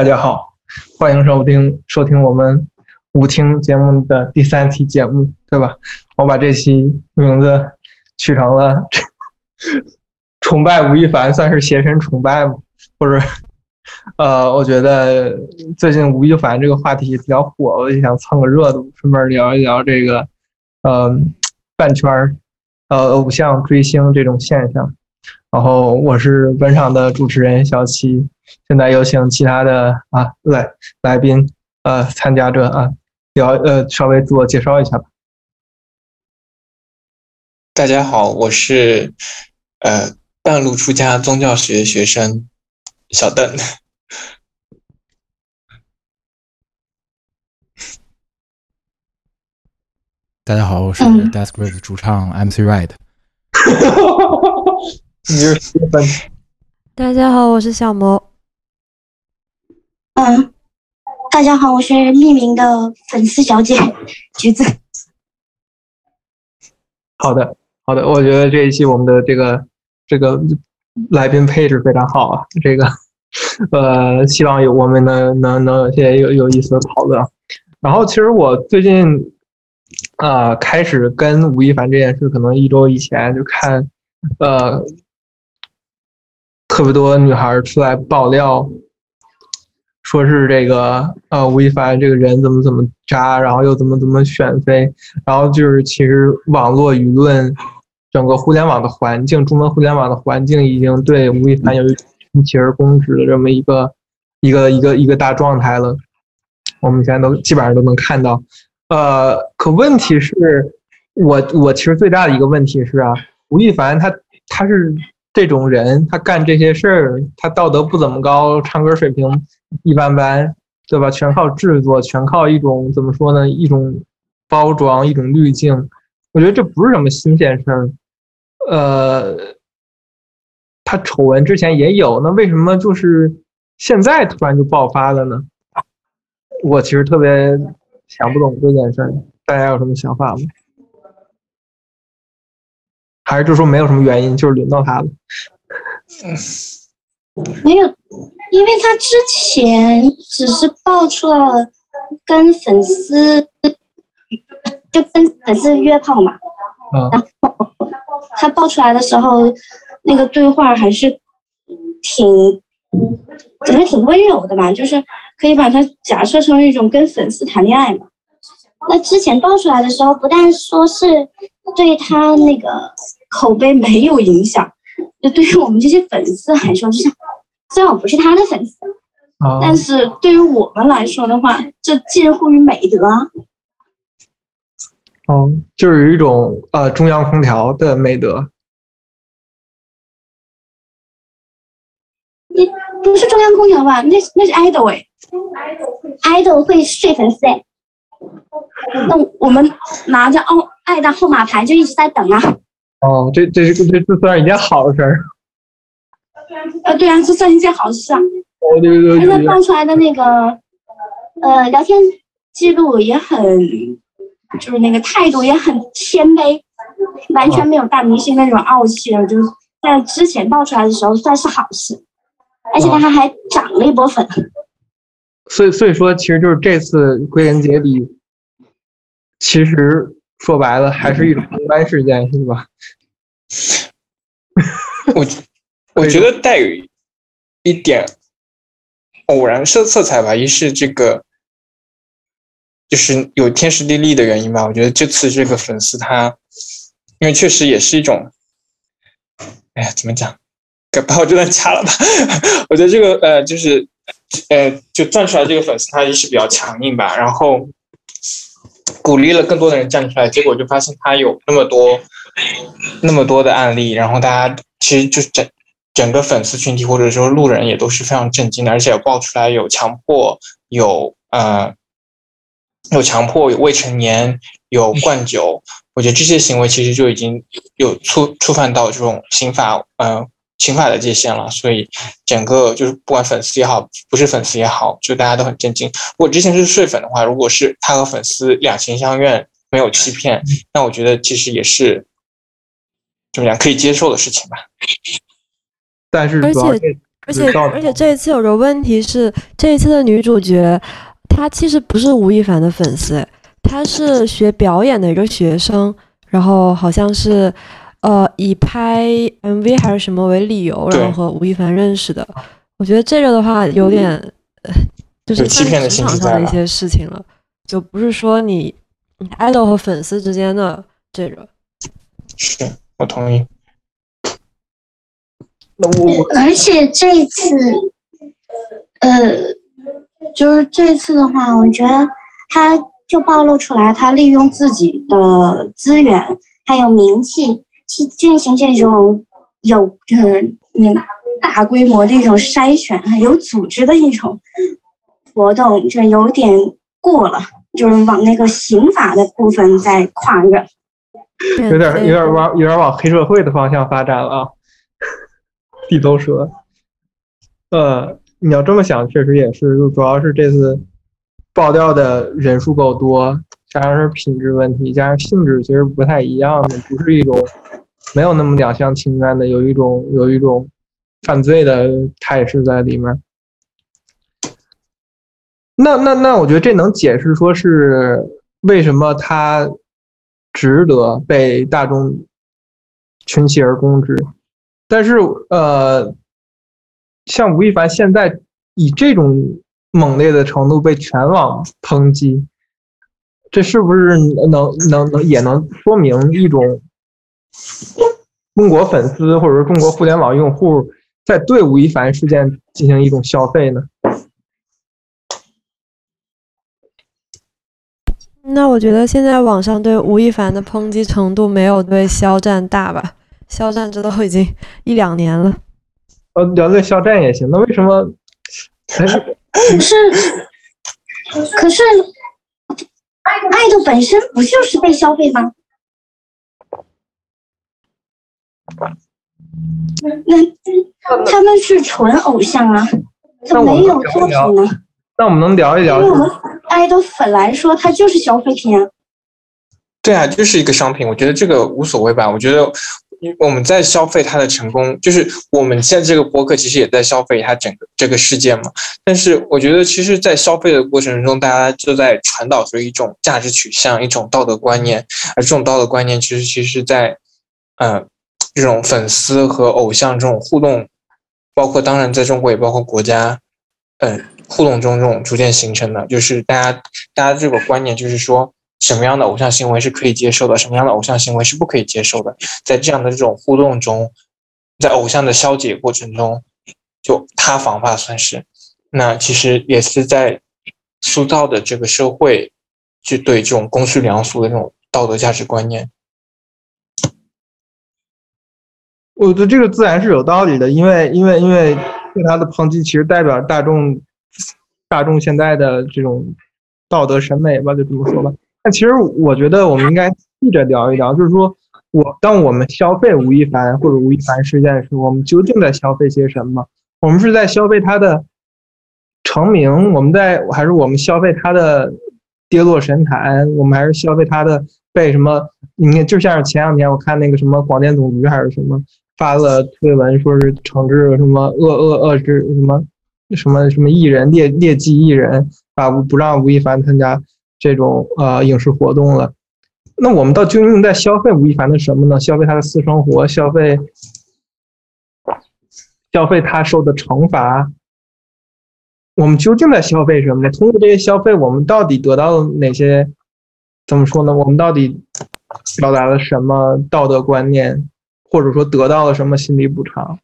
大家好，欢迎收听我们舞厅节目的第3期节目，对吧？我把这期名字取成了崇拜吴亦凡，算是邪神崇拜吗？或者我觉得最近吴亦凡这个话题比较火，我就想蹭个热度，顺便聊一聊这个饭圈偶像追星这种现象。然后我是本场的主持人小七，现在有请其他的来宾参加者稍微自我介绍一下吧。 大家好，我是半路出家宗教学学生小邓。 大家好，我是 Desperate 主唱 MC Right。 大家好，我是小魔。 大家好，我是匿名的粉丝小姐橘子。 好的，我觉得这一期我们的这个来宾配置非常好啊，这个希望我们能有些有意思的讨论。然后其实我最近开始跟吴亦凡这件事，可能1周以前就看特别多女孩出来爆料，说是这个吴亦凡这个人怎么渣，然后又怎么选妃，然后就是其实网络舆论整个互联网的环境，中国互联网的环境已经对吴亦凡有一种起而攻之的这么一个大状态了，我们现在都基本上都能看到。可问题是我其实最大的一个问题是吴亦凡他是这种人，他干这些事儿，他道德不怎么高，唱歌水平一般般，对吧？全靠制作，全靠一种怎么说呢？一种包装，一种滤镜。我觉得这不是什么新鲜事儿。他丑闻之前也有，那为什么就是现在突然就爆发了呢？我其实特别想不懂这件事儿，大家有什么想法吗？还是就说没有什么原因，就是轮到他了？ 没有，因为他之前只是爆出了跟粉丝约炮嘛，然后他爆出来的时候，那个对话还是挺温柔的嘛，就是可以把它假设成一种跟粉丝谈恋爱嘛。那之前爆出来的时候，不但说是对他那个口碑没有影响，就对于我们这些粉丝来说，就是虽然我不是他的粉丝，但是对于我们来说的话，这近乎于美德。 就是有一种中央空调的美德。 你不是中央空调吧？那是 idol idol 会睡粉丝那我们拿着爱的号码牌就一直在等啊。 这算是一件好事儿。 对啊，这算一件好事啊。 对。 现在爆出来的那个聊天记录也很，就是那个态度也很谦卑，完全没有大明星那种傲气了。就是在之前爆出来的时候算是好事，而且他还涨了一波粉。 所以说，其实就是这次归根结底，其实说白了还是一种公关事件，是吧？ 我觉得带有一点偶然色彩吧，一是这个就是有天时地利的原因吧。我觉得这次这个粉丝他，因为确实也是一种，怎么讲？把我这段掐了吧。我觉得这个就站出来这个粉丝他也是比较强硬吧，然后鼓励了更多的人站出来，结果就发现他有那么多的案例，然后大家其实就是整个粉丝群体或者说路人也都是非常震惊的，而且有爆出来有强迫，有未成年，有灌酒，我觉得这些行为其实就已经有触犯到这种刑法的界限了，所以整个就是不管粉丝也好，不是粉丝也好，就大家都很震惊。如果之前是睡粉的话，如果是他和粉丝两情相悦，没有欺骗，那我觉得其实也是怎么样可以接受的事情吧。 但是主要而且这一次有个问题是，这一次的女主角她其实不是吴亦凡的粉丝，她是学表演的一个学生，然后好像是以拍 MV 还是什么为理由，然后和吴亦凡认识的。我觉得这个的话有点就是欺骗的职场上的一些事情了，就不是说你idol 和粉丝之间的这个。 是，我同意。 而且这一次，就是这次的话，我觉得他就暴露出来，他利用自己的资源还有名气去进行这种大规模的一种筛选，还有组织的一种活动，就有点过了，就是往那个刑法的部分在跨越， 有点往黑社会的方向发展了啊。地头蛇，你要这么想，确实也是，就主要是这次爆料的人数够多，加上是品质问题，加上性质其实不太一样的，不是一种没有那么两厢情愿的，有一种犯罪的态势在里面。那我觉得这能解释说是为什么他值得被大众群起而攻之。但是像吴亦凡现在以这种猛烈的程度被全网抨击，这是不是也能说明一种中国粉丝或者说中国互联网用户在对吴亦凡事件进行一种消费呢？ 那我觉得现在网上对吴亦凡的抨击程度没有对肖战大吧？肖战这都已经1-2年了。 聊对肖战也行，那为什么？ 可是，爱豆本身不就是被消费吗？那他们是纯偶像啊，他没有作品呢。 那我们能聊一聊？ 对我们爱豆粉来说，它就是消费品啊。 对啊，就是一个商品，我觉得这个无所谓吧。我觉得我们在消费它的成功，就是我们现在这个播客其实也在消费它整个这个事件嘛。但是我觉得，其实，在消费的过程中，大家就在传导着一种价值取向、一种道德观念，而这种道德观念其实在这种粉丝和偶像这种互动，包括当然在中国也包括国家，互动中这种逐渐形成的，就是大家这个观念就是说，什么样的偶像行为是可以接受的，什么样的偶像行为是不可以接受的。在这样的这种互动中，在偶像的消解过程中，就塌房吧，算是。那其实也是在塑造的这个社会，就对这种公序良俗的这种道德价值观念。 我觉得这个自然是有道理的，因为对他的抨击其实代表大众现在的这种道德审美吧，就这么说吧。但其实我觉得我们应该细着聊一聊，就是说当我们消费吴亦凡或者吴亦凡事件的时候，我们究竟在消费些什么？我们是在消费他的成名，还是我们消费他的跌落神坛？我们还是消费他的被什么？你看，就像是前2天我看那个什么广电总局还是什么发了推文，说是惩治什么遏制什么艺人劣迹艺人，不让吴亦凡参加这种影视活动了。那我们究竟在消费吴亦凡的什么呢？消费他的私生活，消费他受的惩罚。我们究竟在消费什么呢？通过这些消费，我们到底得到了哪些？怎么说呢？我们到底表达了什么道德观念，或者说得到了什么心理补偿？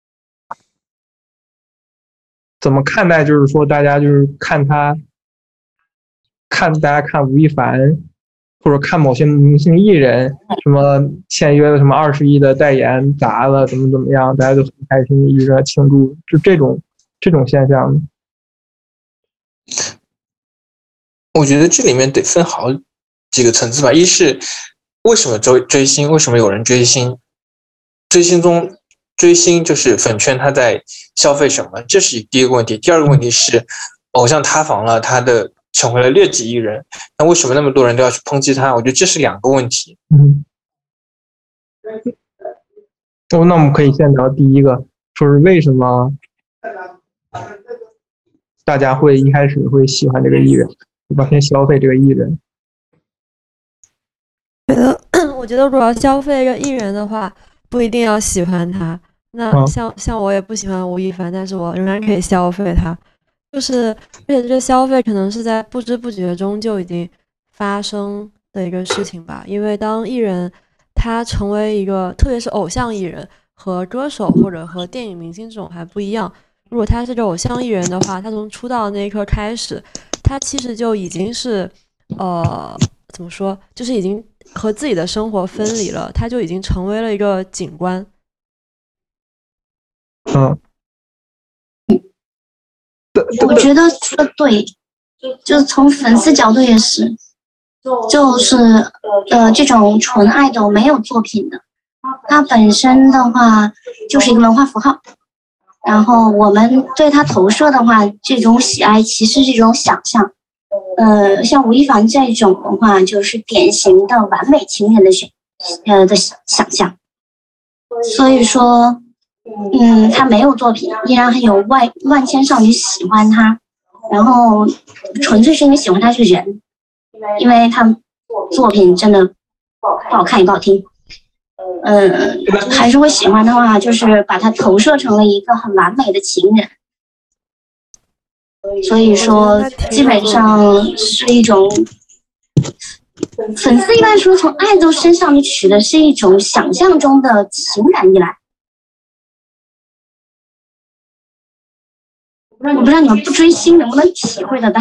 怎么看待？就是说，大家就是看大家看吴亦凡，或者看某些明星艺人，什么签约了什么20亿的代言砸了，怎么样，大家就很开心，一直在庆祝，就这种现象。 我觉得这里面得分好几个层次吧。一是为什么追星，为什么有人追星？追星就是粉圈他在消费什么，这是第一个问题。第二个问题是偶像塌房了，他的成为了劣迹艺人，那为什么那么多人都要去抨击他？我觉得这是2个问题。 那我们可以先聊第一个，说是为什么大家会一开始会喜欢这个艺人，对吧？先消费这个艺人。 我觉得如果要消费一个艺人的话，不一定要喜欢他。那像我也不喜欢吴亦凡，但是我仍然可以消费他。就是而且这个消费可能是在不知不觉中就已经发生的一个事情吧。因为当艺人他成为一个，特别是偶像艺人和歌手或者和电影明星这种还不一样。如果他是个偶像艺人的话，他从出道的那一刻开始，他其实就已经是怎么说，就是已经和自己的生活分离了，他就已经成为了一个景观。 我觉得说的对，就是从粉丝角度也是，就是这种纯爱豆没有作品的，它本身的话就是一个文化符号。然后我们对他投射的话，这种喜爱其实是一种想象。像吴亦凡这种的话，就是典型的完美情人的想象。所以说，他没有作品，依然还有万千少女喜欢他，然后纯粹是因为喜欢他这个人，因为他作品真的不好看也不好听。还是会喜欢的话，就是把它投射成了一个很完美的情人。所以说，基本上是一种粉丝一般说从爱豆身上你取的是一种想象中的情感依赖。我不知道你们不追星能不能体会得到。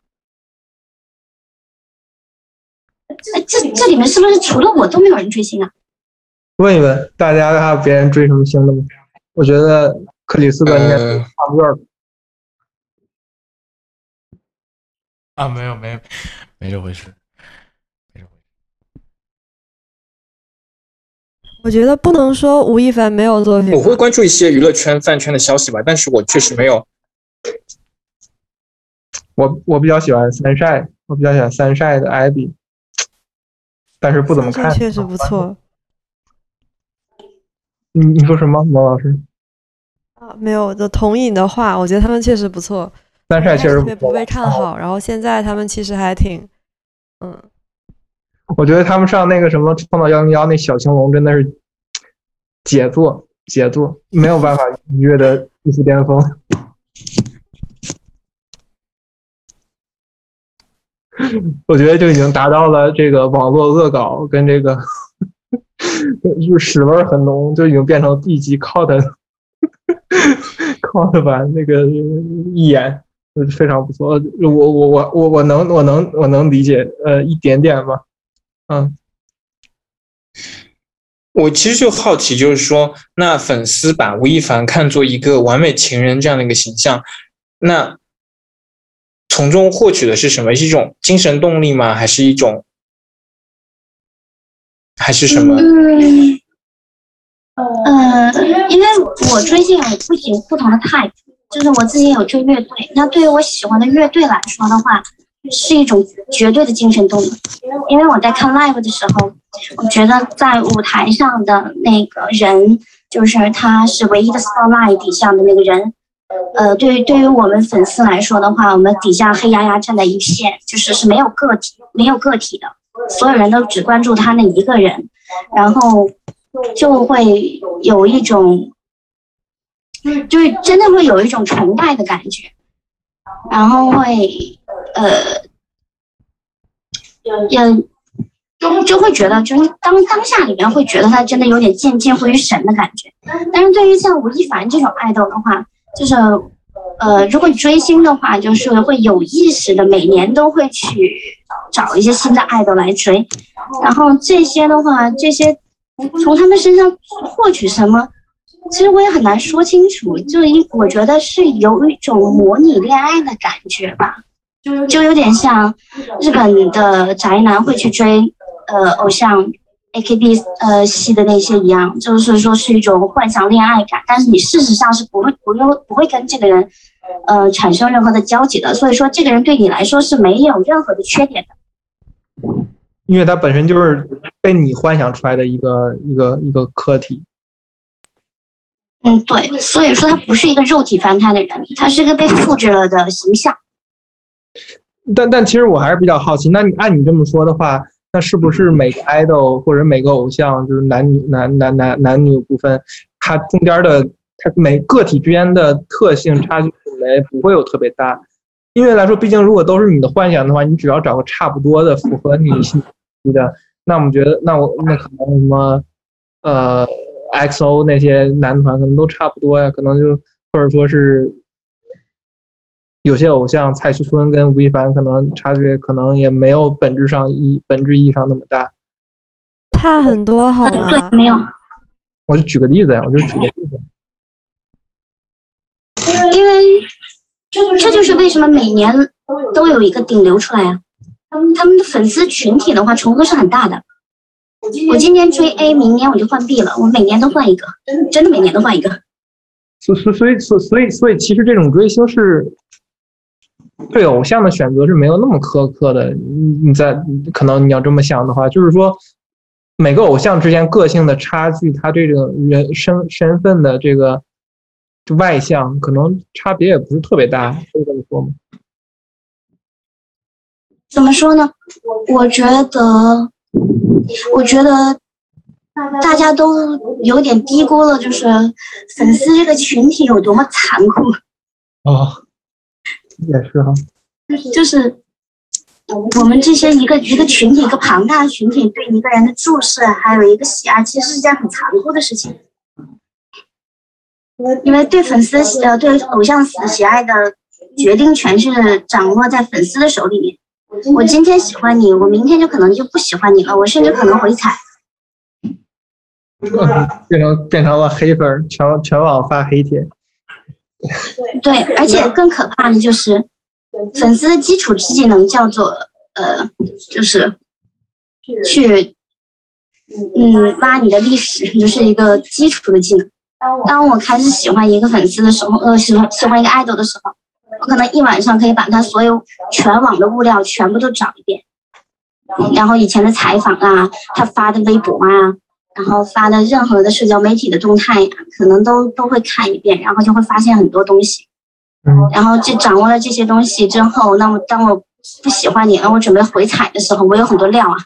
这里面是不是除了我都没有人追星啊？ 问一问大家还有别人追什么星的吗？我觉得克里斯的应该差不多。 没这回事。 我觉得不能说吴亦凡没有作品。 我会关注一些娱乐圈饭圈的消息吧，但是我确实没有。 我比较喜欢三晒，的艾比，但是不怎么看。 确实不错。 你说什么，毛老师？ 没有，我就同意你的话。我觉得他们确实不错。 三晒确实特别不被看好，然后现在他们其实还挺， 我觉得他们上那个什么创造101那小青龙真的是杰作，没有办法逾越的艺术巅峰。我觉得就已经达到了这个网络恶搞跟这个就是屎味很浓，就已经变成 B 级 cult 版那个一眼。非常不错，我能理解，一点点吧， 我其实就好奇，就是说，那粉丝把吴亦凡看作一个完美情人这样的一个形象，那从中获取的是什么？是一种精神动力吗？还是什么？ 因为我追星有不同的 type。就是我自己有追乐队，那对于我喜欢的乐队来说的话，是一种绝对的精神动力。因为我在看 live 的时候，我觉得在舞台上的那个人，就是他是唯一的 spotlight 底下的那个人。对于我们粉丝来说的话，我们底下黑压压站在一片，就是没有个体的，所有人都只关注他那一个人，然后就会有一种。就是真的会有一种崇拜的感觉，然后会就会觉得，就是当下里面会觉得他真的有点近乎于神的感觉。但是对于像吴亦凡这种爱豆的话，就是如果你追星的话，就是会有意识的每年都会去找一些新的爱豆来追，然后这些的话，从他们身上获取什么？其实我也很难说清楚，我觉得是有一种模拟恋爱的感觉吧，就有点像日本的宅男会去追偶像 AKB 系的那些一样，就是说是一种幻想恋爱感，但是你事实上是不会跟这个人产生任何的交集的，所以说这个人对你来说是没有任何的缺点的， 因为他本身就是被你幻想出来的一个课题。 对，所以说他不是一个肉体凡胎的人，他是一个被复制了的形象。 但其实我还是比较好奇，那你按你这么说的话，那是不是每个 idol 或者每个偶像，就是男女部分，它中间的它每个体之间的特性差距不会有特别大？因为来说，毕竟如果都是你的幻想的话，你只要找个差不多的符合你心意的，那我们觉得那可能什么XO 那些男团可能都差不多呀，可能就或者说是有些偶像蔡徐坤跟吴亦凡可能差距可能也没有本质意义上那么大， 差很多好吗？ 对，没有。 我就举个例子呀， 因为这就是为什么每年都有一个顶流出来啊。他们的粉丝群体的话重合是很大的。我今年追 A， 明年我就换 B 了，我每年都换一个，真的每年都换一个。 所以其实这种追星是对偶像的选择是没有那么苛刻的。可能你要这么想的话，就是说每个偶像之间个性的差距，他这种身份的这个外向可能差别也不是特别大，可以这么说吗？ 怎么说呢？我觉得大家都有点低估了，就是粉丝这个群体有多么残酷。 也是哈。 就是我们这些一个群体，一个庞大的群体对一个人的注视，还有一个喜爱，其实是件很残酷的事情。因为对粉丝对偶像喜爱的决定权是掌握在粉丝的手里面。我今天喜欢你，我明天就可能就不喜欢你了，我甚至可能回踩。 变成了黑粉，全网发黑帖。 对，而且更可怕的就是粉丝的基础技能叫做就是去挖你的历史，就是一个基础的技能。当我开始喜欢一个粉丝的时候，喜欢一个idol的时候，我可能一晚上可以把他所有全网的物料全部都找一遍，然后以前的采访啊，他发的微博啊，然后发的任何的社交媒体的动态呀，可能都会看一遍，然后就会发现很多东西。然后就掌握了这些东西之后，那么当我不喜欢你了，我准备回踩的时候，我有很多料啊。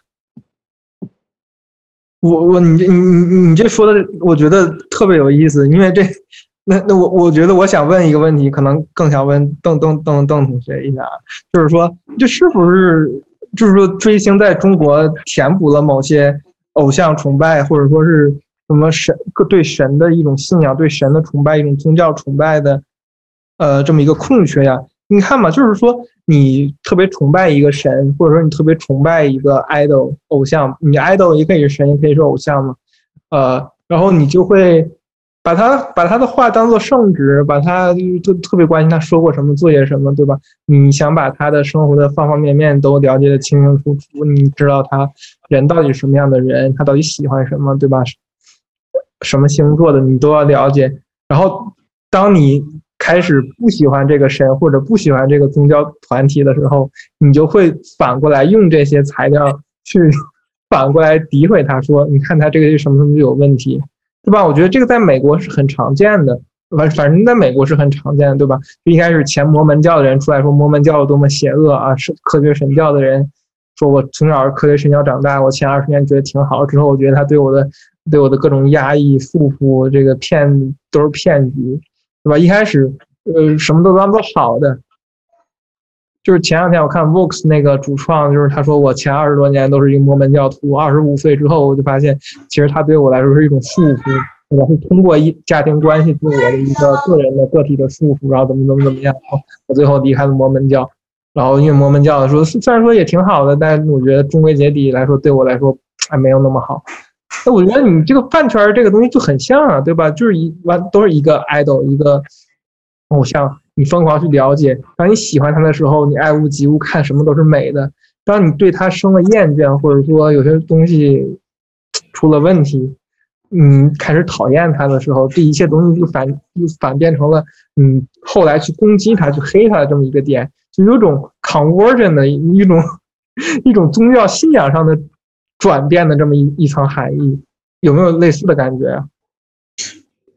你这说的，我觉得特别有意思，因为我觉得我想问一个问题，可能更想问邓同学一下，就是说，这是不是就是说追星在中国填补了某些偶像崇拜，或者说是什么对神的一种信仰，对神的崇拜，一种宗教崇拜的这么一个空缺呀？你看嘛，就是说你特别崇拜一个神，或者说你特别崇拜一个 idol 偶像，你 idol 也可以是神，也可以是偶像嘛，然后你就会把他的话当做圣旨，把他就特别关心他说过什么，做些什么，对吧？你想把他的生活的方方面面都了解的清清楚楚，你知道他人到底是什么样的人，他到底喜欢什么，对吧？什么星座的你都要了解。然后当你开始不喜欢这个神或者不喜欢这个宗教团体的时候，你就会反过来用这些材料去反过来诋毁他，说你看他这个什么什么就有问题，对吧？我觉得这个在美国是很常见的，反正在美国是很常见的，对吧？就一开始前摩门教的人出来说摩门教有多么邪恶啊，是科学神教的人说我从小是科学神教长大，我前20年觉得挺好，之后我觉得他对我的各种压抑束缚，这个都是骗局，对吧？一开始什么都当做好的，就是前2天我看 Vox 那个主创，就是他说我前20多年都是一个摩门教徒，25岁之后我就发现其实他对我来说是一种束缚，对吧？是通过家庭关系对我的一个个体的束缚，然后怎么样，我最后离开了摩门教。然后因为摩门教说虽然说也挺好的，但是我觉得终归结底来说对我来说还没有那么好。那我觉得你这个饭圈这个东西就很像啊，对吧？就是都是一个 idol 一个偶像，你疯狂去了解，当你喜欢他的时候，你爱屋及乌，看什么都是美的。当你对他生了厌倦，或者说有些东西出了问题，开始讨厌他的时候，这一切东西就反变成了后来去攻击他、去黑他的这么一个点，就有种 conversion 的一种宗教信仰上的转变的这么一层含义，有没有类似的感觉啊？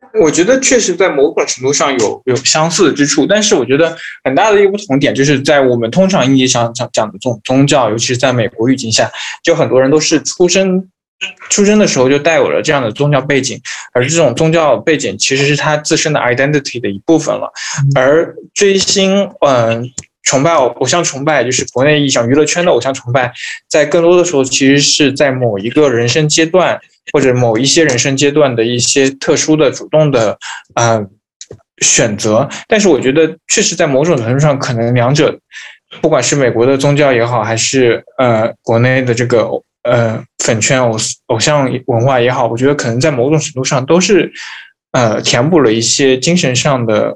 我觉得确实在某种程度上有相似之处，但是我觉得很大的一个不同点就是在我们通常意义上讲的这种宗教，尤其是在美国语境下，就很多人都是出生的时候就带有了这样的宗教背景，而这种宗教背景其实是他自身的 identity 的一部分了。而追星，崇拜偶像崇拜，就是国内意义上娱乐圈的偶像崇拜，在更多的时候其实是在某一个人生阶段或者某一些人生阶段的一些特殊的主动的选择。但是我觉得确实在某种程度上，可能两者，不管是美国的宗教也好，还是国内的这个粉圈偶像文化也好，我觉得可能在某种程度上都是填补了一些精神上的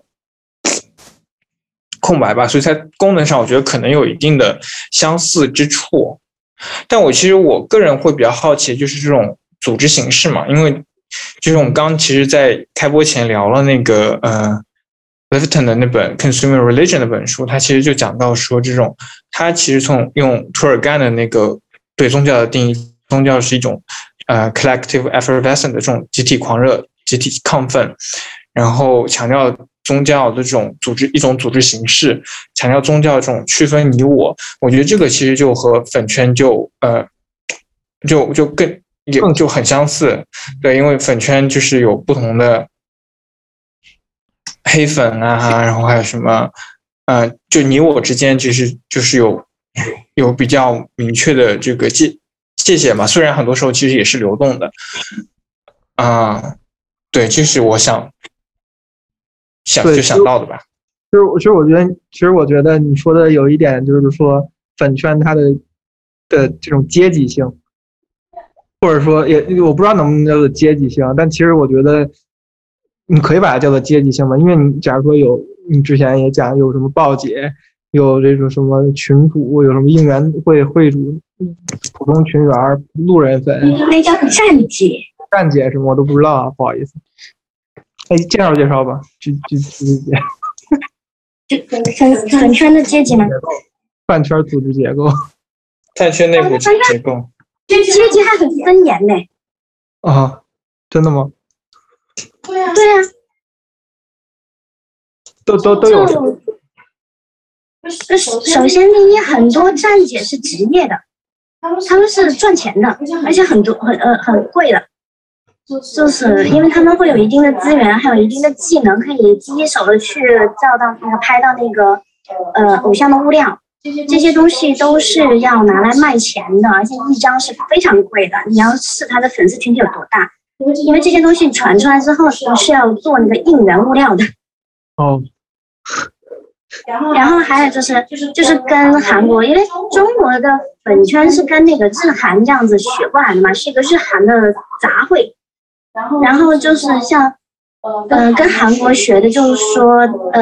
空白吧，所以在功能上我觉得可能有一定的相似之处。但其实我个人会比较好奇就是这种组织形式嘛，因为就是我们刚其实在开播前聊了那个Lifton 的那本 Consumer Religion 的本书，他其实就讲到说这种他其实从用涂尔干的那个对宗教的定义，宗教是一种collective effervescence 的这种集体狂热、集体亢奋，然后强调宗教的这种一种组织形式，强调宗教这种区分你我。我觉得这个其实就和粉圈就很相似。对，因为粉圈就是有不同的黑粉啊，然后还有什么就你我之间就是有比较明确的这个界限嘛，虽然很多时候其实也是流动的对，这是我想到的吧。 其实我觉得你说的有一点就是说粉圈它的这种阶级性，或者说我不知道能不能叫做阶级性，但其实我觉得你可以把它叫做阶级性嘛，因为你假如说你之前也讲有什么报姐，有这种什么群主，有什么应援会主、普通群员、路人粉， 那叫站姐什么我都不知道啊，不好意思。介绍吧， 粉圈的阶级吗？ 饭圈组织结构， 饭圈内部结构， 阶级还很森严呢。 真的吗？ 对啊， 都有。 首先第一，很多站姐是职业的，他们是赚钱的，而且很贵的。就是因为他们会有一定的资源，还有一定的技能，可以第一手的去拍到那个偶像的物料，这些东西都是要拿来卖钱的，而且一张是非常贵的。你要试他的粉丝群体有多大，因为这些东西传出来之后都是要做那个应援物料的。然后还有就是跟韩国，因为中国的粉圈是跟那个日韩这样子学过来的嘛，是一个日韩的杂烩。然后就是像跟韩国学的，就是说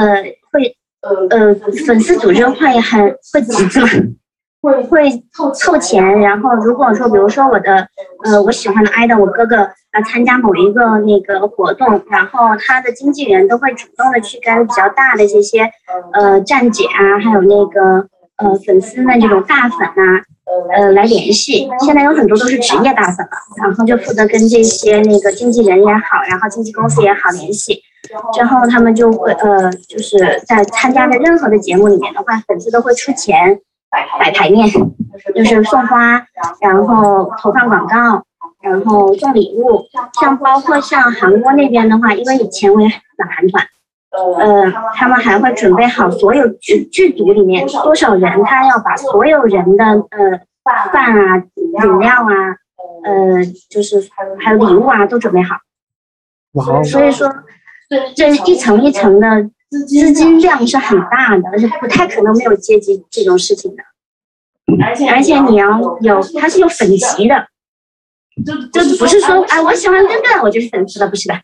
粉丝组织会集资嘛，会凑钱。然后如果说比如说我喜欢的 idol 我哥哥参加某一个那个活动，然后他的经纪人都会主动的去跟比较大的这些站姐啊，还有那个粉丝们这种大粉啊来联系。现在有很多都是职业大粉了，然后就负责跟这些那个经纪人也好，然后经纪公司也好联系，之后他们就会就是在参加的任何的节目里面的话，粉丝都会出钱摆排面，就是送花，然后投放广告，然后送礼物。包括像韩国那边的话，因为以前我也玩韩团，他们还会准备好所有剧组里面多少人，他要把所有人的饭啊、饮料啊，就是还有礼物啊都准备好。所以说这一层一层的资金量是很大的，而且不太可能没有阶级这种事情的。而且你要它是有粉级的，就不是说我喜欢这个我就是粉丝的，不是的。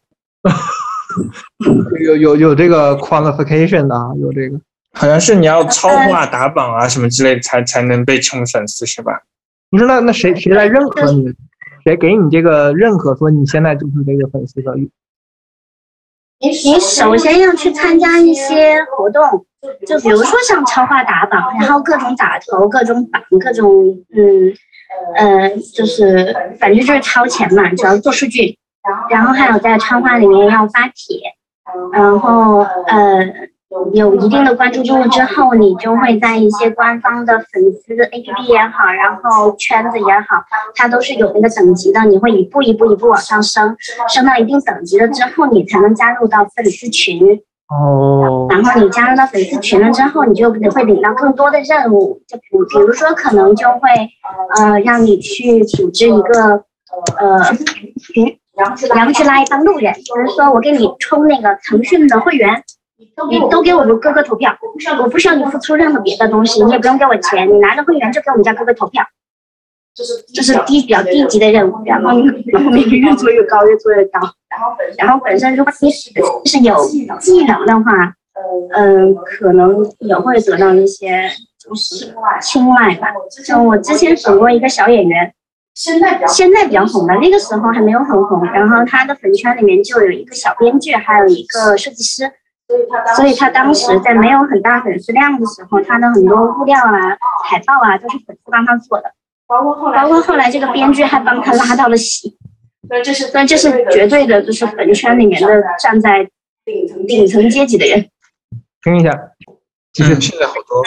有这个 qualification 的啊，有这个， 好像是你要超话打榜啊什么之类的才能被称粉丝是吧？ 不是，那谁来认可你？谁给你这个认可，说你现在就是这个粉丝的？ 你首先要去参加一些活动，就比如说像超话打榜，然后各种打头、各种榜、各种就是反正就是超前嘛，只要做数据， 然后还有在窗花里面要发帖，然后有一定的关注度之后，你就会在一些官方的粉丝 APP 也好，然后圈子也好，它都是有那个等级的，你会一步一步往上升到一定等级了之后，你才能加入到粉丝群。然后你加入到粉丝群了之后，你就会领到更多的任务，就比如说可能就会让你去组织一个群，然后去拉一帮路人，比如说我给你充那个腾讯的会员，你都给我们哥哥投票，我不需要你付出任何别的东西，你也不用给我钱，你拿着会员就给我们家哥哥投票，这是比较低级的任务，然后你越做越高，越做越高。然后本身如果你是有技能的话，可能也会得到一些就是青睐吧。就我之前选过一个小演员，现在比较红的，那个时候还没有很红，然后他的粉圈里面就有一个小编剧，还有一个设计师。所以他当时在没有很大粉丝量的时候，他的很多物料啊、海报啊都是粉丝帮他做的，包括后来这个编剧还帮他拉到了戏。所以这是绝对的，就是粉圈里面的站在顶层阶级的人。 听一下， 其实现在好多。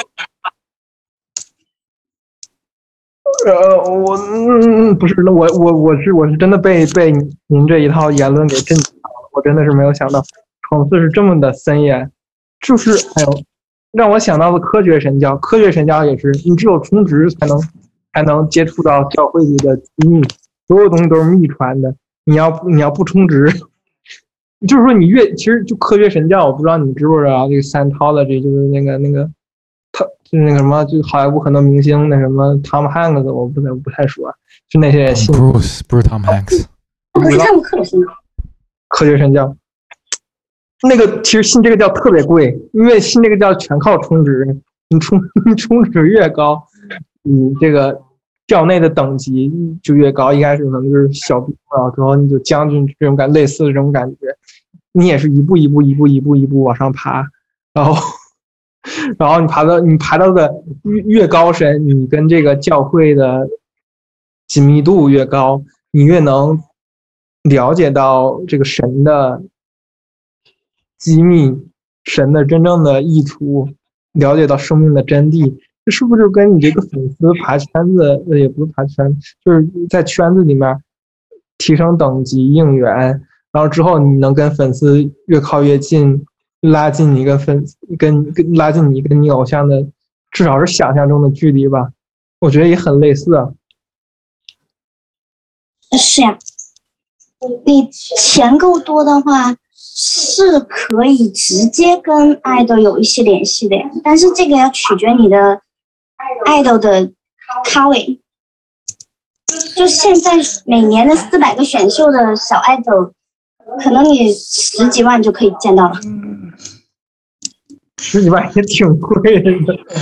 不是，我是真的被您这一套言论给震惊了，我真的是没有想到。讽刺是这么的森严，就是让我想到了科学神教。科学神教也是，你只有充值才能接触到教会里的机密，所有东西都是秘传的。你要不充值，就是说其实就科学神教，我不知道你知不知道这个 Scientology， 就是那个他就是那个什么，就好莱坞很多明星那什么 Tom Hanks， 我不太说，就那些人信。 Bruce Tom Hanks。 我是看过科学神教。那个其实信这个教特别贵，因为信这个教全靠充值，你充值越高，你这个教内的等级就越高。一开始可能就是小兵，然后之后你就将军这种类似的这种感觉，你也是一步一步往上爬，然后你爬到的越高深，你跟这个教会的紧密度越高，你越能了解到这个神的机密，神的真正的意图，了解到生命的真谛。这是不是跟你这个粉丝爬圈子，也不是爬圈，就是在圈子里面提升等级应援，然后之后你能跟粉丝越靠越近，拉近你拉近你跟你偶像的至少是想象中的距离吧？我觉得也很类似啊。 是呀，你钱够多的话是可以直接跟爱豆有一些联系的呀，但是这个要取决你的爱豆的咖位。就现在每年的400个选秀的小爱豆，可能你10几万就可以见到了。 10几万也挺贵的。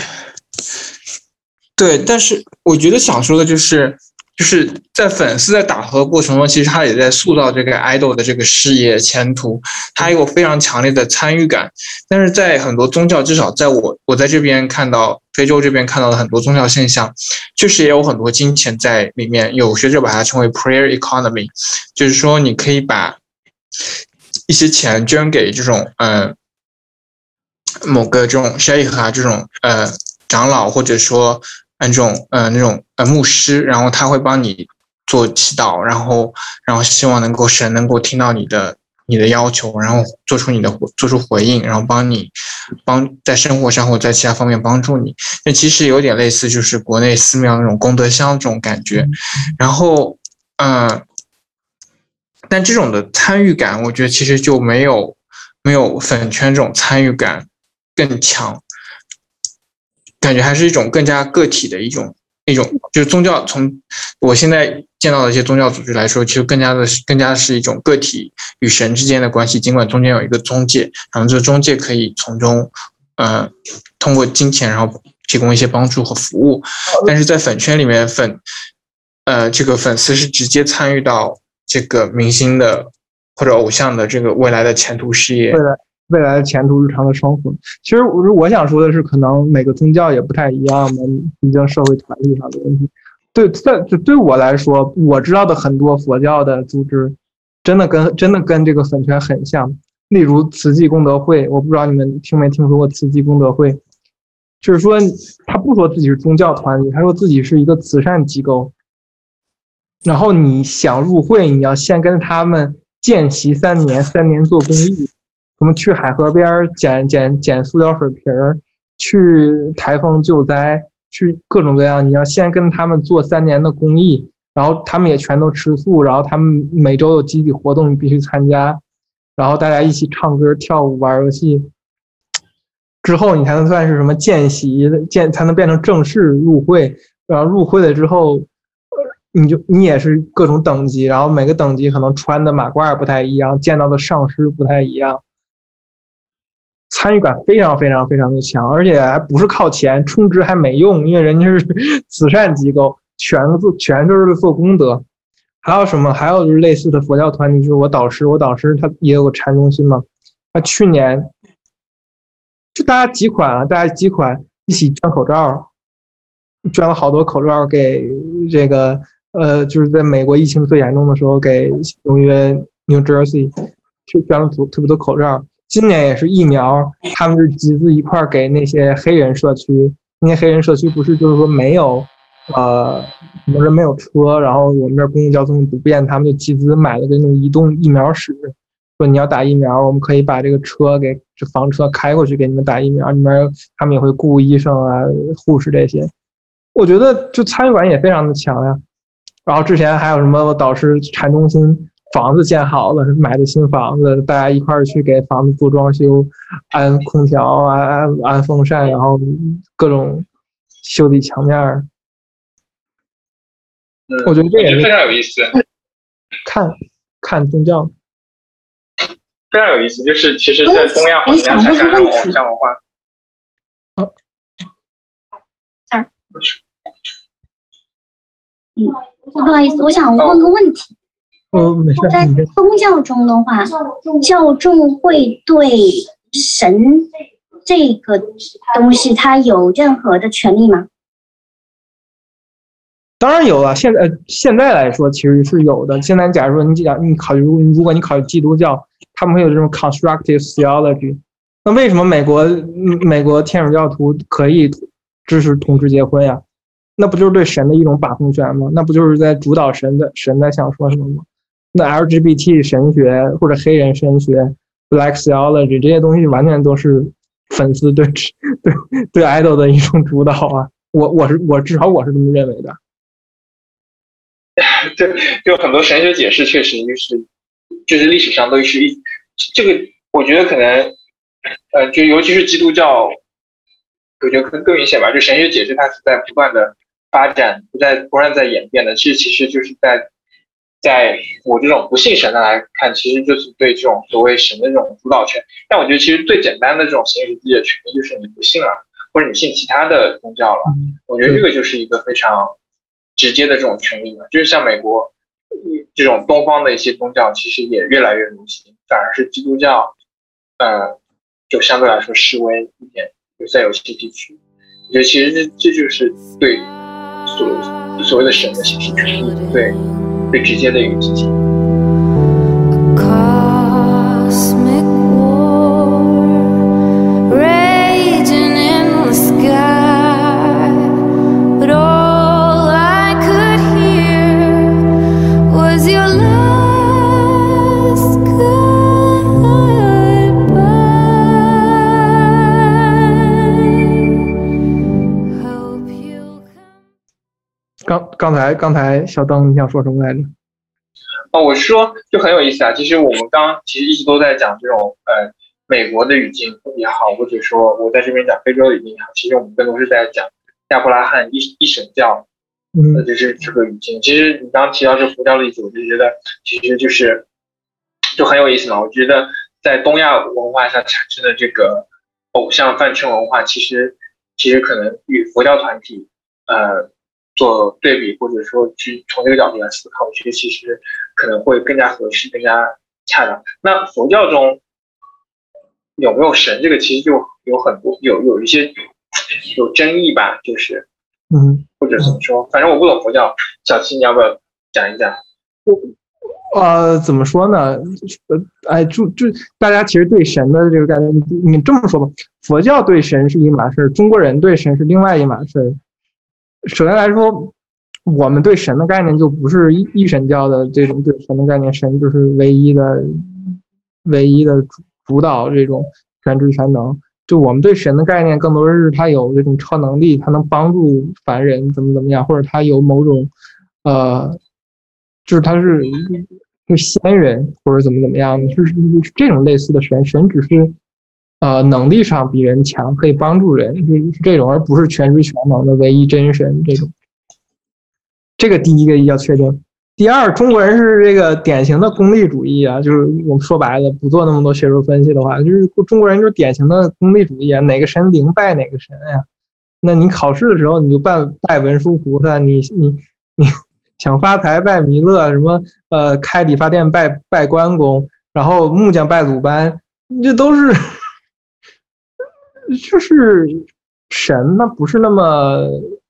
对，但是我觉得想说的就是在粉丝在打合的过程中，其实他也在塑造这个 idol 的这个事业前途，他有非常强烈的参与感。但是在很多宗教，至少在我在这边看到非洲这边看到的很多宗教现象，确实也有很多金钱在里面。有学者把它称为 prayer economy， 就是说你可以把一些钱捐给这种某个这种 sheikh 啊这种长老，或者说那种牧师，然后他会帮你做祈祷，然后希望神能够听到你的要求，然后做出回应，然后帮在生活上或在其他方面帮助你。那其实有点类似就是国内寺庙那种功德箱这种感觉。然后但这种的参与感，我觉得其实就没有粉圈这种参与感更强。感觉还是一种更加个体的一种，就是宗教。从我现在见到的一些宗教组织来说，其实更加是一种个体与神之间的关系。尽管中间有一个中介，然后这个中介可以从中通过金钱，然后提供一些帮助和服务。但是在粉圈里面，这个粉丝是直接参与到这个明星的或者偶像的这个未来的前途事业。 未来的前途日常的生活，其实我想说的是，可能每个宗教也不太一样嘛，毕竟社会团体上的问题。对我来说，我知道的很多佛教的组织， 真的跟这个粉圈很像。例如慈济功德会，我不知道你们听没听说过慈济功德会，就是说他不说自己是宗教团体，他说自己是一个慈善机构。然后你想入会，你要先跟他们见习3年做公益，我们去海河边捡塑料水瓶儿，去台风救灾，去各种各样，你要先跟他们做3年的公益，然后他们也全都吃素，然后他们每周有集体活动你必须参加，然后大家一起唱歌跳舞玩游戏，之后你才能算是什么见习，才能变成正式入会。然后入会了之后，你也是各种等级，然后每个等级可能穿的马褂不太一样，见到的上师不太一样，参与感非常非常非常的强，而且还不是靠钱，充值还没用，因为人家是慈善机构，全都是做功德。还有什么？还有就是类似的佛教团体，就是我导师他也有个禅中心嘛，他去年就大家集款一起捐口罩，捐了好多口罩给这个就是在美国疫情最严重的时候，给纽约 New Jersey 去捐了特别多口罩。今年也是疫苗，他们是集资一块给那些黑人社区，那些黑人社区不是就是说没有什么人没有车，然后我们这儿公共交通不便，他们就集资买了个那种移动疫苗室，说你要打疫苗，我们可以把这个车给这房车开过去给你们打疫苗，里面他们也会雇医生啊、护士这些。我觉得就参与感也非常的强呀。然后之前还有什么导师禅中心房子建好了，买的新房子，大家一块儿去给房子做装修，安空调啊、安风扇，然后各种修理墙面。我觉得这也是非常有意思。 看宗教非常有意思，就是其实在东亚好像想象偶像文化。 不好意思，我想问个问题。 没事。 在宗教中的话，教众会对神这个东西，它有任何的权利吗？ 当然有了，现在来说其实是有的。现在假如说如果你考虑基督教，他们会有这种 constructive theology。那为什么美国天主教徒可以支持同志结婚呀？那不就是对神的一种把控权吗？那不就是在主导神在想说什么吗？那 LGBT 神学或者黑人神学 Black theology 这些东西完全都是粉丝对 idol 的一种主导啊！至少我是这么认为的。 对，就很多神学解释确实就是历史上都是这个，我觉得可能就尤其是基督教，我觉得更明显吧。就神学解释它是在不断的发展，不断在演变的。其实就是在我这种不信神的来看，其实就是对这种所谓神的这种主导权。但我觉得其实最简单的这种行使自己的权利，就是你不信了，或者你信其他的宗教了。我觉得这个就是一个非常直接的这种权利嘛。就是像美国这种东方的一些宗教，其实也越来越流行，反而是基督教，就相对来说示威一点，在有些地区。我觉得其实这就是对所谓的神的行使权利最直接的一个体现。 刚才小邓你想说什么来着？ 我是说就很有意思啊。其实我们其实一直都在讲这种美国的语境也好，或者说我在这边讲非洲的语境也好，其实我们更多是在讲亚伯拉罕一神教就是这个语境。其实你刚刚提到这佛教例子，我就觉得其实就很有意思嘛。我觉得在东亚文化下产生的这个偶像饭圈文化，其实可能与佛教团体做对比，或者说去从这个角度来思考，我觉得其实可能会更加合适，更加恰当。那佛教中有没有神，这个其实就有很多有一些有争议吧，或者怎么说，反正我不懂佛教，小七你要不要讲一讲？ 怎么说呢？就大家其实对神的这个概念，你这么说吧，佛教对神是一码事，中国人对神是另外一码事。首先来说，我们对神的概念就不是一神教的这种对神的概念，神就是唯一的主导这种全知全能。就我们对神的概念更多是他有这种超能力，他能帮助凡人怎么样，或者他有某种就是他是仙人或者怎么样的，是这种类似的神。神只是能力上比人强，可以帮助人，是这种，而不是全知全能的唯一真神这种。这个第一个要确定。第二，中国人是这个典型的功利主义啊，就是我们说白了，不做那么多学术分析的话，就是中国人就是典型的功利主义啊，哪个神灵拜哪个神呀。那你考试的时候你就拜文殊菩萨，你想发财拜弥勒，什么开理发店拜关公，然后木匠拜鲁班，这都是就是神，那不是那么，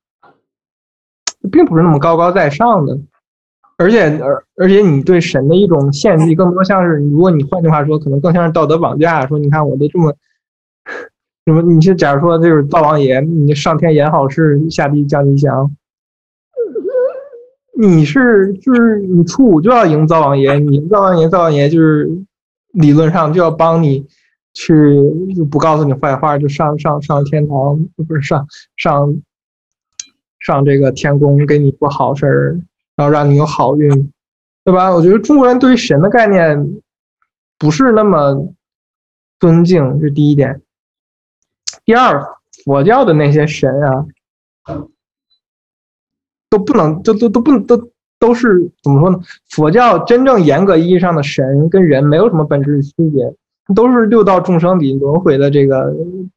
并不是那么高高在上的。而且你对神的一种限制更多像是，如果你换句话说，可能更像是道德绑架，说你看我都这么什么，你是假如说就是灶王爷，你上天言好事，下地降吉祥，就是你初五就要迎灶王爷，你灶王爷就是理论上就要帮你去，就不告诉你坏话，就上天堂，不是上这个天宫给你做好事儿，然后让你有好运，对吧？我觉得中国人对于神的概念不是那么尊敬，这是第一点。第二，佛教的那些神啊，都不能都是怎么说呢？佛教真正严格意义上的神跟人没有什么本质区别，都是六道众生里轮回的这个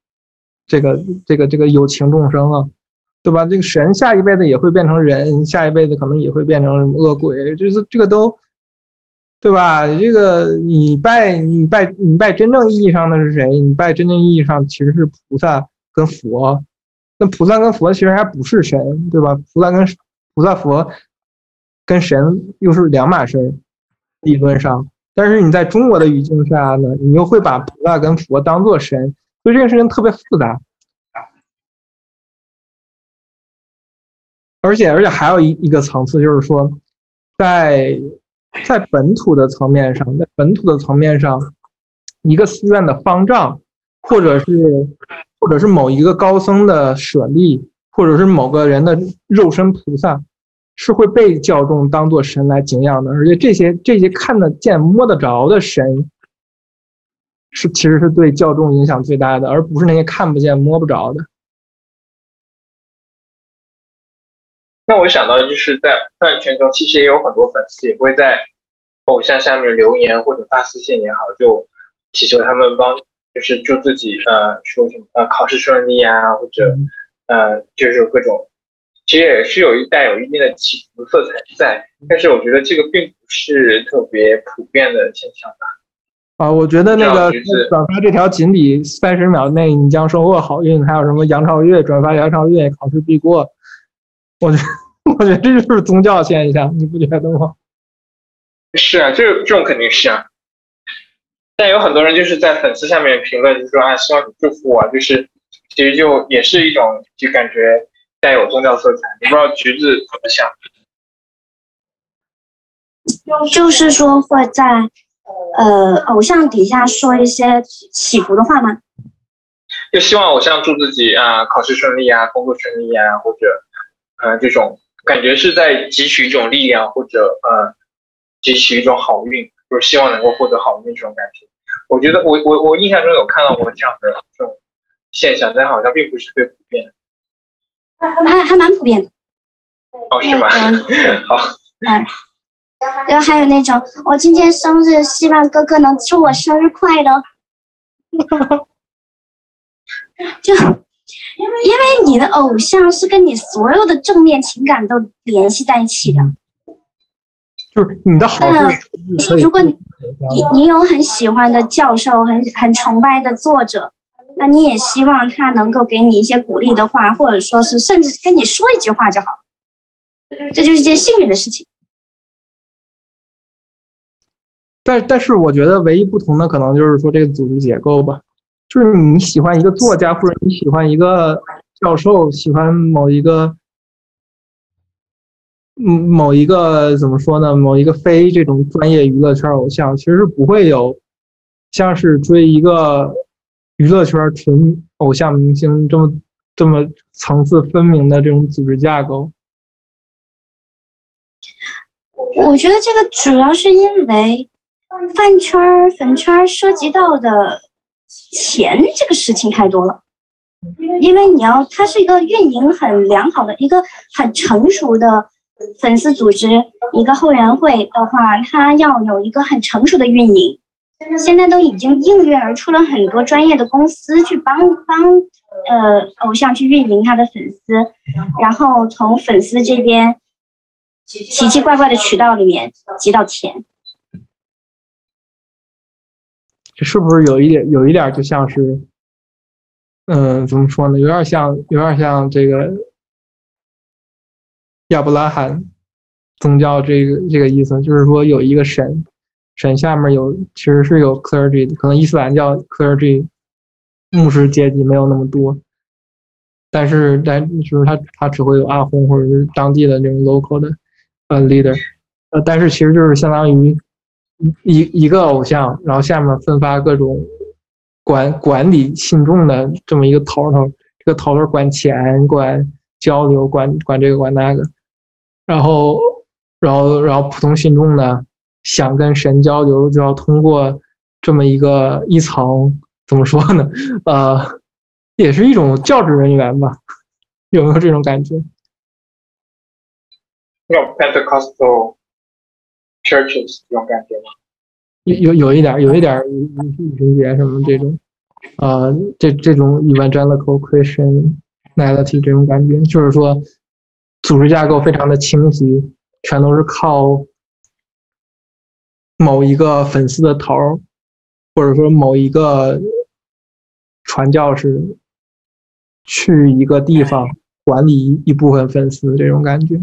有情众生啊。对吧？这个神下一辈子也会变成人，下一辈子可能也会变成恶鬼，就是这个都，对吧？这个你拜真正意义上的是谁？你拜真正意义上其实是菩萨跟佛，那菩萨跟佛其实还不是神，对吧？菩萨佛跟神又是两码事，理论上。但是你在中国的语境下呢，你又会把菩萨跟佛当作神，所以这个事情特别复杂。而且还有一个层次，就是说，在本土的层面上，一个寺院的方丈，或者是某一个高僧的舍利，或者是某个人的肉身菩萨，是会被教众当作神来敬仰的。而且这些看得见摸得着的神，其实是对教众影响最大的，而不是那些看不见摸不着的。 那我想到就是在饭圈中，其实也有很多粉丝也会在偶像下面留言或者发私信也好，就祈求他们帮，就是祝自己说什么考试顺利啊，或者就是各种，其实也是带有一定的祈福色彩在，但是我觉得这个并不是特别普遍的现象吧。 我觉得那个转发这条锦鲤30秒内你将收获好运，还有什么杨超越转发杨超越考试必过。我觉得这就是宗教现象，你不觉得吗？ 是啊，这种肯定是啊。但有很多人就是在粉丝下面评论，就说希望你祝福我，就是其实就也是一种就感觉带有宗教色彩。你不知道橘子怎么想？ 就是说会在偶像底下说一些祈福的话吗？ 就希望偶像祝自己考试顺利啊，工作顺利啊，或者这种感觉是在汲取一种力量，或者汲取一种好运，就是希望能够获得好运这种感觉。我觉得我印象中有看到过这样的这种现象，但好像并不是特别普遍的。 还蛮普遍的。 哦，是吗？好。 然后还有那种我今天生日，希望哥哥能祝我生日快乐。就因为你的偶像是跟你所有的正面情感都联系在一起的， 就是你的好事。 如果你有很喜欢的教授，很崇拜的作者，那你也希望他能够给你一些鼓励的话，或者说是甚至跟你说一句话就好，这就是一件幸运的事情。 但是我觉得唯一不同的可能就是说这个组织结构吧，就是你喜欢一个作家，或者你喜欢一个教授，喜欢某一个怎么说呢？某一个非这种专业娱乐圈偶像，其实是不会有像是追一个娱乐圈纯偶像明星这么层次分明的这种组织架构。 我觉得这个主要是因为饭圈粉圈涉及到的钱这个事情太多了，因为它是一个运营很良好的一个很成熟的粉丝组织，一个后援会的话，它要有一个很成熟的运营。现在都已经应运而出了很多专业的公司去帮偶像去运营他的粉丝，然后从粉丝这边奇奇怪怪的渠道里面集到钱。 这是不是有一点就像是，怎么说呢？有点像这个亚伯拉罕宗教这个意思，就是说有一个神下面其实是有 clergy 的，可能伊斯兰教 clergy 牧师阶级没有那么多，但就是他只会有阿訇或者是当地的这种 local 的leader，但是其实就是相当于一个偶像，然后下面分发各种管理信众的这么一个头，这个头管钱、管交流、管这个管那个，然后普通信众呢，想跟神交流，就要通过这么一层，怎么说呢？也是一种教职人员吧？有没有这种感觉？ 那种 Pentecostal churches 这种感觉吗？ 有一点五旬节什么这种，这种 evangelical Christianity 这种感觉，就是说组织架构非常的清晰，全都是靠某一个粉丝的头，或者说某一个传教士去一个地方管理一部分粉丝这种感觉。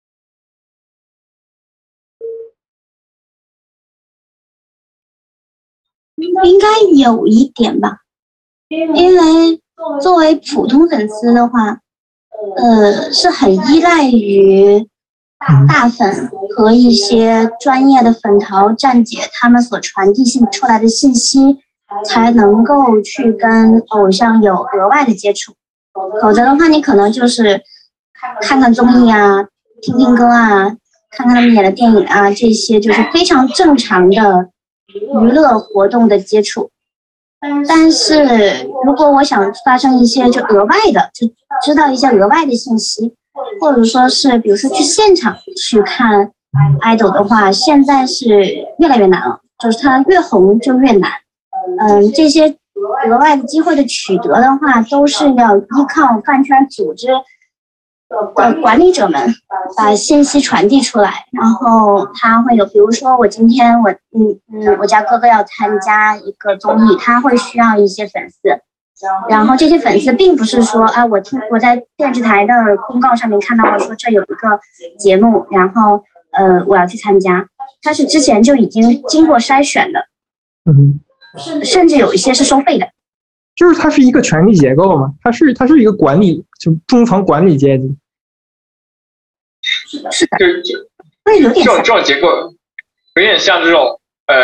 应该有一点吧，因为作为普通粉丝的话，是很依赖于大粉和一些专业的粉陶站姐他们所传递出来的信息，才能够去跟偶像有额外的接触。否则的话，你可能就是看看综艺啊，听听歌啊，看看他们演的电影啊，这些就是非常正常的娱乐活动的接触。但是如果我想发生一些就额外的，就知道一些额外的信息，或者说是比如说去现场去看 idol 的话，现在是越来越难了，就是它越红就越难。这些额外的机会的取得的话，都是要依靠饭圈组织管理者们把信息传递出来，然后他会有，比如说我今天我家哥哥要参加一个综艺，他会需要一些粉丝，然后这些粉丝并不是说啊，我在电视台的公告上面看到了说这有一个节目，然后我要去参加，他是之前就已经经过筛选的，甚至有一些是收费的。 就是它是一个权力结构嘛，它是一个管理，就中层管理阶级。 是的， 对，有点这种结构，有点像这种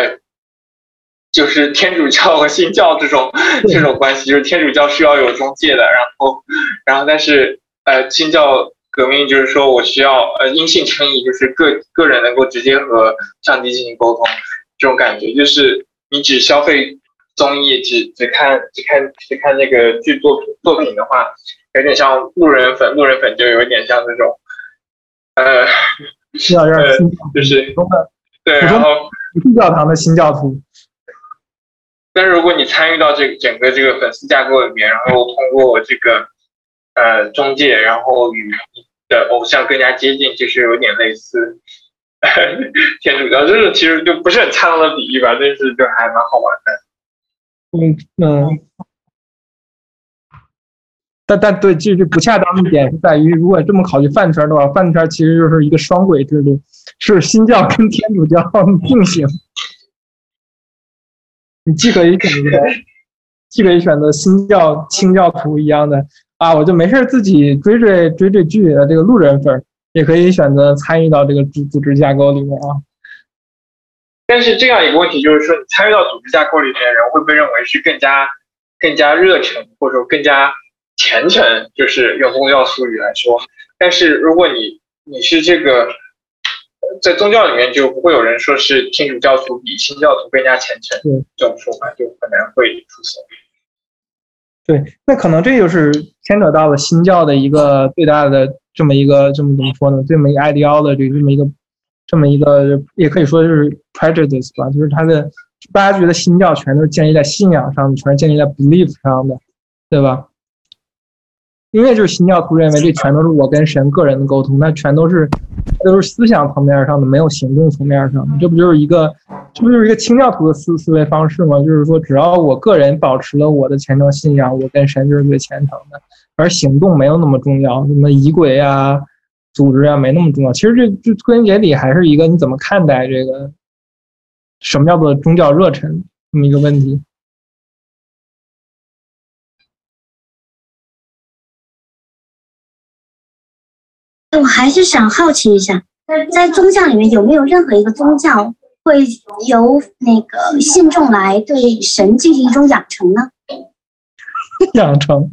就是天主教和新教这种关系，就是天主教需要有中介的，然后但是新教革命就是说我需要因信称义，就是个人能够直接和上帝进行沟通，这种感觉就是你只消费综艺，只看那个剧作品的话，有点像路人粉就有点像这种就是对，然后教堂的新教徒。 但是如果你参与到整个这个粉丝架构里面，然后通过这个中介，然后与你的偶像更加接近，就是有点类似天主教，这种其实就不是很恰当的比喻吧，但是就还蛮好玩的。 但对，这不恰当的点是在于，如果这么考虑饭圈的话，饭圈其实就是一个双轨制度，是新教跟天主教并行。 你既可以选择新教清教徒一样的啊，我就没事自己追剧的这个路人粉，也可以选择参与到这个组织架构里面啊。 但是这样一个问题就是说，你参与到组织架构里面的人会被认为是更加热忱，或者说更加虔诚，就是用宗教术语来说。但是如果你是这个在宗教里面，就不会有人说是天主教徒比新教徒更加虔诚，这种说法就很难会出现。 对，那可能这就是牵扯到了新教的一个最大的这么怎么说呢？这么一个 ideology， 这么一个也可以说是 prejudice 吧，就是大家觉得新教全都是建立在信仰上的，全是建立在 belief 上的，对吧？因为就是新教徒认为这全都是我跟神个人的沟通，那全都是思想层面上的，没有行动层面上的，这不就是一个清教徒的思维方式吗？就是说，只要我个人保持了我的虔诚信仰，我跟神就是最虔诚的，而行动没有那么重要，什么仪轨啊、组织啊没那么重要。其实这归根结底还是一个你怎么看待这个什么叫做宗教热忱这么一个问题。 我还是想好奇一下，在宗教里面有没有任何一个宗教会由那个信众来对神进行一种养成呢？ 养成，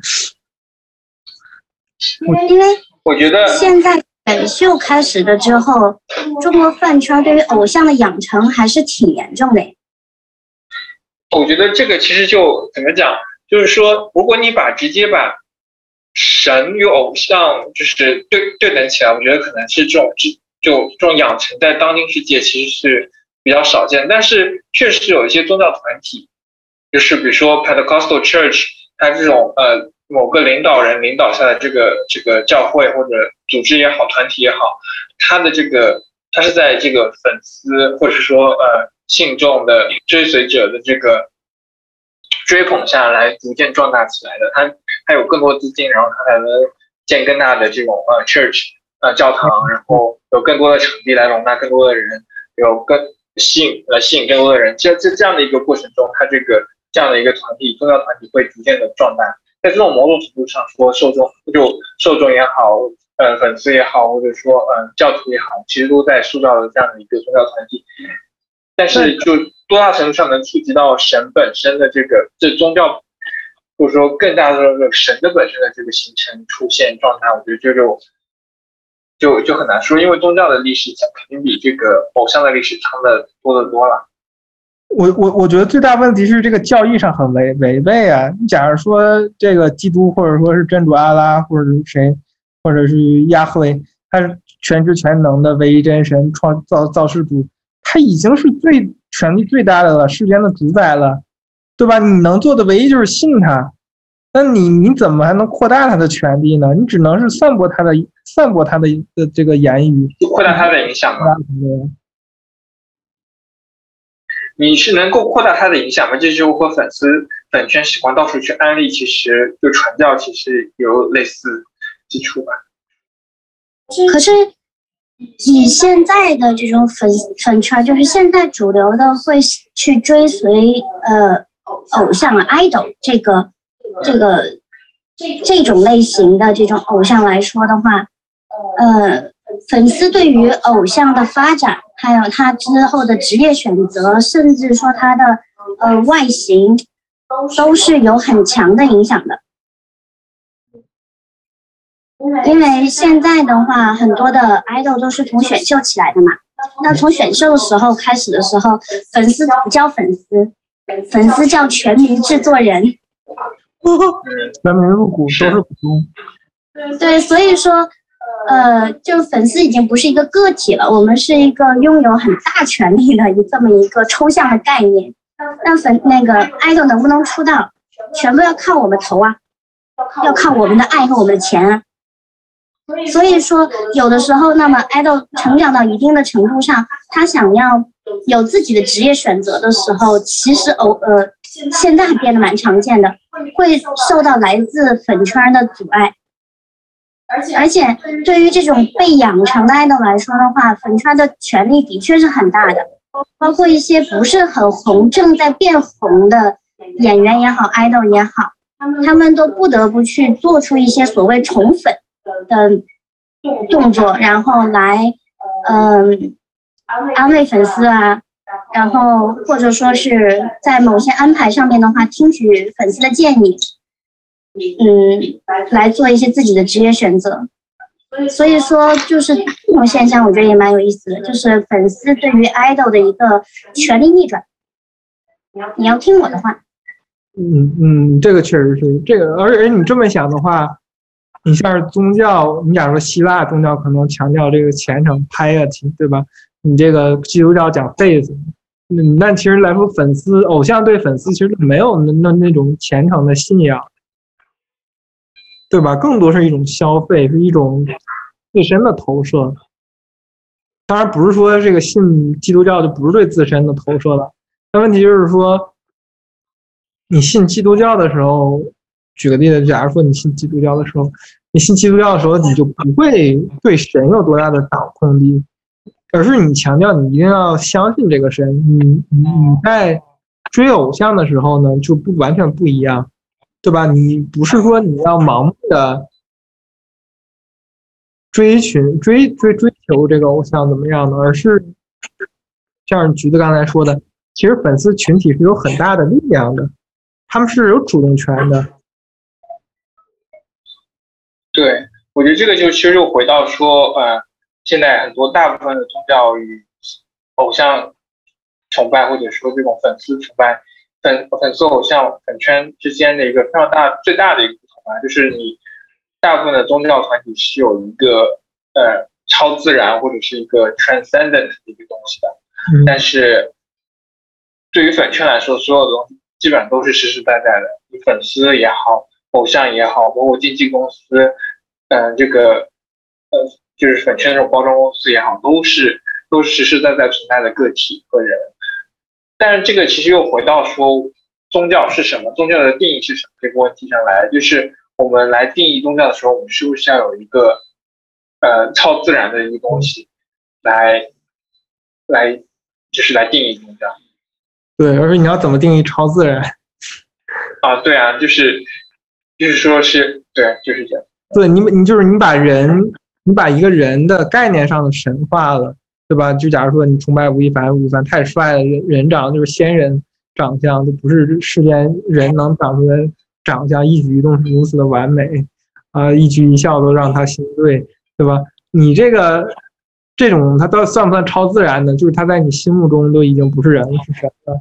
因为我觉得现在选秀开始了之后，中国饭圈对于偶像的养成还是挺严重的。 我觉得这个其实就怎么讲，就是说，如果你直接把神与偶像就是对等起来，我觉得可能是这种养成在当今世界其实是比较少见，但是确实有一些宗教团体，就是比如说 Pentecostal Church， 它这种某个领导人领导下的这个教会或者组织也好，团体也好，它是在这个粉丝或者说信众的追随者的这个追捧下来逐渐壮大起来的。它有更多资金，然后它才能建更大的这种church 教堂，然后有更多的场地来容纳更多的人，吸引更多的人。这样的一个过程中，它这样的一个宗教团体会逐渐的壮大。在这种某种程度上说，受众也好，粉丝也好，或者说教徒也好，其实都在塑造了这样的一个宗教团体。但是就多大程度上能触及到神本身的这宗教，或者说更大的神的本身的这个形成出现状态，我觉得就很难说，因为宗教的历史肯定比这个偶像的历史长的多得多了。 我觉得最大问题是这个教义上很违背啊！你假如说这个基督或者说是真主阿拉或者是谁，或者是亚赫维，他是全知全能的唯一真神造世主，他已经是权力最大的了，世间的主宰了，对吧？你能做的唯一就是信他，那你怎么还能扩大他的权力呢？你只能是散播他的这个言语， 扩大他的影响吗？你是能够扩大他的影响吗？这就和粉圈喜欢到处去安利，其实就传教其实有类似基础吧。 可是以现在的这种粉圈，就是现在主流的会去追随偶像idol 这种类型的这种偶像来说的话，粉丝对于偶像的发展，还有他之后的职业选择，甚至说他的外形，都是有很强的影响的。因为现在的话，很多的 idol 都是从选秀起来的嘛。那从选秀的时候开始的时候，粉丝不叫粉丝，粉丝叫全民制作人。 全民入股都是股东。 对，所以说。就粉丝已经不是一个个体了，我们是一个拥有很大权力的这么一个抽象的概念。那个 idol 能不能出道，全部要靠我们投啊，要靠我们的爱和我们的钱啊。所以说，有的时候，那么 idol 成长到一定的程度上，他想要有自己的职业选择的时候，其实现在变得蛮常见的，会受到来自粉圈的阻碍。而且对于这种被养成的 idol 来说的话，粉圈的权力的确是很大的。 包括一些不是很红、正在变红的演员也好 ，idol 也好，他们都不得不去做出一些所谓宠粉的动作，然后来安慰粉丝啊，然后或者说是在某些安排上面的话，听取粉丝的建议，来做一些自己的职业选择。所以说，就是这种现象，我觉得也蛮有意思的，就是粉丝对于 idol 的一个权力逆转。你要听我的话。 这个确实是这个，而且你这么想的话，你像宗教，你假如说希腊宗教可能强调这个虔诚 piety， 对吧？你这个基督教讲 faith， 但其实来说，偶像对粉丝其实没有那种虔诚的信仰，对吧？更多是一种消费，是一种自身的投射。当然不是说这个信基督教就不是对自身的投射了，但问题就是说，你信基督教的时候，举个例子，假如说你信基督教的时候，你就不会对神有多大的掌控力，而是你强调你一定要相信这个神。你在追偶像的时候呢，就完全不一样，对吧？你不是说你要盲目的追求这个偶像怎么样的，而是像橘子刚才说的，其实粉丝群体是有很大的力量的，他们是有主动权的。 对，我觉得这个其实又回到说，现在很多大部分的宗教与偶像崇拜，或者说这种粉丝崇拜、粉丝偶像粉圈之间的一个非常最大的一个不同啊，就是你大部分的宗教团体是有一个超自然或者是一个 transcendent 的一个东西的，但是对于粉圈来说，所有的东西基本上都是实实在在的，你粉丝也好，偶像也好，包括经纪公司，就是粉圈这种包装公司也好，都是实实在在存在的个体和人。但是这个其实又回到说宗教是什么，宗教的定义是什么这个问题上来，就是我们来定义宗教的时候，我们是不是要有一个超自然的一个东西来定义宗教？ 对，而且你要怎么定义超自然？ 对啊，就是说是对，就是这样。 对你把一个人的概念上的神化了，对吧？就假如说你崇拜吴亦凡太帅了，人长就是仙人长相，就不是世间人能长出来长相，一举一动如此的完美一举一笑都让他心醉，对吧？你这种他到底算不算超自然呢？就是他在你心目中都已经不是人了，是神了。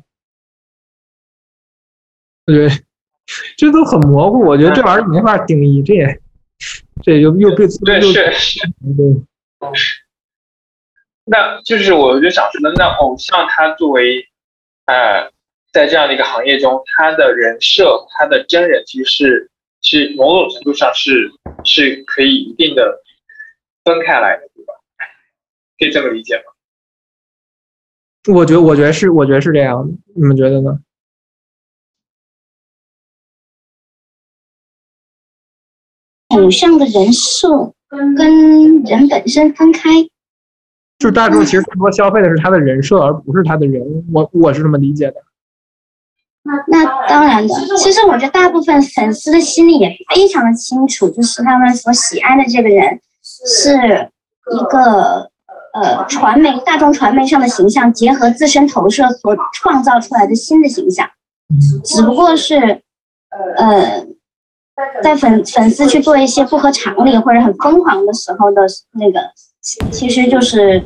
对，这都很模糊，我觉得这玩意儿没法定义，这又被对是。那就是我就想说的，那偶像他作为在这样的一个行业中，他的人设，他的真人其实是某种程度上是可以一定的分开来的，对吧？可以这么理解吗？ 我觉得是这样的，你们觉得呢？ 偶像的人设跟人本身分开， 就是大众其实更多消费的是他的人设，而不是他的人。我是这么理解的。 那当然的，其实我觉得大部分粉丝的心里也非常的清楚，就是他们所喜爱的这个人是一个大众传媒上的形象，结合自身投射所创造出来的新的形象，只不过是在粉丝去做一些不合常理或者很疯狂的时候的那个，其实就是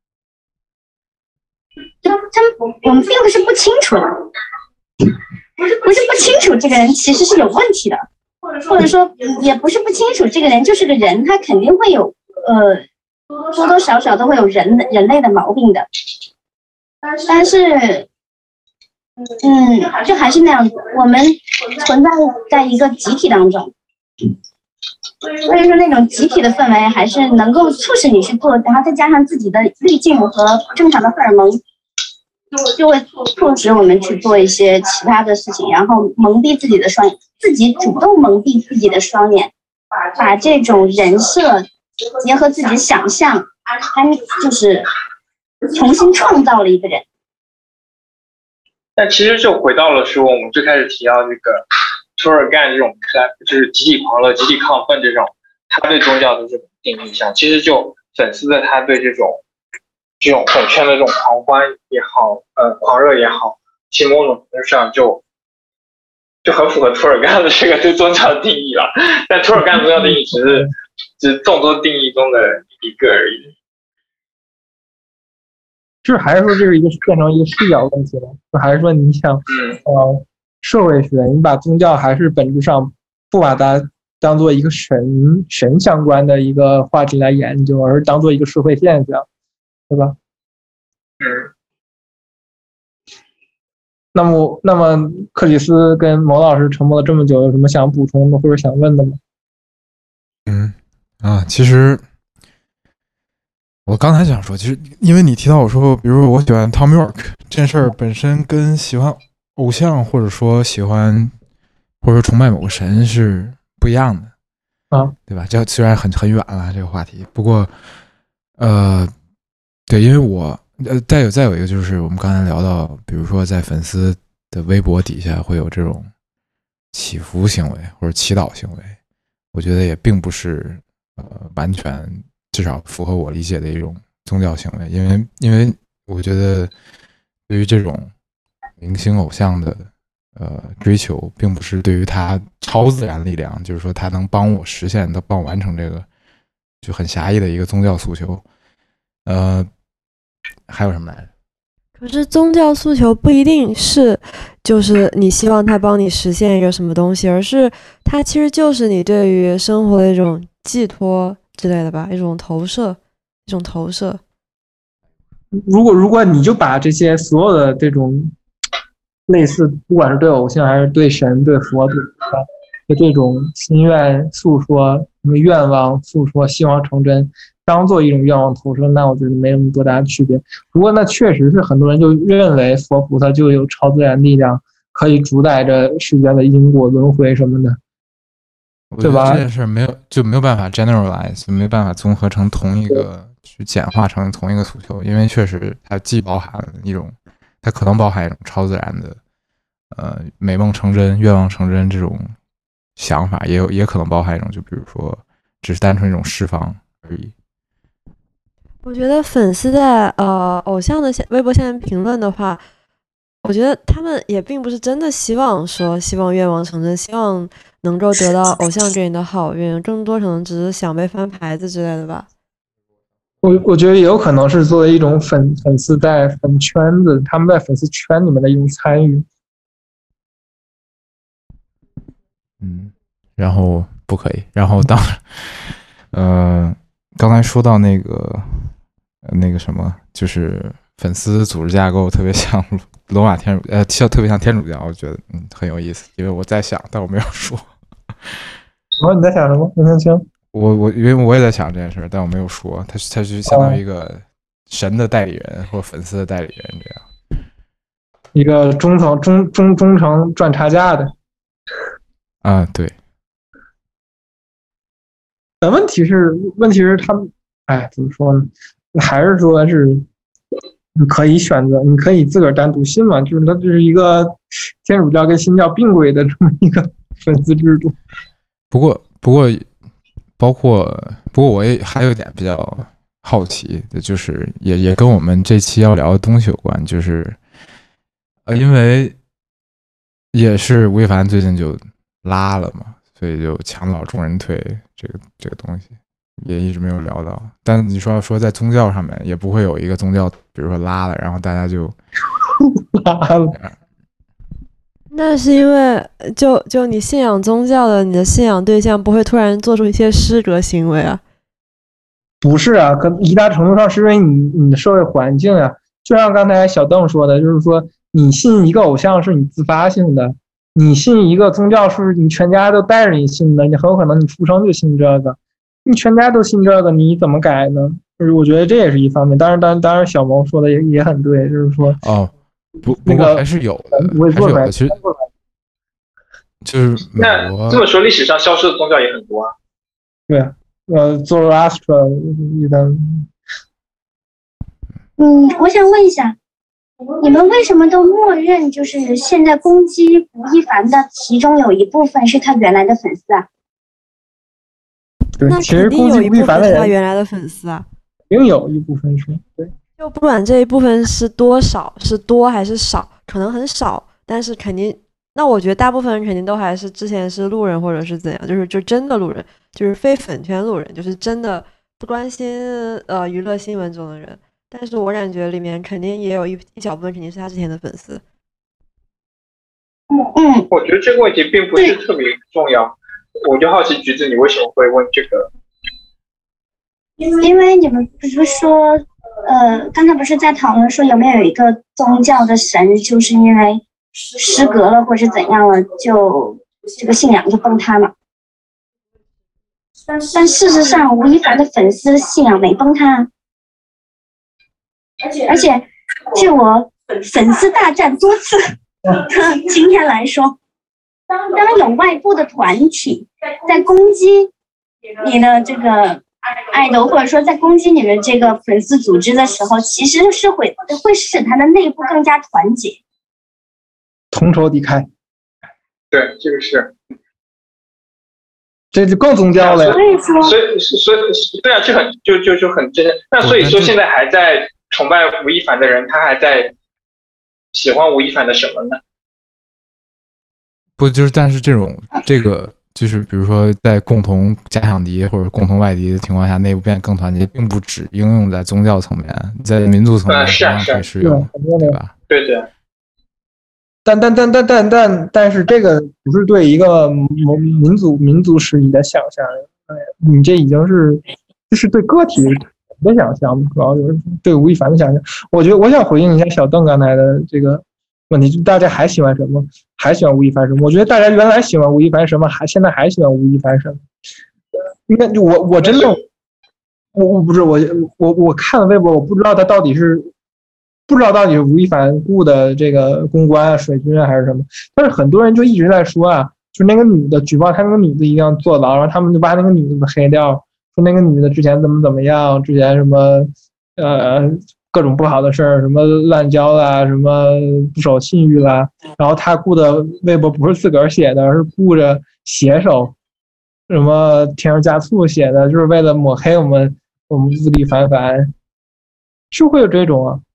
我们并不是不清楚的，不是不清楚这个人其实是有问题的，或者说也不是不清楚这个人就是个人，他肯定会有多多少少都会有人类的毛病的，但是就还是那样子，我们存在在一个集体当中，所以说那种集体的氛围还是能够促使你去做，然后再加上自己的滤镜和正常的荷尔蒙，就会促使我们去做一些其他的事情，然后蒙蔽自己的双眼，自己主动蒙蔽自己的双眼，把这种人设结合自己的想象，就是重新创造了一个人。 但其实就回到了说我们最开始提到这个涂尔干这种就是集体狂热、集体亢奋这种，他对宗教的这种定义上，其实就粉丝的他对这种粉圈的这种狂欢也好，狂热也好，其某种程度上就很符合涂尔干的这个对宗教的定义了。但涂尔干宗教定义只是众多定义中的一个而已。 就是还是说这是变成一个视角问题了？就还是说你想，社会学，你把宗教还是本质上不把它当做一个神相关的一个话题来研究，而是当做一个社会现象，对吧？那么克里斯跟某老师沉默了这么久，有什么想补充的或者想问的吗？ 其实我刚才想说，其实因为你提到我说，比如我喜欢 Tom York 这件事儿本身跟喜欢偶像或者说喜欢或者说崇拜某个神是不一样的对吧？这虽然很远了这个话题，不过对，因为我再有一个就是我们刚才聊到，比如说在粉丝的微博底下会有这种祈福行为或者祈祷行为，我觉得也并不是完全至少符合我理解的一种宗教行为，因为我觉得对于这种明星偶像的追求，并不是对于他超自然力量，就是说他能帮我实现，他帮我完成这个就很狭义的一个宗教诉求。还有什么来着？ 可是宗教诉求不一定是就是你希望他帮你实现一个什么东西，而是它其实就是你对于生活的一种寄托之类的吧，一种投射。 如果你就把这些所有的这种类似，不管是对偶像还是对神、对佛的这种心愿诉说、什么愿望诉说、希望成真，当做一种愿望投射，那我觉得没什么多大的区别。不过那确实是很多人就认为佛菩萨就有超自然力量，可以主宰着世间的因果轮回什么的，对吧？ 这件事没有办法 generalize， 没有办法综合成同一个去简化成同一个诉求，因为确实它既包含一种，它可能包含一种超自然的美梦成真、愿望成真这种想法，也可能包含一种，就比如说只是单纯一种释放而已。 我觉得粉丝在偶像的微博下面评论的话，我觉得他们也并不是真的希望愿望成真，希望能够得到偶像给你的好运，更多可能只是想被翻牌子之类的吧。 我觉得也有可能是作为一种粉丝在粉圈子，他们在粉丝圈里面的一种参与。 然后不可以，然后刚才说到那个什么，就是粉丝组织架构特别像罗马天主，特别像天主教，我觉得很有意思，因为我在想，但我没有说。 你在想什么？没听清。 因为我也在想这件事，但我没有说，他是相当于一个神的代理人或粉丝的代理人这样， 一个中层赚差价的。 对。 但问题是他们，怎么说呢？还是说是你可以选择，你可以自个儿单独信嘛？就是它就是一个天主教跟新教并轨的这么一个粉丝制度。 不过我也还有一点比较好奇的，就是也跟我们这期要聊的东西有关，就是因为也是吴亦凡最近就拉了嘛，所以就墙倒众人退这个东西也一直没有聊到。但你说在宗教上面也不会有一个宗教，比如说拉了，然后大家就拉了。 那是因为就你信仰宗教的，你的信仰对象不会突然做出一些失格行为啊？ 不是啊，可一大程度上是因为你的社会环境啊，就像刚才小邓说的，就是说你信一个偶像是你自发性的，你信一个宗教是你全家都带着你信的，你很有可能你出生就信这个，你全家都信这个，你怎么改呢？就是我觉得这也是一方面。当然小萌说的也很对，就是说不过还是有的，其实就是那这么说，历史上消失的宗教也很多啊。 对啊，Zoroaster 我想问一下， 你们为什么都默认就是现在攻击吴亦凡的其中有一部分是他原来的粉丝啊？ 那肯定有一部分是他原来的粉丝啊， 肯定有一部分是对。 就不管这一部分是多少，是多还是少，可能很少，但是肯定，那我觉得大部分人肯定都还是之前是路人或者是怎样，就真的路人，就是非粉圈路人，就是真的不关心娱乐新闻中的人。但是我感觉里面肯定也有一小部分肯定是他之前的粉丝。 我觉得这个问题并不是特别重要。我就好奇橘子，你为什么会问这个？ 因为你们不是说，刚才不是在讨论说有没有一个宗教的神，就是因为失格了或者怎样了，就这个信仰就崩塌嘛？但事实上，吴亦凡的粉丝信仰没崩塌，而且据我粉丝大战多次经验来说，当有外部的团体在攻击你的这个爱豆，或者说在攻击你的这个粉丝组织的时候，其实是会使他的内部更加团结， 同仇敌忾。 对，这个是， 这就更宗教了呀。 所以对啊，就很真。那所以说，现在还在崇拜吴亦凡的人，他还在喜欢吴亦凡的什么呢？ 不就是，但是这个就是，比如说在共同假想敌或者共同外敌的情况下，内部变得更团结，并不只应用在宗教层面，在民族层面同样可以适用，对吧？ 对对。 但是这个不是对一个民族时期的想象，你这已经是就是对个体的想象，主要就是对吴亦凡的想象。我觉得我想回应一下小邓刚才的这个问题，就大家还喜欢什么？还喜欢吴亦凡什么？我觉得大家原来喜欢吴亦凡什么，现在还喜欢吴亦凡什么？应该我真的我不是我看了微博，我不知道他到底是。不知道到底是吴亦凡雇的这个公关啊、水军啊还是什么，但是很多人就一直在说啊，就那个女的举报他那个女的一定要坐牢，然后他们就把那个女的黑掉，说那个女的之前怎么样，之前什么各种不好的事儿，什么滥交啦，什么不守信誉啦，然后他雇的微博不是自个儿写的，而是雇着写手，什么添油加醋写的，就是为了抹黑我们吴亦凡，是会有这种啊。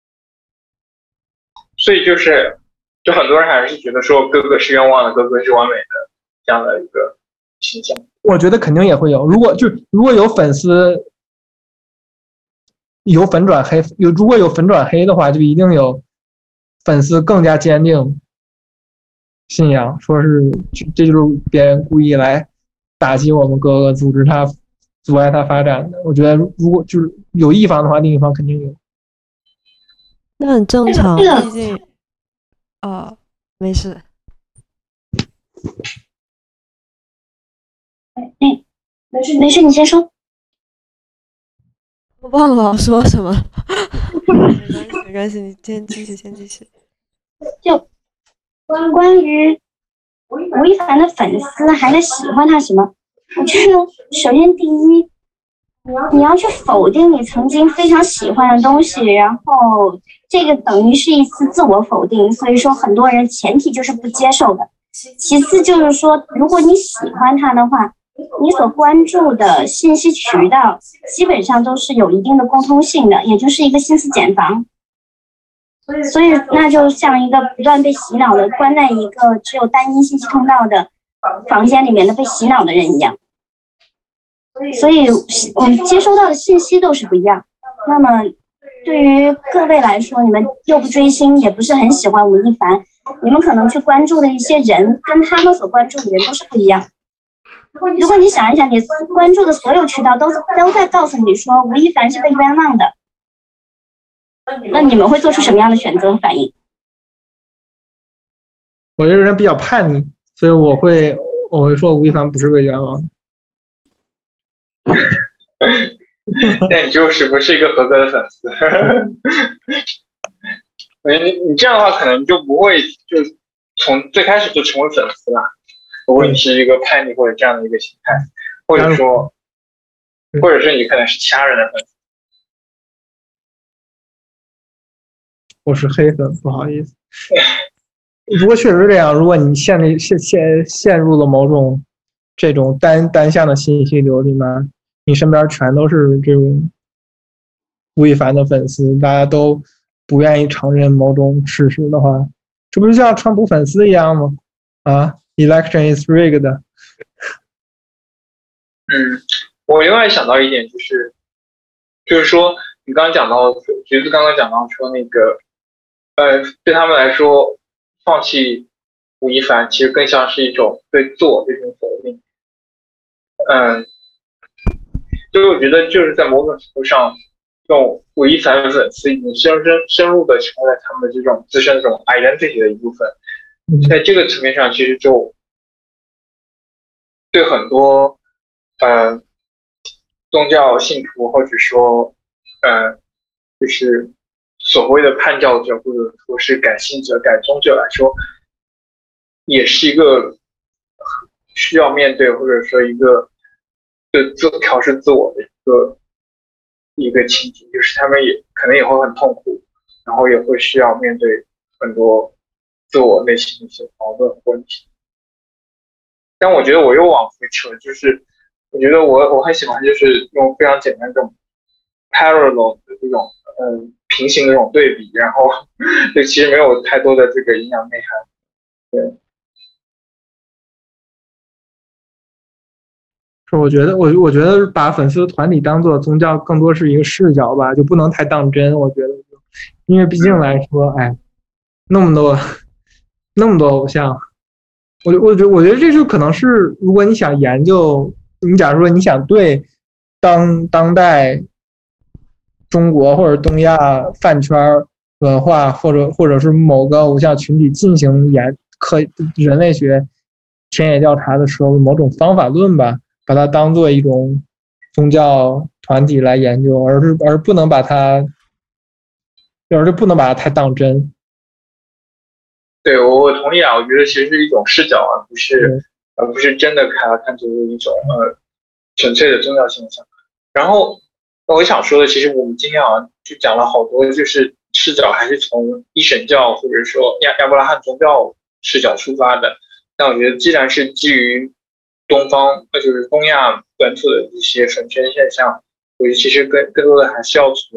所以就很多人还是觉得说哥哥是冤枉的，哥哥是完美的这样的一个形象。 我觉得肯定也会有，如果有粉丝有粉转黑，如果有粉转黑的话，就一定有粉丝更加坚定信仰，说是这就是别人故意来打击我们哥哥，组织他阻碍他发展的。我觉得如果就是有一方的话，另一方肯定有。 那很正常，毕竟，没事。 没事，你先说。 我忘了说什么。没关系，你先继续。 就关于吴亦凡的粉丝还在喜欢他什么？我觉得首先第一。你要去否定你曾经非常喜欢的东西，然后这个等于是一次自我否定，所以说很多人前提就是不接受的。其次就是说，如果你喜欢他的话，你所关注的信息渠道基本上都是有一定的共通性的，也就是一个心思茧房。所以那就像一个不断被洗脑的关在一个只有单一信息通道的房间里面的被洗脑的人一样。所以我们接收到的信息都是不一样。那么对于各位来说，你们又不追星，也不是很喜欢吴亦凡，你们可能去关注的一些人跟他们所关注的人都是不一样。如果你想一想，你关注的所有渠道都在告诉你说吴亦凡是被冤枉的，那你们会做出什么样的选择和反应？ 我这个人比较叛逆，所以我会说吴亦凡不是被冤枉的。 那你就是不是一个合格的粉丝。你这样的话，可能就不会就从最开始就成为粉丝了。如果你是一个叛逆或者这样的一个心态，或者说你可能是其他人的粉丝。 我是黑粉，不好意思。不过确实这样，如果你陷入了某种这种单向的信息流里面，你身边全都是这种吴亦凡的粉丝，大家都不愿意承认某种事实的话，这不是像川普粉丝一样吗？啊 ，election is rigged。 我另外想到一点就是说，你刚刚讲到，橘子刚刚讲到说那个，对他们来说，放弃吴亦凡其实更像是一种对自我的一种否定。所以我觉得就是在某种程度上，这种吴亦凡粉丝已经深入的成为了他们的这种自身的这种 identity 的一部分。在这个层面上，其实就对很多宗教信徒或者说就是所谓的叛教者或者说是改信者改宗者来说，也是一个需要面对或者说一个调试自我的一个情景，就是他们也可能也会很痛苦，然后也会需要面对很多自我内心的一些矛盾问题。但我觉得我又往回扯，就是我觉得我很喜欢就是用非常简单的这种 parallel 的这种平行的这种对比，然后就其实没有太多的这个营养内涵。对， 我觉得把粉丝团体当做宗教更多是一个视角吧，就不能太当真。我觉得，因为毕竟来说，那么多偶像，我觉得这就可能是，如果你想研究，你假如说你想对当代中国或者东亚饭圈文化或者是某个偶像群体进行人类学田野调查的时候，某种方法论吧。把它当做一种宗教团体来研究，而不能把它太当真。 对，我同意啊，我觉得其实是一种视角，而不是真的看作一种纯粹的宗教现象。然后我想说的，其实我们今天好像就讲了好多，就是视角还是从一神教或者说亚伯拉罕宗教视角出发的。但我觉得既然是基于东方就是东亚本土的一些粉圈现象，我觉得其实更多的还是要从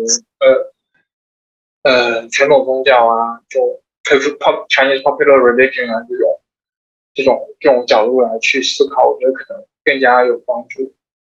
传统宗教啊，这种 Chinese popular religion 啊这种角度来去思考，我觉得可能更加有帮助。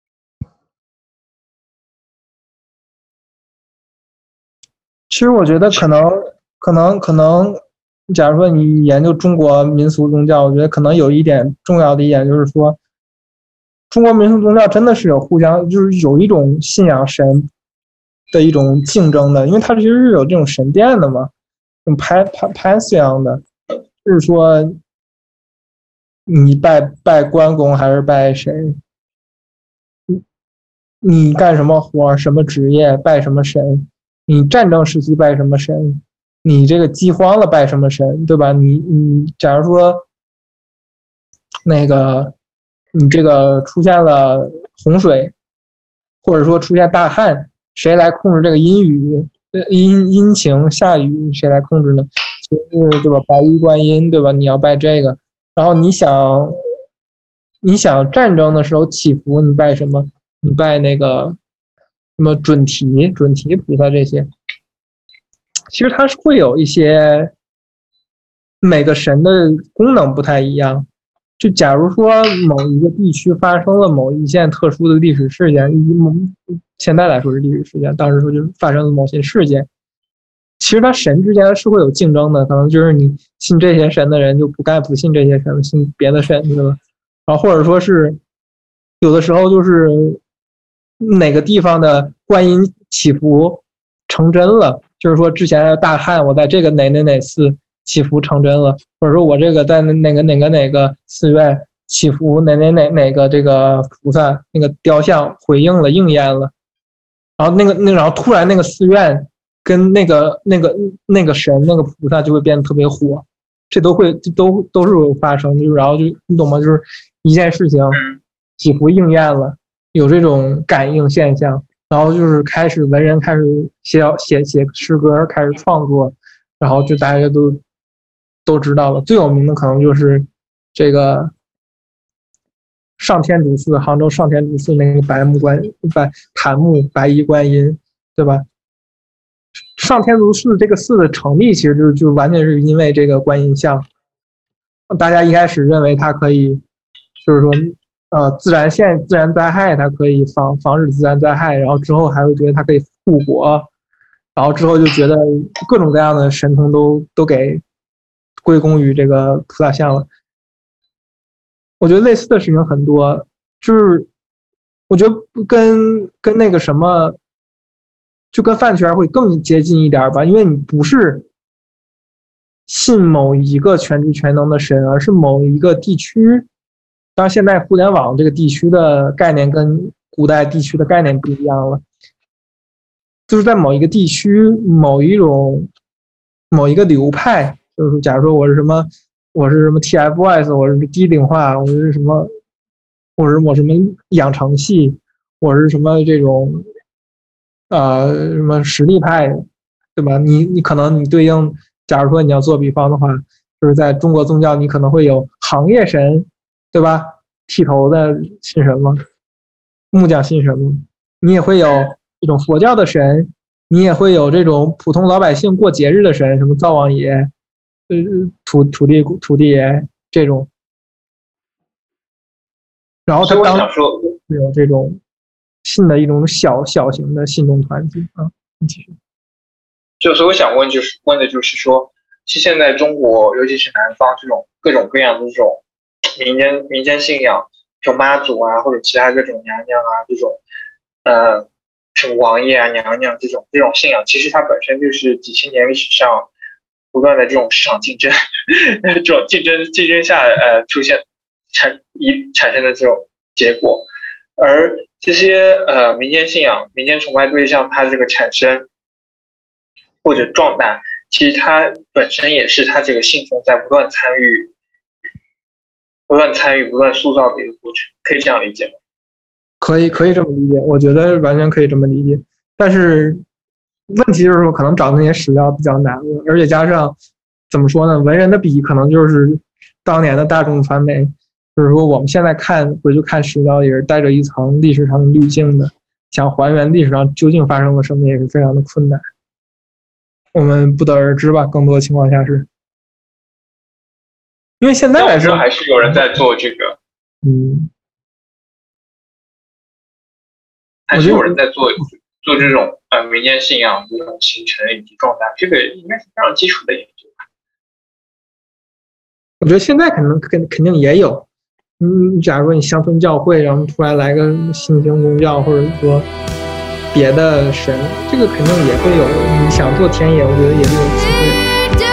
其实我觉得可能，假如说你研究中国民俗宗教，我觉得可能有一点重要的一点就是说，中国民俗宗教真的是有互相，就是有一种信仰神的一种竞争的，因为它其实是有这种神殿的嘛，这种pantheon的，就是说你拜关公还是拜谁，你干什么活，什么职业拜什么神，你战争时期拜什么神，你这个饥荒了拜什么神，对吧？你假如说那个。你这个出现了洪水，或者说出现大旱，谁来控制这个阴晴下雨？谁来控制呢？就是对吧？白衣观音，对吧？你要拜这个。然后你想战争的时候祈福，你拜什么？你拜那个什么准提菩萨这些。其实它是会有一些每个神的功能不太一样。就假如说某一个地区发生了某一件特殊的历史事件，现在来说是历史事件，当时说就是发生了某些事件，其实它神之间是会有竞争的，可能就是你信这些神的人就不信这些神，信别的神，对吧？然后或者说是有的时候就是哪个地方的观音祈福成真了，就是说之前的大旱，我在这个哪寺祈福成真了，或者说我这个在哪个寺院祈福哪个这个菩萨那个雕像回应了应验了，然后然后突然那个寺院跟那个神那个菩萨就会变得特别火，这都是有发生，就是然后就你懂吗？就是一件事情几乎应验了，有这种感应现象，然后就是文人开始写诗歌，开始创作， 然后就大家都知道了。最有名的可能就是这个上天主寺，杭州上天主寺那个檀木白衣观音，对吧？上天主寺这个寺的成立，其实就完全是因为这个观音像。大家一开始认为它可以，就是说，自然灾害，它可以防止自然灾害，然后之后还会觉得它可以复活，然后之后就觉得各种各样的神通都给归功于这个菩萨像了。我觉得类似的事情很多，就是我觉得跟那个什么，就跟饭圈会更接近一点吧，因为你不是信某一个全知全能的神，而是某一个地区。当然，现在互联网这个地区的概念跟古代地区的概念不一样了，就是在某一个地区、某一个流派，就是假如说我是什么 TFBOYS， 我是机顶化，我是什么养成系，我是什么这种什么实力派，对吧？你可能你对应，假如说你要做比方的话，就是在中国宗教，你可能会有行业神，对吧？剃头的信什么，木匠信什么，你也会有这种佛教的神，你也会有这种普通老百姓过节日的神，什么灶王爷，土地爷这种。然后他当有这种信的一种小型的信众团体啊，你继续。 就是我想问的就是说，其实现在中国，尤其是南方这种各种各样的这种民间信仰，就妈祖啊，或者其他各种娘娘啊这种，什么王爷啊、娘娘这种信仰，其实它本身就是几千年历史上不断的这种市场竞争，这种竞争下产生的这种结果，而这些民间信仰、民间崇拜对象，它这个产生或者壮大，其实它本身也是它这个信众在不断参与、不断塑造的一个过程，可以这样理解吗？ 可以这么理解，我觉得完全可以这么理解。但是问题就是说，可能找那些史料比较难了，而且加上怎么说呢，文人的笔可能就是当年的大众传媒，就是说我们现在回去看史料也是带着一层历史上的滤镜的，想还原历史上究竟发生了什么也是非常的困难。我们不得而知吧，更多的情况下是，因为现在来说还是有人在做这个，还是有人在做这种民间信仰这种形成以及壮大，这个应该是非常基础的研究吧。 我觉得现在肯定也有，假如说你乡村教会，然后突然来个新兴宗教，或者说别的神，这个肯定也会有。你想做田野，我觉得也是有机会。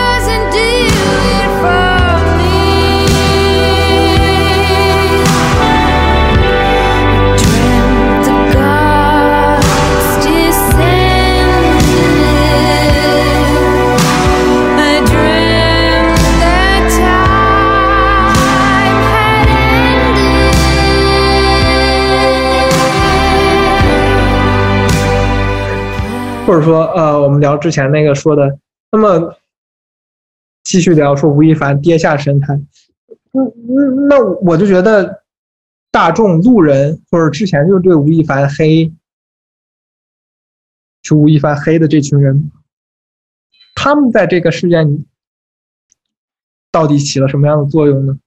或者说，我们聊之前那个说的，那么继续聊说吴亦凡跌下神坛，那我就觉得大众路人或者之前就是对吴亦凡黑的这群人，他们在这个事件里到底起了什么样的作用呢？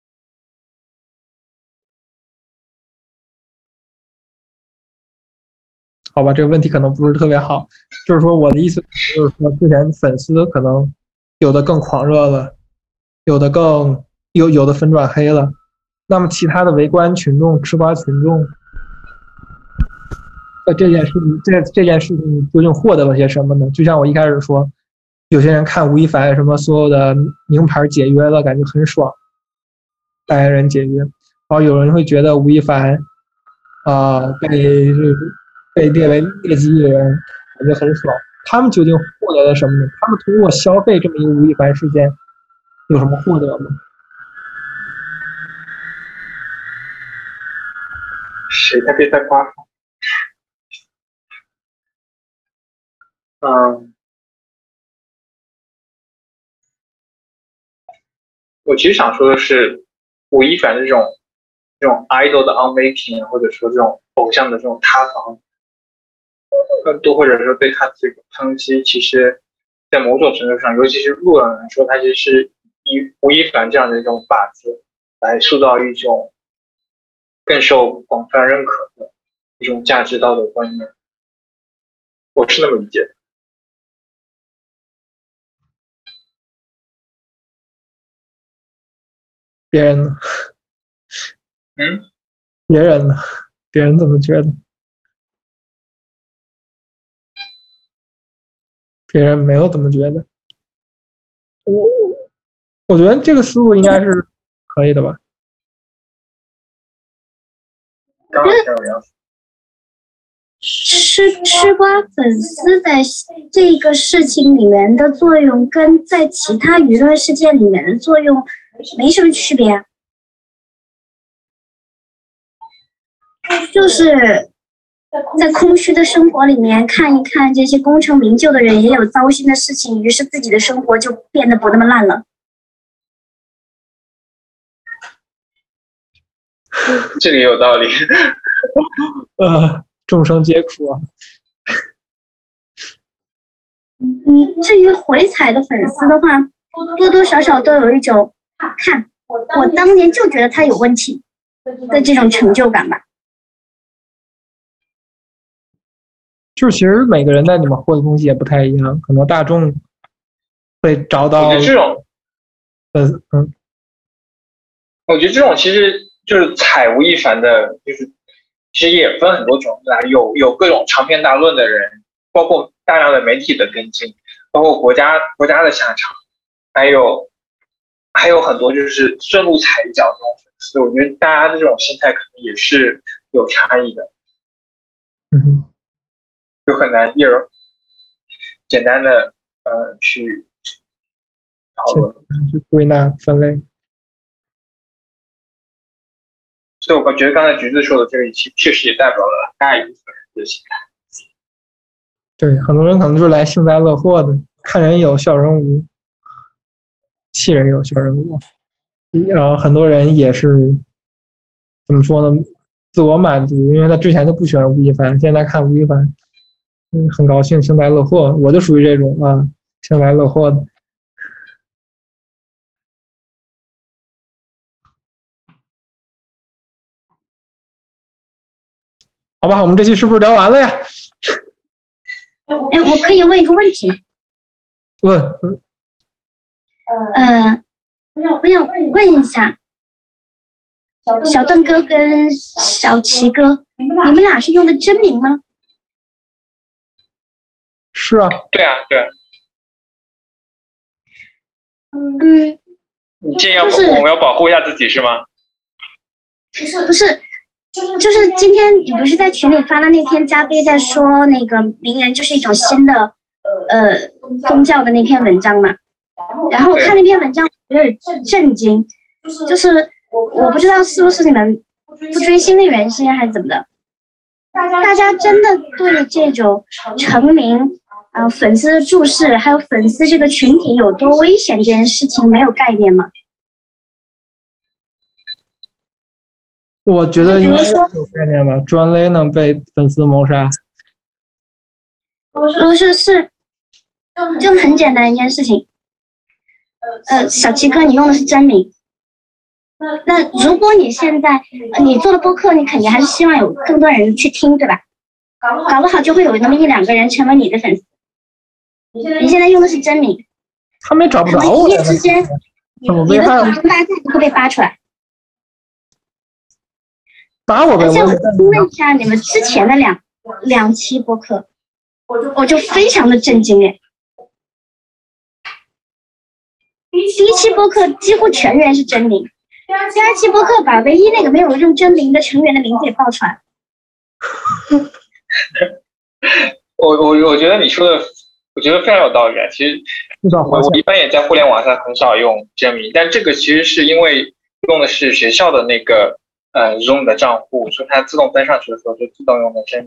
好吧，这个问题可能不是特别好，就是说我的意思就是说，之前粉丝可能有的更狂热了，有的粉转黑了，那么其他的围观群众、吃瓜群众，这件事情究竟获得了些什么呢？就像我一开始说，有些人看吴亦凡什么所有的名牌解约了，感觉很爽，代言人解约，然后有人会觉得吴亦凡被列为劣迹艺人，感觉很爽。他们究竟获得了什么呢？他们通过消费这么一个吴亦凡事件，有什么获得吗？ 谁在被在刮？ 我其实想说的是，吴亦凡这种idol 的 unmaking， 或者说这种偶像的这种塌房，更多或者说对他这个抨击，其实在某种程度上，尤其是路人来说，他其实是以吴亦凡这样的一种靶子来塑造一种更受广泛认可的一种价值道德观念。我是那么理解的。 别人呢？别人呢？别人怎么觉得？别人没有怎么觉得。我觉得这个思路应该是可以的吧。 吃瓜粉丝在这个事情里面的作用，跟在其他舆论事件里面的作用没什么区别啊。就是在空虚的生活里面看一看这些功成名就的人也有糟心的事情，于是自己的生活就变得不那么烂了。 这个也有道理。 众生皆苦啊。 至于回踩的粉丝的话，多多少少都有一种看我当年就觉得他有问题的这种成就感吧。 就是其实每个人在里面获的东西也不太一样，可能大众会找到我觉得这种，我觉得这种其实就是踩吴亦凡的，就是其实也分很多种类，有各种长篇大论的人，包括大量的媒体的跟进，包括国家的下场，还有很多就是顺路踩一脚这种粉丝。我觉得大家的这种心态可能也是有差异的。就很难简单的去讨论， 去归纳分类。 所以我觉得刚才橘子说的这个确实也代表了大一部分人的心态。 对，很多人可能就是来幸灾乐祸的，看人有笑人无，气人有笑人无。然后很多人也是怎么说呢？自我满足，因为他之前就不喜欢吴亦凡，现在看吴亦凡，很高兴，幸灾乐祸。我就属于这种啊，幸灾乐祸的。好吧，我们这期是不是聊完了呀？ 我可以问一个问题吗？ 问。 我想问一下，小邓哥跟小齐哥，你们俩是用的真名吗？ 是啊。 对啊，对啊。你建议我们要保护一下自己是吗？ 不是。就是今天你不是在群里发了那篇加菲在说那个名人就是一种新的宗教的那篇文章嘛，然后我看那篇文章有点震惊，就是我不知道是不是你们不追星的原因还是怎么的，大家真的对这种成名粉丝的注视还有粉丝这个群体有多危险这件事情没有概念吗？ 我觉得应该有概念吧。John Lennon 被粉丝谋杀。 不是，就很简单一件事情。小齐哥，你用的是真名。那如果你现在你做的播客，你肯定还是希望有更多人去听，对吧？搞不好就会有那么一两个人成为你的粉丝。你现在用的是真名， 他们也找不着我。 一夜之间，你的祖宗八代会被扒出来。 打我呗！ 而且我听了一下你们之前的两期播客，我就非常的震惊哎！第一期播客几乎全员是真名，第二期播客把唯一那个没有用真名的成员的名字也报出来。 我觉得你说的，我觉得非常有道理啊。其实我一般也在互联网上很少用真名，但这个其实是因为用的是学校的那个。Zoom 的账户，所以它自动登上去的时候就自动用的真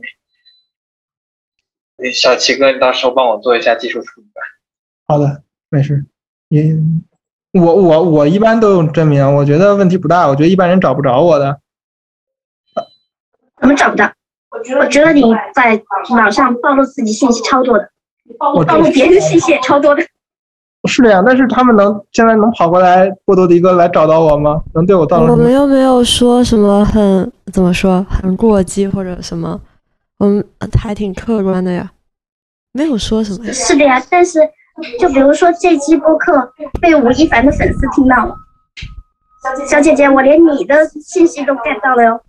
名。小齐哥，你到时候帮我做一下技术处理吧。 好的，没事。 我一般都用真名，我觉得问题不大，我觉得一般人找不着我的。 怎么找不到？我觉得你在网上暴露自己信息超多的，暴露别人信息也超多的。 是的呀，但是他们现在能跑过来波多黎各来找到我吗？能对我造成什么？ 我们又没有说什么怎么说很过激或者什么，我们还挺客观的呀，没有说什么呀。 是的呀，但是就比如说这期播客被吴亦凡的粉丝听到了，小姐姐，我连你的信息都 get 到了哟。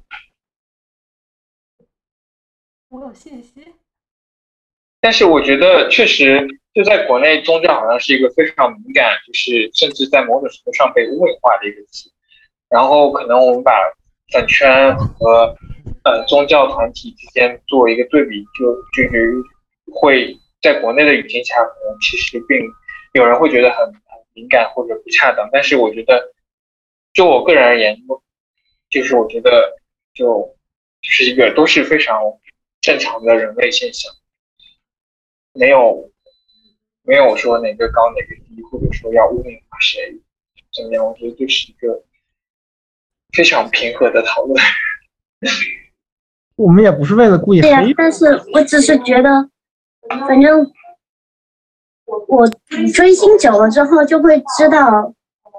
我有信息。 但是我觉得确实就在国内，宗教好像是一个非常敏感，就是甚至在某种程度上被污名化的一个词。然后可能我们把粉圈和宗教团体之间做一个对比，就是会在国内的语境下，可能其实并有人会觉得很敏感或者不恰当。但是我觉得，就我个人而言，就是我觉得就是一个都是非常正常的人类现象。没有说哪个高哪个低，或者说要污名化谁怎么样，我觉得这是一个非常平和的讨论。 我们也不是为了故意黑。 对呀，但是我只是觉得，反正我追星久了之后就会知道，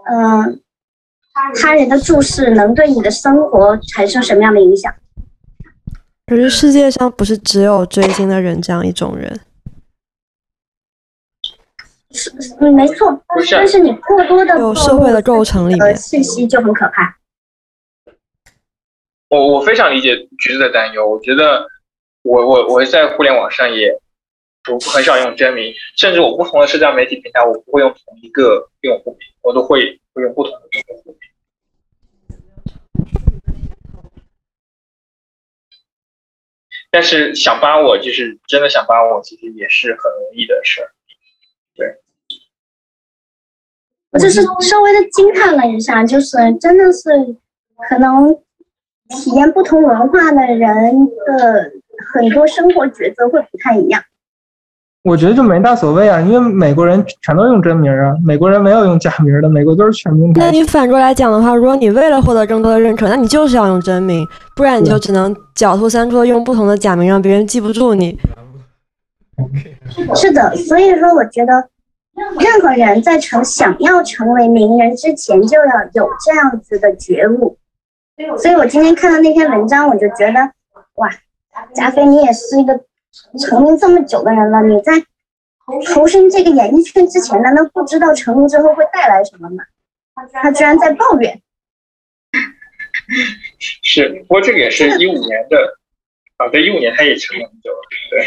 他人的注视能对你的生活产生什么样的影响。 可是世界上不是只有追星的人这样一种人。 没错，但是你过多的有社会的构成里面信息就很可怕。 我非常理解橘子的担忧，我觉得我在互联网上也很少用真名，甚至我不同的社交媒体平台我不会用同一个用户名，我都会用不同的用户名。但是想扒我，就是真的想扒我，其实也是很容易的事儿。对， 我就是稍微的惊叹了一下，就是真的是可能体验不同文化的人的很多生活抉择会不太一样。 我觉得就没大所谓啊，因为美国人全都用真名啊，美国人没有用假名的，美国都是全名。 那你反过来讲的话，如果你为了获得更多的认可，那你就是要用真名，不然你就只能狡兔三窟用不同的假名让别人记不住你。 是的，所以说我觉得任何人在想要成为名人之前就要有这样子的觉悟。所以我今天看到那篇文章，我就觉得哇，加菲你也是一个成名这么久的人了，你在投身这个演艺圈之前难道不知道成名之后会带来什么吗？他居然在抱怨。 是，不过这个也是15年的对，15年他也成名很久了，对。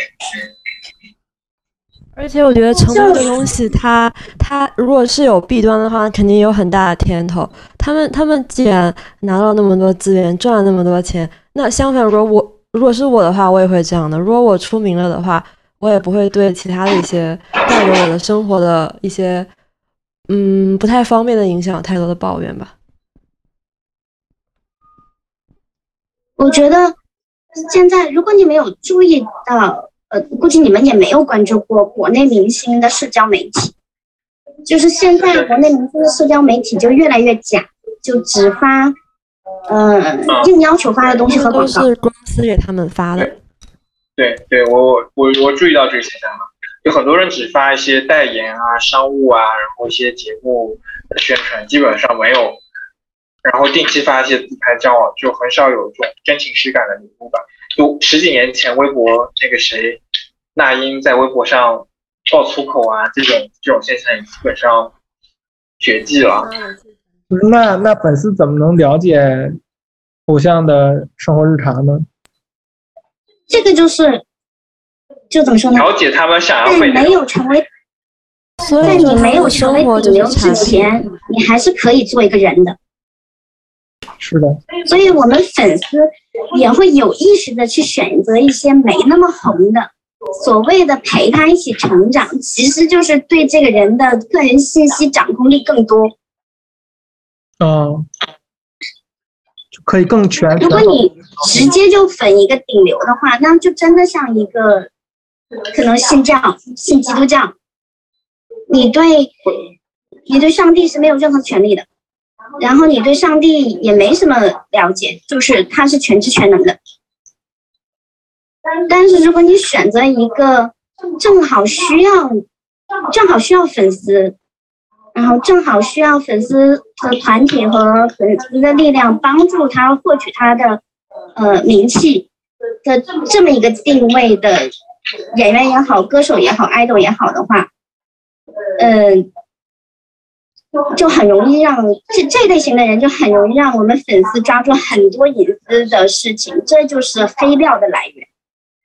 而且我觉得成名这个东西它如果是有弊端的话，肯定有很大的甜头。他们既然拿到那么多资源，赚了那么多钱，那相反，如果是我的话，我也会这样的。如果我出名了的话，我也不会对其他的一些带给我的生活的一些不太方便的影响有太多的抱怨吧。 我觉得现在如果你没有注意到估计你们也没有关注过国内明星的社交媒体，就是现在国内明星的社交媒体就越来越假，就只发硬要求发的东西和广告， 都是公司给他们发的。 对，我注意到这个现象了，有很多人只发一些代言啊、商务啊，然后一些节目的宣传，基本上没有，然后定期发一些自拍照啊，就很少有这种真情实感的礼物吧。就10几年前，微博那个谁，那英在微博上爆粗口啊，这种现象也基本上绝迹了。 那粉丝怎么能了解偶像的生活日常呢？ 这个就怎么说呢？ 了解他们想要在没有成为，在你没有成为顶流之前，你还是可以做一个人的。 是的， 所以我们粉丝也会有意识的去选择一些没那么红的，所谓的陪他一起成长，其实就是对这个人的个人信息掌控力更多。 就可以更全。 如果你直接就粉一个顶流的话，那就真的像一个可能信基督教，你对你对上帝是没有任何权利的，然后你对上帝也没什么了解，就是他是全知全能的。但是如果你选择一个正好需要粉丝，然后正好需要粉丝的团体和粉丝的力量帮助他获取他的名气的这么一个定位的演员也好，歌手也好，idol 也好的话，就很容易让这类型的人就很容易让我们粉丝抓住很多隐私的事情，这就是黑料的来源。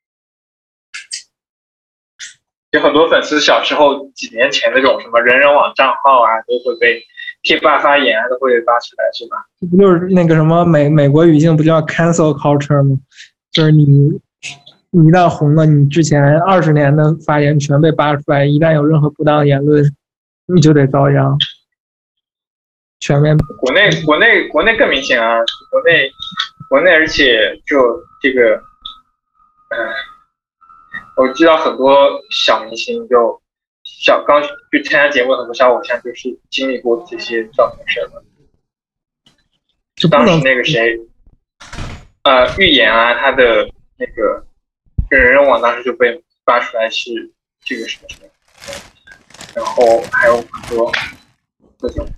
有很多粉丝小时候几年前那种什么人人网账号啊，都会被贴吧发言啊，都会被扒出来，是吧？ 这不就是那个什么美国语境不叫 cancel culture 吗？就是你一旦红了，你之前20年的发言全被扒出来，一旦有任何不当言论，你就得遭殃。全面。 国内更明显啊，国内而且就这个，我知道很多小明星刚去参加节目，很多小偶像就是经历过这些造成事的。当时那个谁，预言啊，他的那个人人网当时就被扒出来是这个什么什么，然后还有很多各种。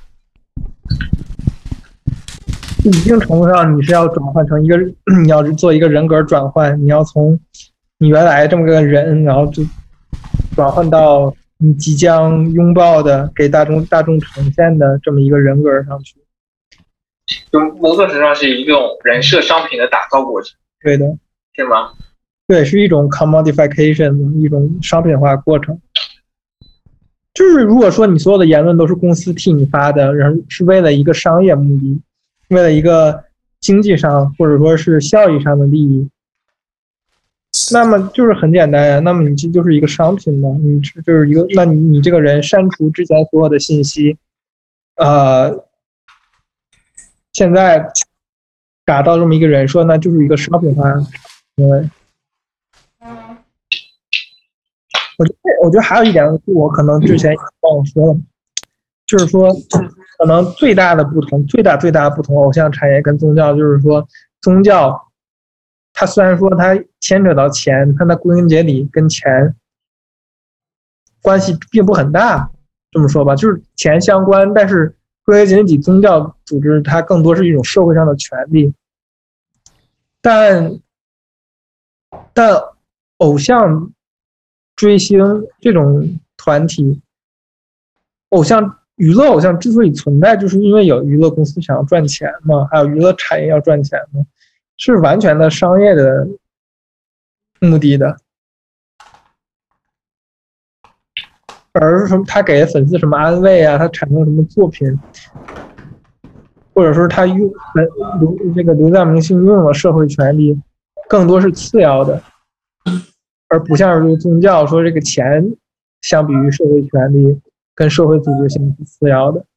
一定程度上，你是要转换成一个，你要做一个人格转换，你要从你原来这么个人，然后就转换到你即将拥抱的、给大众呈现的这么一个人格上去。 就某种程度上是一种人设商品的打造过程。 对的。 是吗？ 对，是一种 commodification， 一种商品化过程。就是如果说你所有的言论都是公司替你发的，然后是为了一个商业目的，为了一个经济上或者说是效益上的利益，那么就是很简单呀。那么你这就是一个商品嘛，你就是一个，那你这个人删除之前所有的信息，现在达到这么一个人设，那就是一个商品化行为。我觉得还有一点，我可能之前也忘了说了，就是说，可能最大的不同，最大的不同，偶像产业跟宗教，就是说，宗教，它虽然说它牵扯到钱，但它归根结底跟钱关系并不很大，这么说吧，就是钱相关，但是归根结底，宗教组织它更多是一种社会上的权利，但偶像追星这种团体，娱乐偶像之所以存在，就是因为有娱乐公司想要赚钱嘛，还有娱乐产业要赚钱嘛，是完全的商业的目的的。而什么他给粉丝什么安慰啊，他产生什么作品，或者说他这个流量明星拥有了社会权利，更多是次要的。而不像是宗教说这个钱相比于社会权利跟社会组织性是次要的。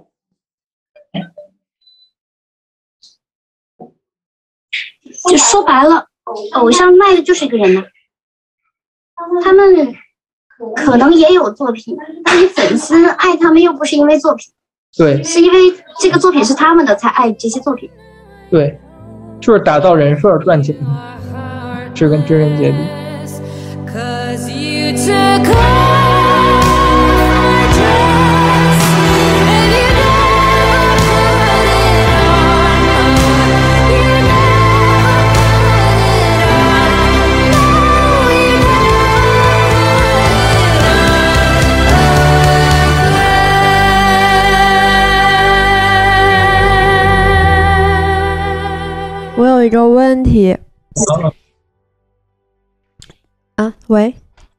就说白了，偶像卖的就是一个人呢。他们可能也有作品，但你粉丝爱他们又不是因为作品， 对， 是因为这个作品是他们的才爱这些作品。 对，就是打造人设赚钱，追根结底。 'Cause you took off my dress and you never put it on. You never put it on. No, you never put it on. 我有一个问题。啊，喂，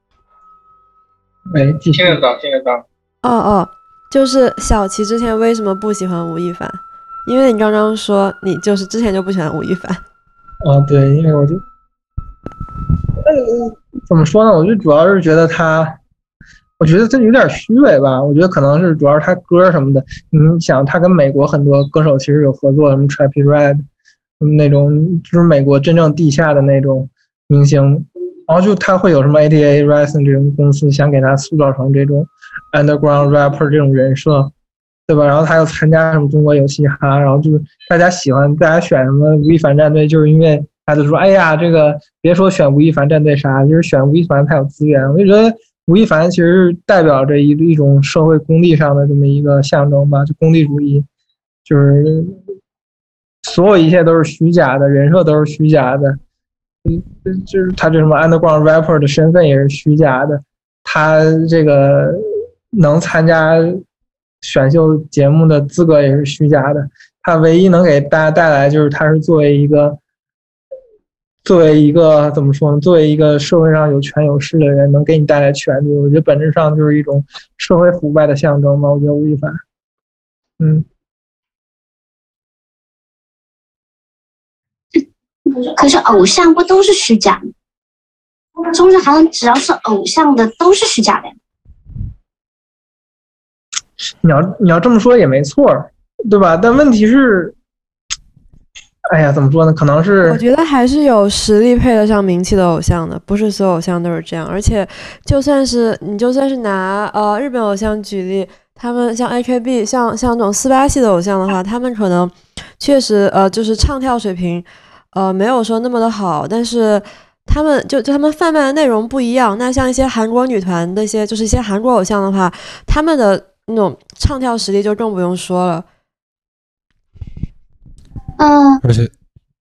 听得到。 就是小齐之前为什么不喜欢吴亦凡？因为你刚刚说你就是之前就不喜欢吴亦凡。 对，因为我就，怎么说呢？我就主要是觉得我觉得这有点虚伪吧。我觉得可能是主要是他歌什么的，你想他跟美国很多歌手其实有合作，什么 Trippie Redd，那种就是美国真正地下的那种明星。然后就他会有什么 ATA Rising 这种公司想给他塑造成这种 underground rapper 这种人设，对吧？然后他又参加什么中国有嘻哈，然后就是大家喜欢，大家选什么吴亦凡战队，就是因为他就说，哎呀，这个别说选吴亦凡战队啥，就是选吴亦凡才有资源。我就觉得吴亦凡其实代表着一种社会功利上的这么一个象征吧，就功利主义，就是所有一切都是虚假的，人设都是虚假的。就是他这什么 underground rapper 的身份也是虚假的，他这个能参加选秀节目的资格也是虚假的，他唯一能给大家带来就是他是作为一个怎么说呢？作为一个社会上有权有势的人，能给你带来权利，我觉得本质上就是一种社会腐败的象征吧。我觉得吴亦凡， 可是偶像不都是虚假的？中日韩只要是偶像的都是虚假的呀。 你要这么说也没错，对吧？但问题是，哎呀，怎么说呢？可能是我觉得还是有实力配得上名气的偶像的，不是所有偶像都是这样。而且，就算是拿日本偶像举例，他们像 AKB 像那种4-8系的偶像的话，他们可能确实就是唱跳水平没有说那么的好，但是他们贩卖的内容不一样。那像一些韩国女团的一些韩国偶像的话，他们的那种唱跳实力就更不用说了。 而且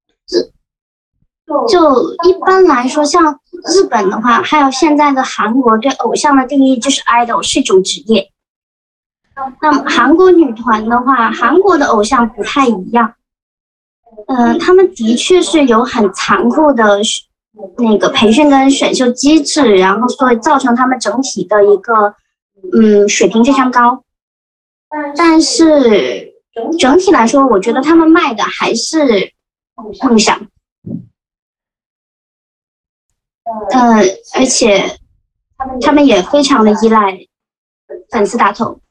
就一般来说，像日本的话，还有现在的韩国对偶像的定义就是 idol 是一种职业。那么韩国女团的话，韩国的偶像不太一样。他们的确是有很残酷的那个培训跟选秀机制，然后所以造成他们整体的一个水平非常高。但是整体来说，我觉得他们卖的还是梦想。而且他们也非常的依赖粉丝打头。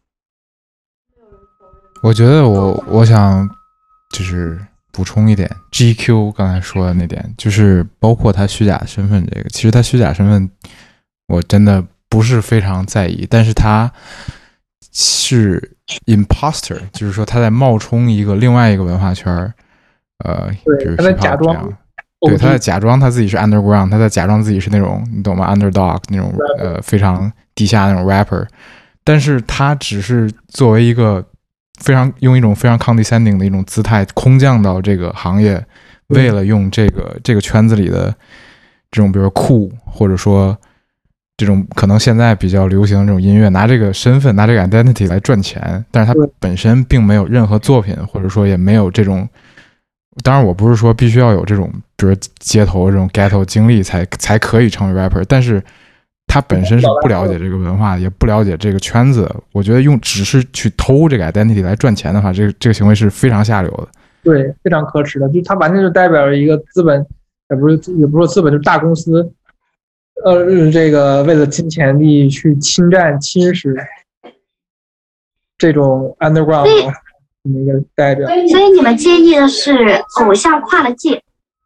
我觉得我想就是补充一点 ，GQ 刚才说的那点，就是包括他虚假身份这个，其实他虚假身份我真的不是非常在意，但是他是 imposter， 就是说他在冒充另外一个文化圈，比如他在假装， 对，他在假装他自己是 underground， 他在假装自己是那种你懂吗 underdog 那种非常地下那种 rapper， 但是他只是作为一个用一种非常 condescending 的一种姿态空降到这个行业，为了用这个圈子里的这种比如酷，或者说这种可能现在比较流行的这种音乐，拿这个身份拿这个 identity 来赚钱，但是他本身并没有任何作品，或者说也没有这种，当然我不是说必须要有这种比如街头这种 ghetto 经历才可以成为 rapper， 但是他本身是不了解这个文化，也不了解这个圈子。我觉得只是去偷这个 identity 来赚钱的话，这个行为是非常下流的。 对，非常可耻的。就他完全就代表了一个资本，也不是说资本，就是大公司，这个为了金钱利益去侵占、侵蚀这种 underground 的一个代表。 所以你们介意的是偶像跨了界？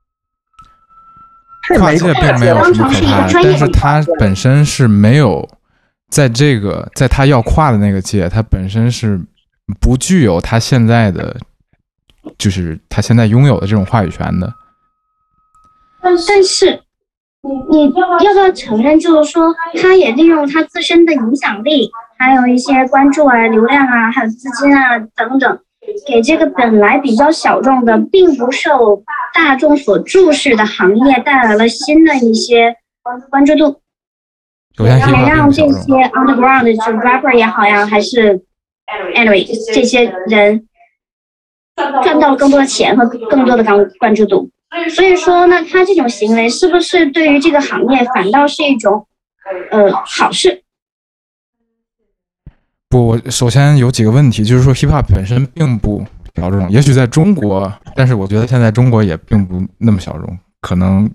跨界并没有什么可怕，但是他本身是没有在他要跨的那个界，他本身是不具有他现在的，就是他现在拥有的这种话语权的。 但是你要不要承认，就是说他也利用他自身的影响力，还有一些关注啊、流量啊，还有资金啊等等，给这个本来比较小众的并不受大众所注视的行业带来了新的一些关注度，也让这些 underground 的 rapper 也好呀，还是 anyway 这些人赚到了更多的钱和更多的关注度。所以说呢，他这种行为是不是对于这个行业反倒是一种好事？ 不，我首先有几个问题，就是说 hip hop 本身并不小众，也许在中国，但是我觉得现在中国也并不那么小众，可能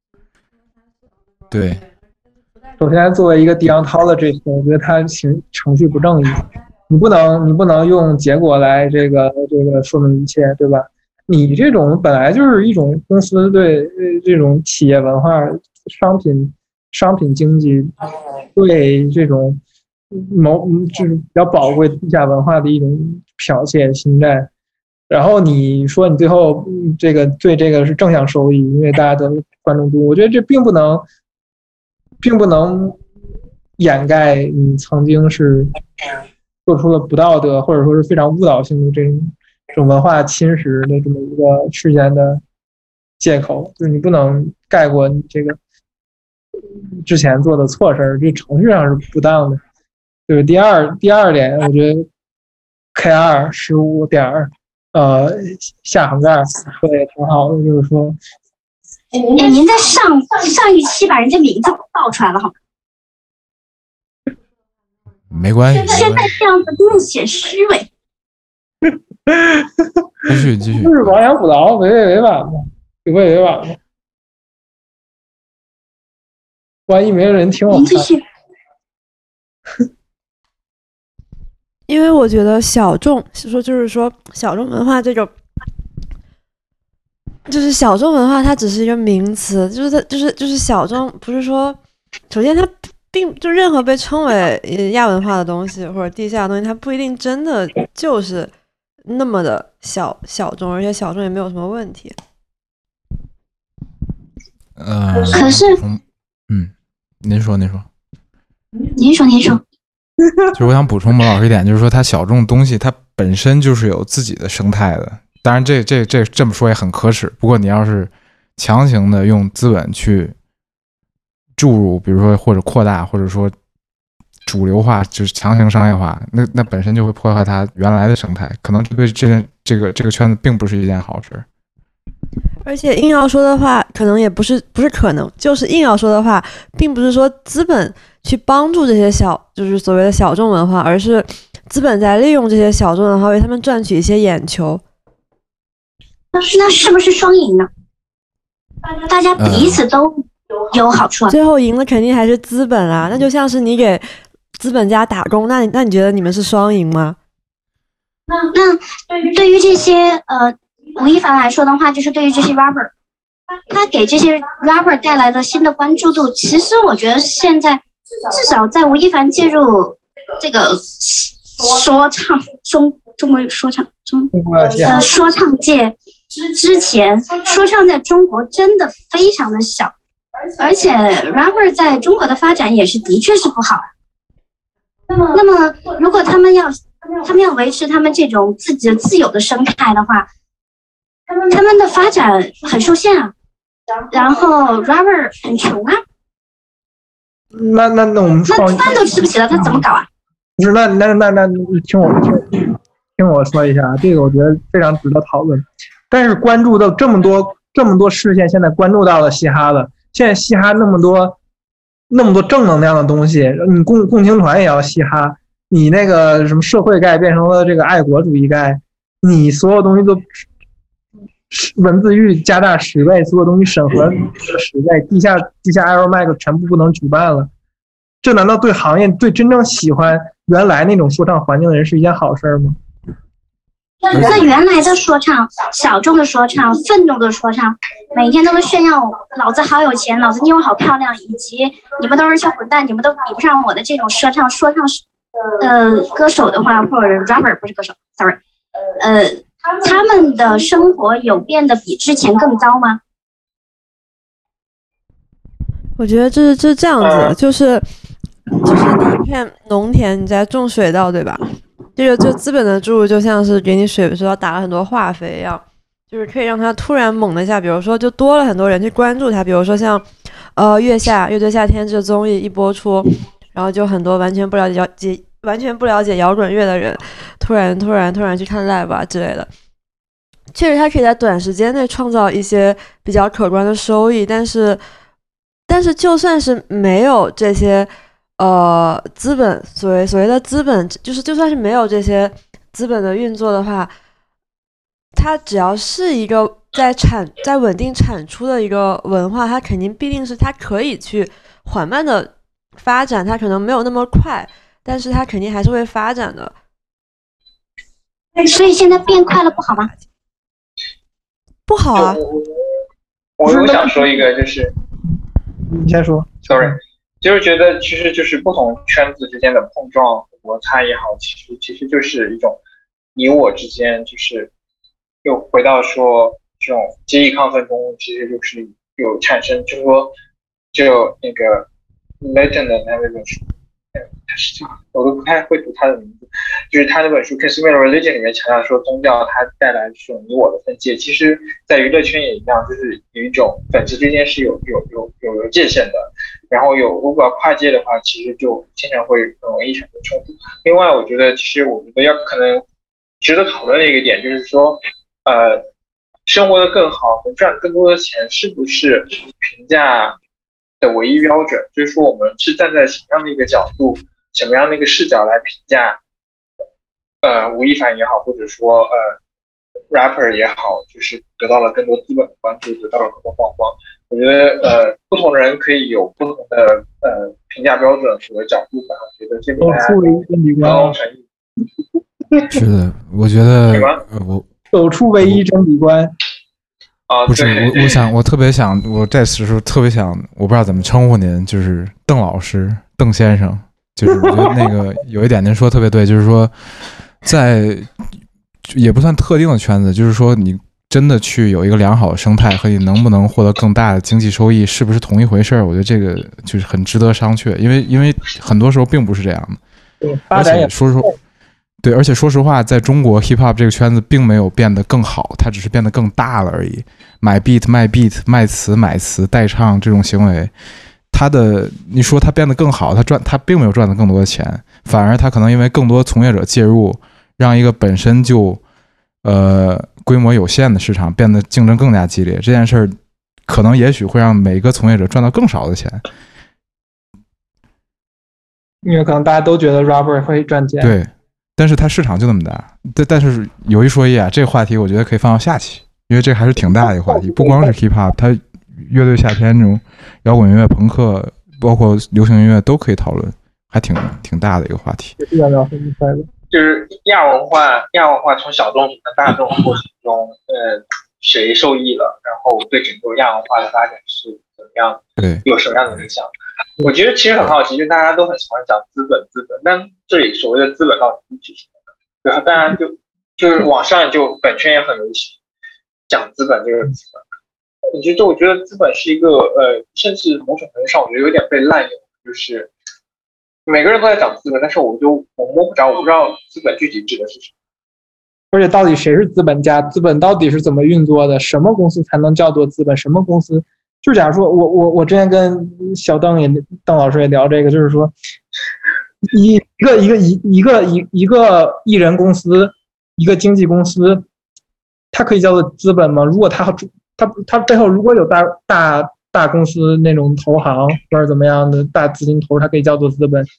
对。 首先，作为一个 deontologist， 我觉得他程序不正义，你不能用结果来这个说明一切，对吧？你这种本来就是一种公司对这种企业文化、商品经济对这种就是比较宝贵地下文化的一种剽窃侵占。然后你说你最后这个对这个是正向收益，因为大家的关注度，我觉得这并不能掩盖你曾经是做出了不道德或者说是非常误导性的这种文化侵蚀的这么一个事件的借口，就是你不能盖过你这个之前做的错事儿，这程序上是不当的。就是第二点，我觉得 K2 15.2下横杠说的也挺好的，就是说， 您在上一期把人家名字报出来了好吗？ 没关系。 现在这样子真的显虚伪。 继续。 就是亡羊补牢，违背违反嘛，违背违反嘛。万一没有人听我您继续。 因为我觉得就是说小众文化这种，就是小众文化它只是一个名词，就是小众，不是说，首先它就任何被称为亚文化的东西或者地下的东西，它不一定真的就是那么的小众，而且小众也没有什么问题。 可是， 您说。 就是我想补充某老师一点，就是说它小众东西它本身就是有自己的生态的，当然这么说也很可耻。不过你要是强行的用资本去注入，比如说或者扩大，或者说主流化，就是强行商业化，那本身就会破坏它原来的生态，可能对这个圈子并不是一件好事。 而且硬要说的话，可能也不是可能，就是硬要说的话，并不是说资本去帮助这些就是所谓的小众文化，而是资本在利用这些小众文化为他们赚取一些眼球。 那是不是双赢呢？大家彼此都有好处啊。 最后赢的肯定还是资本啊，那就像是你给资本家打工，那你觉得你们是双赢吗？ 那对于这些吴亦凡来说的话，就是对于这些 rapper， 他给这些 rapper 带来的新的关注度，其实我觉得现在至少在吴亦凡介入这个说唱中国说唱说唱界之前，说唱在中国真的非常的小，而且 rapper 在中国的发展也是的确是不好。那么如果他们要维持他们这种自己的自有的生态的话，他们的发展很受限啊，然后 rapper 很穷啊。 那我们那饭都吃不起了，他怎么搞啊？ 不是，那听我说一下，这个我觉得非常值得讨论。但是关注到这么多视线，现在关注到了嘻哈了。现在嘻哈那么多正能量的东西，你共青团也要嘻哈，你那个什么社会盖变成了这个爱国主义盖，你所有东西都文字狱加大10倍，所有东西审核10倍，地下 Aero Max 全部不能举办了。这难道对行业对真正喜欢原来那种说唱环境的人是一件好事吗？ 那原来的说唱，小众的说唱，愤怒的说唱，每天都是炫耀老子好有钱，老子妞好漂亮，以及你们都是小混蛋，你们都比不上我的这种说唱歌手的话，或者 rapper 不是歌手 ，sorry， 他们的生活有变得比之前更糟吗？ 我觉得这是这样子，就是你一片农田，你在种水稻，对吧？就资本的注入就像是给你水的时候打了很多化肥一样，就是可以让它突然猛的一下，比如说就多了很多人去关注它，比如说像乐队夏天这个综艺一播出，然后就很多完全不了解摇滚乐的人突然去看 live 啊之类的。确实它可以在短时间内创造一些比较可观的收益，但是就算是没有这些资本，所谓的资本，就是就算是没有这些资本的运作的话，它只要是一个在稳定产出的一个文化，它肯定必定是它可以去缓慢的发展，它可能没有那么快，但是它肯定还是会发展的。 所以现在变快了不好吗？ 不好啊。 我想说一个，就是你先说 ，sorry， 就是觉得其实就是不同圈子之间的碰撞和摩擦也好，其实就是一种你我之间，就是又回到说这种阶级亢奋中，其实就是有产生，就是说就那个 Legend 的那本书，他是这样，我都不太会读他的名字，就是他那本书《Consumer Religion》里面强调说，宗教它带来这种你我的分界，其实在娱乐圈也一样，就是有一种粉丝之间是有界限的。然后如果要跨界的话，其实就经常会很容易产生冲突。另外，我觉得要可能值得讨论的一个点就是说，生活的更好和赚更多的钱是不是评价的唯一标准？就是说，我们是站在什么样的一个角度、什么样的一个视角来评价，吴亦凡也好，或者说rapper 也好，就是得到了更多资本的关注，得到了更多曝光。我觉得不同人可以有不同的评价标准和角度吧。我觉得这个大家都诚意。 是的，我觉得我走出唯一真理观。 不是我特别想，我在此时候特别想，我不知道怎么称呼您，就是邓老师、邓先生，就是我觉得那个有一点您说特别对，就是说在也不算特定的圈子，就是说你真的去有一个良好的生态和你能不能获得更大的经济收益是不是同一回事儿？我觉得这个就是很值得商榷，因为很多时候并不是这样的。 对，发展也对，而且说实话，在中国 hip hop 这个圈子并没有变得更好，它只是变得更大了而已。买 beat 卖 beat 卖词买词代唱这种行为，你说它变得更好，它并没有赚得更多的钱，反而它可能因为更多从业者介入，让一个本身就规模有限的市场变得竞争更加激烈。这件事儿可能也许会让每个从业者赚到更少的钱， 因为可能大家都觉得 rapper 会赚钱。 对。但是它市场就那么大，但是有一说一啊，这个话题我觉得可以放到下期，因为这还是挺大的一个话题。不光是 hip hop， 它乐队夏天这种摇滚音乐、朋克，包括流行音乐都可以讨论，还挺大的一个话题。 就是亚文化从小众到大众过程中，谁受益了，然后对整个亚文化的发展是怎么样， 对， 有什么样的影响？我觉得其实很好奇，就大家都很喜欢讲资本，但这里所谓的资本到底是指什么呢？然后大家就是网上就本圈也很流行讲资本这个词。我觉得资本是一个甚至某种程度上我觉得有点被滥用，就是每个人都在讲资本，但是我摸不着，我不知道资本具体指的是什么。 而且到底谁是资本家？资本到底是怎么运作的？什么公司才能叫做资本？什么公司？就假如说我之前跟小邓老师也聊这个，就是说一个艺人公司，一个经纪公司，它可以叫做资本吗？如果它背后如果有大公司那种投行或者怎么样的大资金投，它可以叫做资本。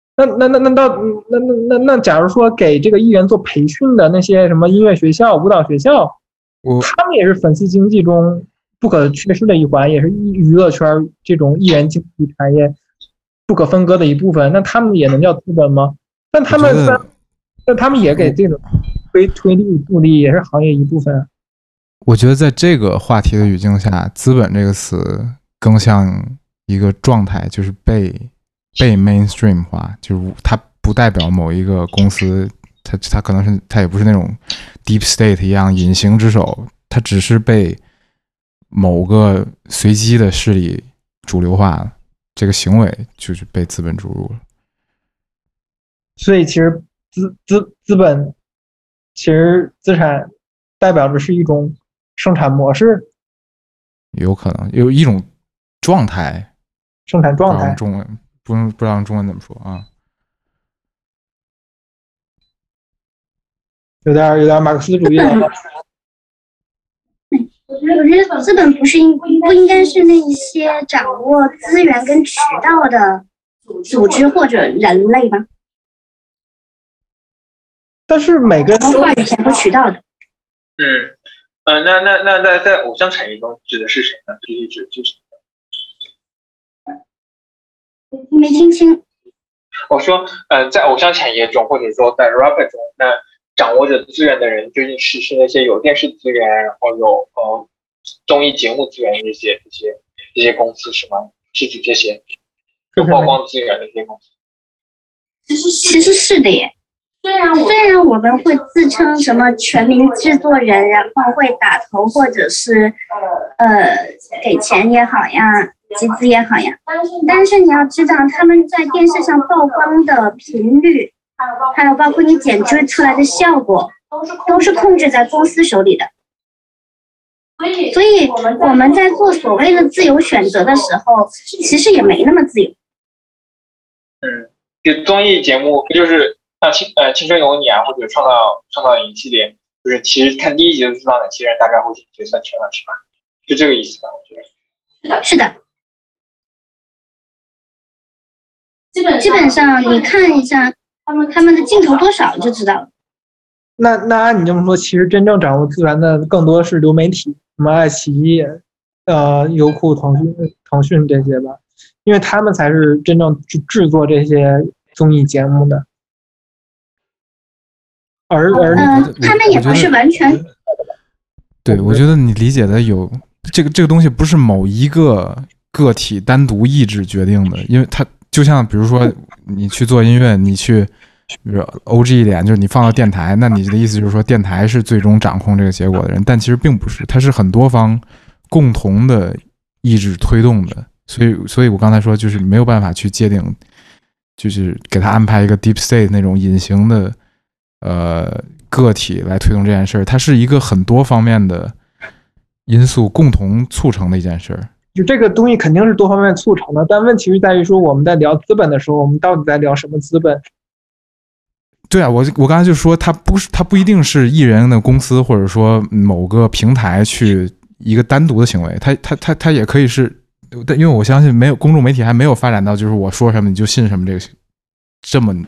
那假如说给这个艺人做培训的那些什么音乐学校、舞蹈学校，他们也是粉丝经济中不可缺失的一环，也是娱乐圈这种艺人经济产业不可分割的一部分。那他们也能叫资本吗？但他们也给这种推力助力，也是行业一部分。 我觉得在这个话题的语境下，资本这个词更像一个状态，就是被 mainstream 化，就是它不代表某一个公司，它可能是它也不是那种 deep state 一样隐形之手，它只是被某个随机的势力主流化了，这个行为就是被资本注入了。 所以其实资本，其实资产代表的是一种生产模式， 有可能有一种状态， 生产状态。 中文不知道中文怎么说啊？ 有点马克思主义了。 我觉得资本不应该是那些掌握资源跟渠道的组织或者人类吧？ 但是每个人都话语权和渠道的。 那在偶像产业中指的是谁呢？具体指就是没听清。 我说，在偶像产业中，或者说在 rapper 中，那掌握着资源的人究竟是那些有电视资源，然后有综艺节目资源这些公司是吗？是指这些？ 有曝光资源的这些公司。 其实是的耶。虽然我们会自称什么全民制作人，然后会打头或者是给钱也好呀，集资也好呀，但是你要知道，他们在电视上曝光的频率，还有包括你剪辑出来的效果，都是控制在公司手里的。所以我们在做所谓的自由选择的时候，其实也没那么自由。 就综艺节目就是像青春有你啊，或者创造营系列，就是其实看第一集就知道哪些人大概会进决赛圈了，是吧？是这个意思吧？我觉得是的。基本上你看一下他们的镜头多少就知道了。 那按你这么说，其实真正掌握资源的更多是流媒体，什么爱奇艺、优酷、腾讯这些吧，因为他们才是真正制作这些综艺节目的。 他们也不是完全。 对，我觉得你理解的有这个东西不是某一个个体单独意志决定的，因为它就像比如说你去做音乐，你去比如 OG 一点，就是你放到电台，那你的意思就是说电台是最终掌控这个结果的人，但其实并不是，它是很多方共同的意志推动的，所以我刚才说就是没有办法去界定，就是给他安排一个 deep state 那种隐形的个体来推动这件事儿，它是一个很多方面的因素共同促成的一件事儿。 就这个东西肯定是多方面促成的，但问题是在于说我们在聊资本的时候，我们到底在聊什么资本？ 对啊，我刚才就说它不一定是艺人的公司或者说某个平台去一个单独的行为，它也可以是，因为我相信没有公众媒体还没有发展到就是我说什么你就信什么这么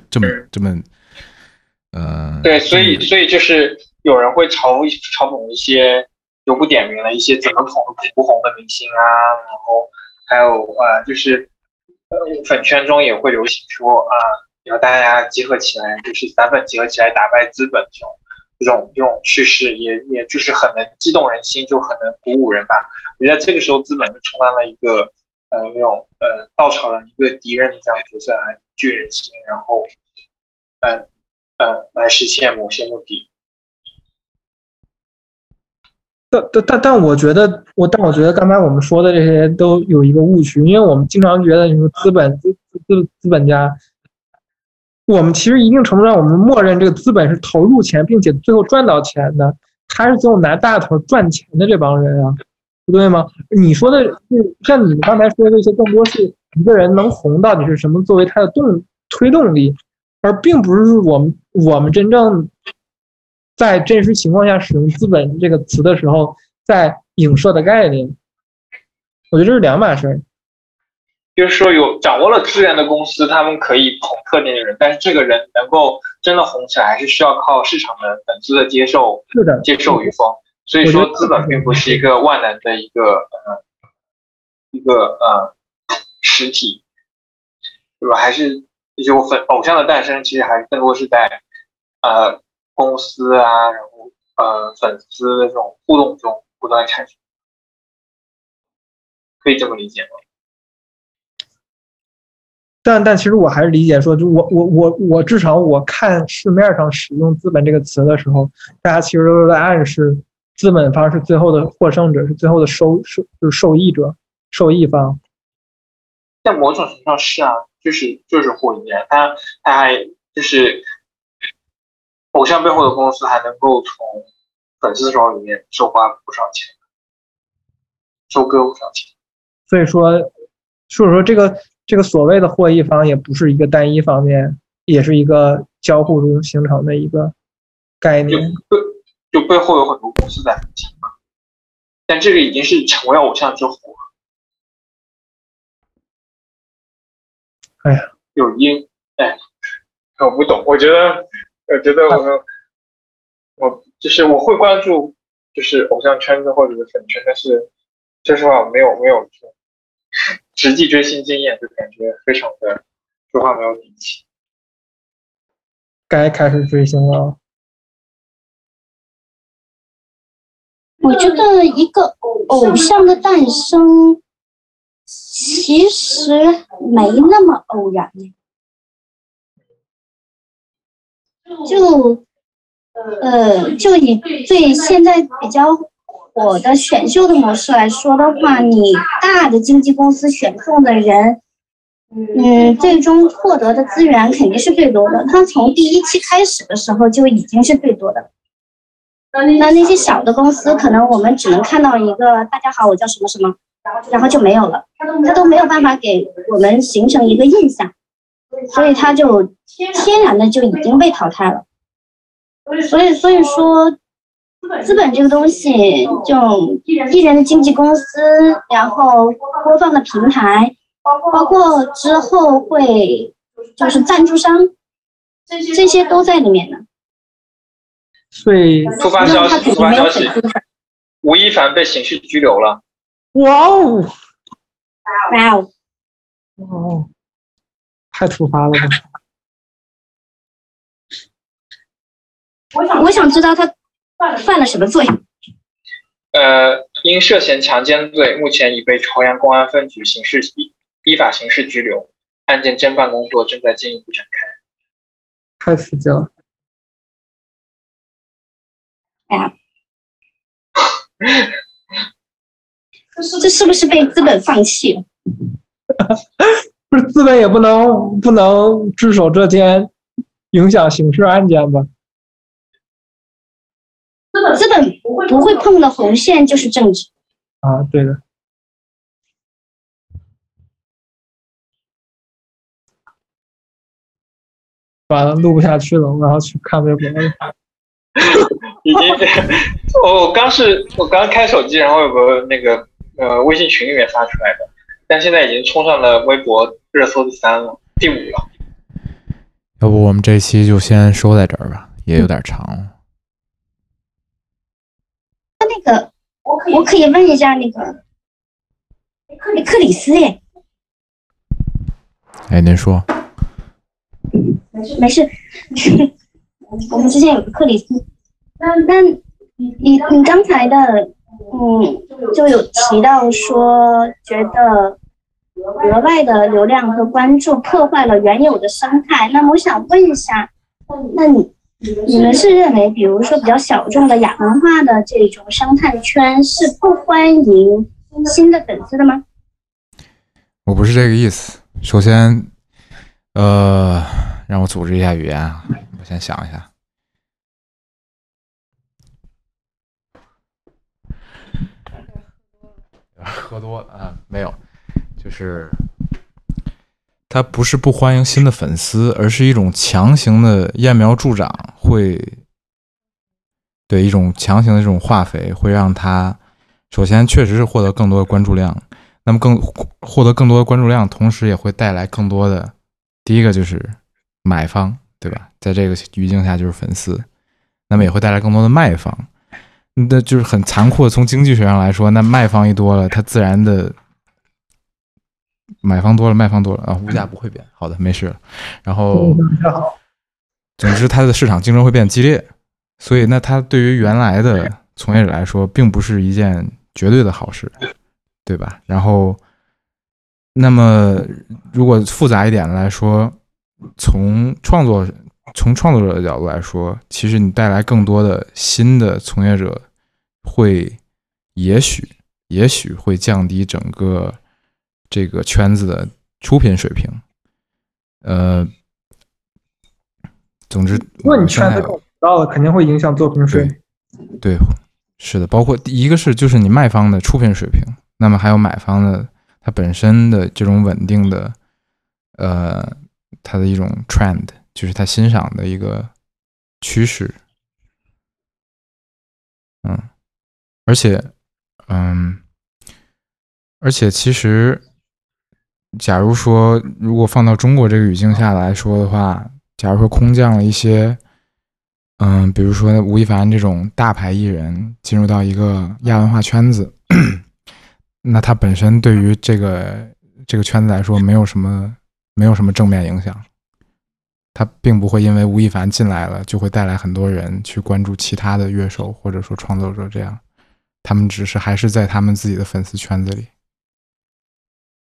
对，所以就是有人会嘲讽一些就不点名了一些怎么不红的明星啊，然后还有就是粉圈中也会流行说要大家集合起来，就是散粉集合起来打败资本这种趋势也就是很能激动人心，就很能鼓舞人吧。我觉得这个时候资本就充当了一个那种稻草人一个敌人的这样角色来聚人心，然后来实现某些目的。 但我觉得刚才我们说的这些都有一个误区，因为我们经常觉得你说资本家，我们其实一定程度上我们默认这个资本是投入钱并且最后赚到钱的，他是最后拿大头赚钱的这帮人啊，不对吗？你说的是像你们刚才说的这些，更多是一个人能红到底是什么作为他的推动力，而并不是我们真正在真实情况下使用资本这个词的时候在影射的概念，我觉得这是两码事。 就是说有掌握了资源的公司，他们可以捧特定的人，但是这个人能够真的红起来，还是需要靠市场的粉丝的接受与否。所以说资本并不是一个万能的一个实体，对吧？还是就是偶像的诞生，其实还是更多是在公司啊，然后粉丝的这种互动中不断产生，可以这么理解吗？ 但其实我还是理解说，就我至少我看市面上使用资本这个词的时候，大家其实都在暗示资本方是最后的获胜者，是最后的受益方。 在某种程度上是啊，就是获益人，他还就是偶像背后的公司还能够从粉丝手里面收刮不少钱，收割不少钱。 所以说这个所谓的获益方也不是一个单一方面，也是一个交互中形成的一个概念。 就背后有很多公司在分钱嘛，但这个已经是成为偶像之后了。 哎呀， 我不懂，我觉得我就是我会关注就是偶像圈子或者是粉圈，但是说实话没有实际追星经验，就感觉非常的说话没有底气。 该开始追星了。 我觉得一个偶像的诞生， 其实没那么偶然呢。就以对现在比较火的选秀的模式来说的话，你大的经纪公司选送的人，最终获得的资源肯定是最多的。他从第一期开始的时候就已经是最多的。那些小的公司，可能我们只能看到一个“大家好，我叫什么什么”，然后就没有了，他都没有办法给我们形成一个印象，所以他就天然的就已经被淘汰了。所以说，资本这个东西，就艺人的经纪公司，然后播放的平台，包括之后会就是赞助商，这些都在里面的。 所以突发消息，吴亦凡被刑事拘留了。 哇哦， 哇哦， 哇哦，太突发了吧！ 我想知道他犯了什么罪。 因涉嫌强奸罪，目前已被朝阳公安分局依法刑事拘留，案件侦办工作正在进一步展开。 太刺激了！ 哎呀，这是不是被资本放弃了？ 不是资本也不能只手遮天，影响刑事案件吧？ 资本不会碰的红线就是政治。 啊，对的。完了，录不下去了，我要去看微博了。 已经，我刚开手机，然后有个那个微信群里面发出来的，但现在已经冲上了微博热搜第3了，第5了。 要不我们这一期就先收在这儿吧，也有点长了。 那个，我可以问一下那个克里斯耶？ 哎，您说。 没事。我们之前有个克里斯，那你刚才的就有提到说，觉得额外的流量和关注破坏了原有的生态。那么我想问一下，那你们是认为，比如说比较小众的亚文化的这种生态圈是不欢迎新的粉丝的吗？ 我不是这个意思。首先，让我组织一下语言啊，我先想一下。喝多了啊？没有，就是他不是不欢迎新的粉丝，而是一种强行的揠苗助长，对一种强行的这种化肥，会让他首先确实是获得更多的关注量，那么获得更多的关注量，同时也会带来更多的，第一个就是买方，对吧？在这个语境下就是粉丝，那么也会带来更多的卖方。那就是很残酷的，从经济学上来说，那卖方一多了，它自然的买方多了，卖方多了啊，物价不会变。好的，没事了。然后，总之它的市场竞争会变激烈，所以那它对于原来的从业者来说，并不是一件绝对的好事，对吧？然后，那么如果复杂一点来说，从创作者的角度来说，其实你带来更多的新的从业者，会也许会降低整个这个圈子的出品水平。总之， 如果你圈子更到了，肯定会影响作品水平。 对，是的，包括第一个就是你卖方的出品水平，那么还有买方的它本身的这种稳定的，它的一种 trend， 就是它欣赏的一个趋势。而且其实，假如说如果放到中国这个语境下来说的话，假如说空降了一些，比如说吴亦凡这种大牌艺人进入到一个亚文化圈子，那他本身对于这个圈子来说没有什么正面影响，他并不会因为吴亦凡进来了就会带来很多人去关注其他的乐手或者说创作者，这样他们只是还是在他们自己的粉丝圈子里。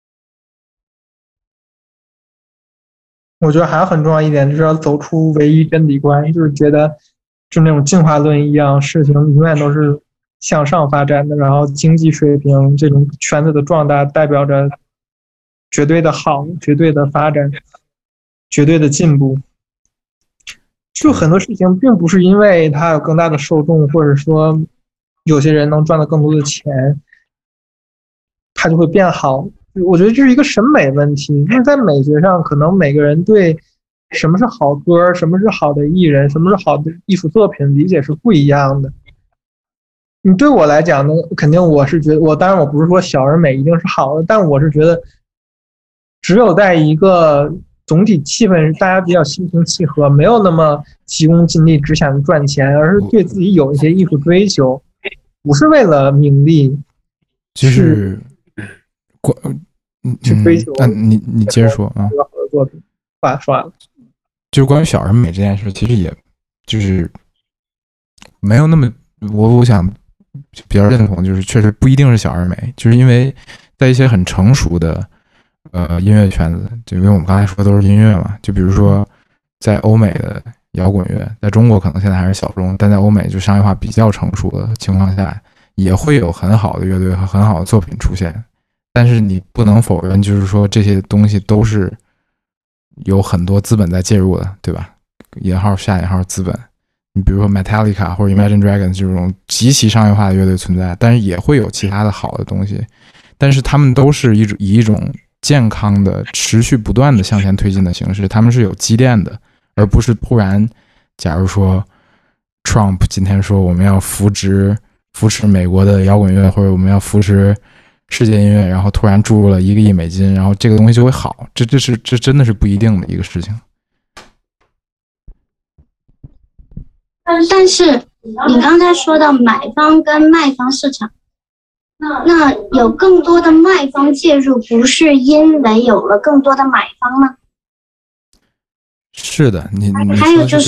我觉得还有很重要一点就是要走出唯一真理观，就是觉得就那种进化论一样，事情永远都是向上发展的，然后经济水平这种圈子的壮大代表着绝对的好、绝对的发展、绝对的进步。就很多事情并不是因为它有更大的受众，或者说有些人能赚到更多的钱，它就会变好。我觉得这是一个审美问题，就是在美学上，可能每个人对什么是好歌、什么是好的艺人、什么是好的艺术作品理解是不一样的。你对我来讲呢，肯定我是觉得，当然我不是说小而美一定是好的，但我是觉得，只有在一个总体气氛大家比较心平气和，没有那么急功近利只想赚钱，而是对自己有一些艺术追求，不是为了名利， 就是去追求。 你接着说啊。 好的作品，算了。 就是关于小而美这件事，其实也就是没有那么，我想比较认同，就是确实不一定是小而美，就是因为在一些很成熟的音乐圈子，就因为我们刚才说的都是音乐嘛，就比如说在欧美的摇滚乐，在中国可能现在还是小众，但在欧美就商业化比较成熟的情况下，也会有很好的乐队和很好的作品出现。但是你不能否认，就是说这些东西都是有很多资本在介入的，对吧？引号下引号资本。你比如说 Metallica 或者 Imagine Dragons 这种极其商业化的乐队存在，但是也会有其他的好的东西，但是他们都是以一种健康的、持续不断的向前推进的形式，他们是有积淀的，而不是突然，假如说 Trump 今天说我们要扶持美国的摇滚乐，或者我们要扶持世界音乐，然后突然注入了1个亿美金，然后这个东西就会好，这真的是不一定的一个事情。 但是你刚才说到买方跟卖方市场，那有更多的卖方介入，不是因为有了更多的买方吗？ 是的，你还有就是，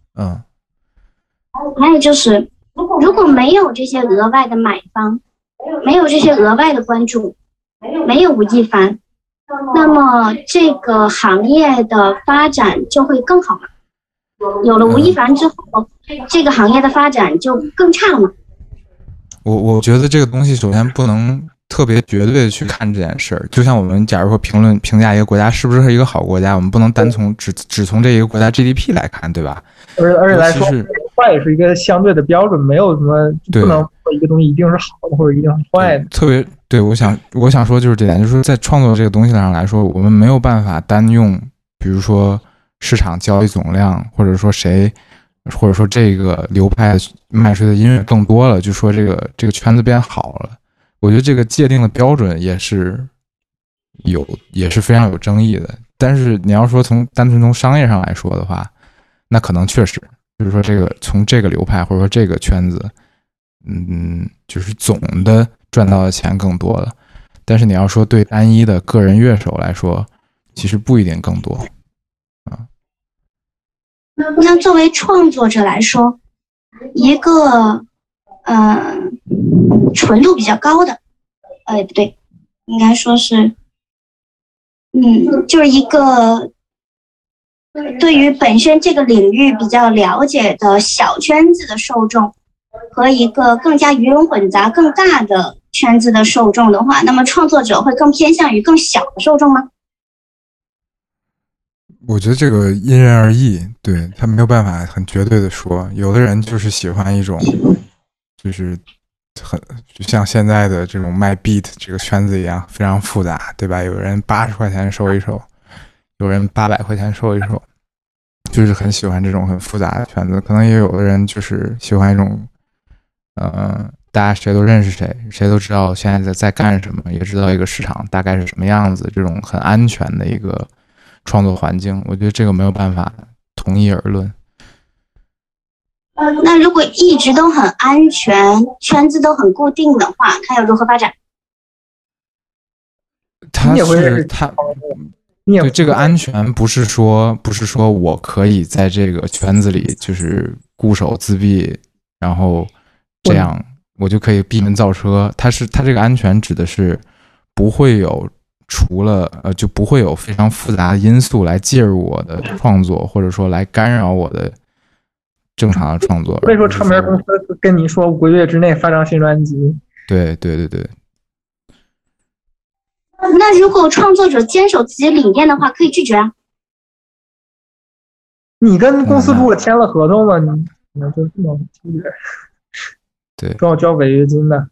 还有就是，如果没有这些额外的买方，没有这些额外的关注，没有吴亦凡，那么这个行业的发展就会更好吗？有了吴亦凡之后，这个行业的发展就更差了吗？ 我觉得这个东西首先不能特别绝对的去看这件事儿，就像我们假如说评价一个国家是不是一个好国家，我们不能单从只从这一个国家 GDP 来看，对吧？ 而且来说，坏也是一个相对的标准，没有什么不能说一个东西一定是好的或者一定是坏的。 特别对，我想说就是这点，就是说在创作这个东西上来说，我们没有办法单用，比如说市场交易总量，或者说这个流派卖出的音乐更多了，就说这个圈子变好了。我觉得这个界定的标准也是非常有争议的。但是你要说单纯从商业上来说的话，那可能确实就是说从这个流派或者说这个圈子，就是总的赚到的钱更多了。但是你要说对单一的个人乐手来说，其实不一定更多。 那作为创作者来说，一个纯度比较高的，不对，应该说是，就是一个对于本身这个领域比较了解的小圈子的受众，和一个更加鱼龙混杂、更大的圈子的受众的话，那么创作者会更偏向于更小的受众吗？ 我觉得这个因人而异，对，他没有办法很绝对的说。有的人就是喜欢一种，就是就像现在的这种卖 beat 这个圈子一样，非常复杂，对吧？有人80块钱收一首，有人800块钱收一首，就是很喜欢这种很复杂的圈子。可能也有的人就是喜欢一种，大家谁都认识谁，谁都知道现在在干什么，也知道一个市场大概是什么样子，这种很安全的一个创作环境。我觉得这个没有办法同一而论。 那如果一直都很安全，圈子都很固定的话，它要如何发展？ 对，这个安全不是说我可以在这个圈子里就是固守自闭，然后这样我就可以闭门造车。它这个安全指的是不会有除了就不会有非常复杂的因素来介入我的创作，或者说来干扰我的正常的创作。 所以说唱片公司跟你说5个月之内发张新专辑。 对对对对。 那如果创作者坚守自己理念的话，可以拒绝啊。 你跟公司如果签了合同了，你就不能拒绝。 对， 都要交违约金的。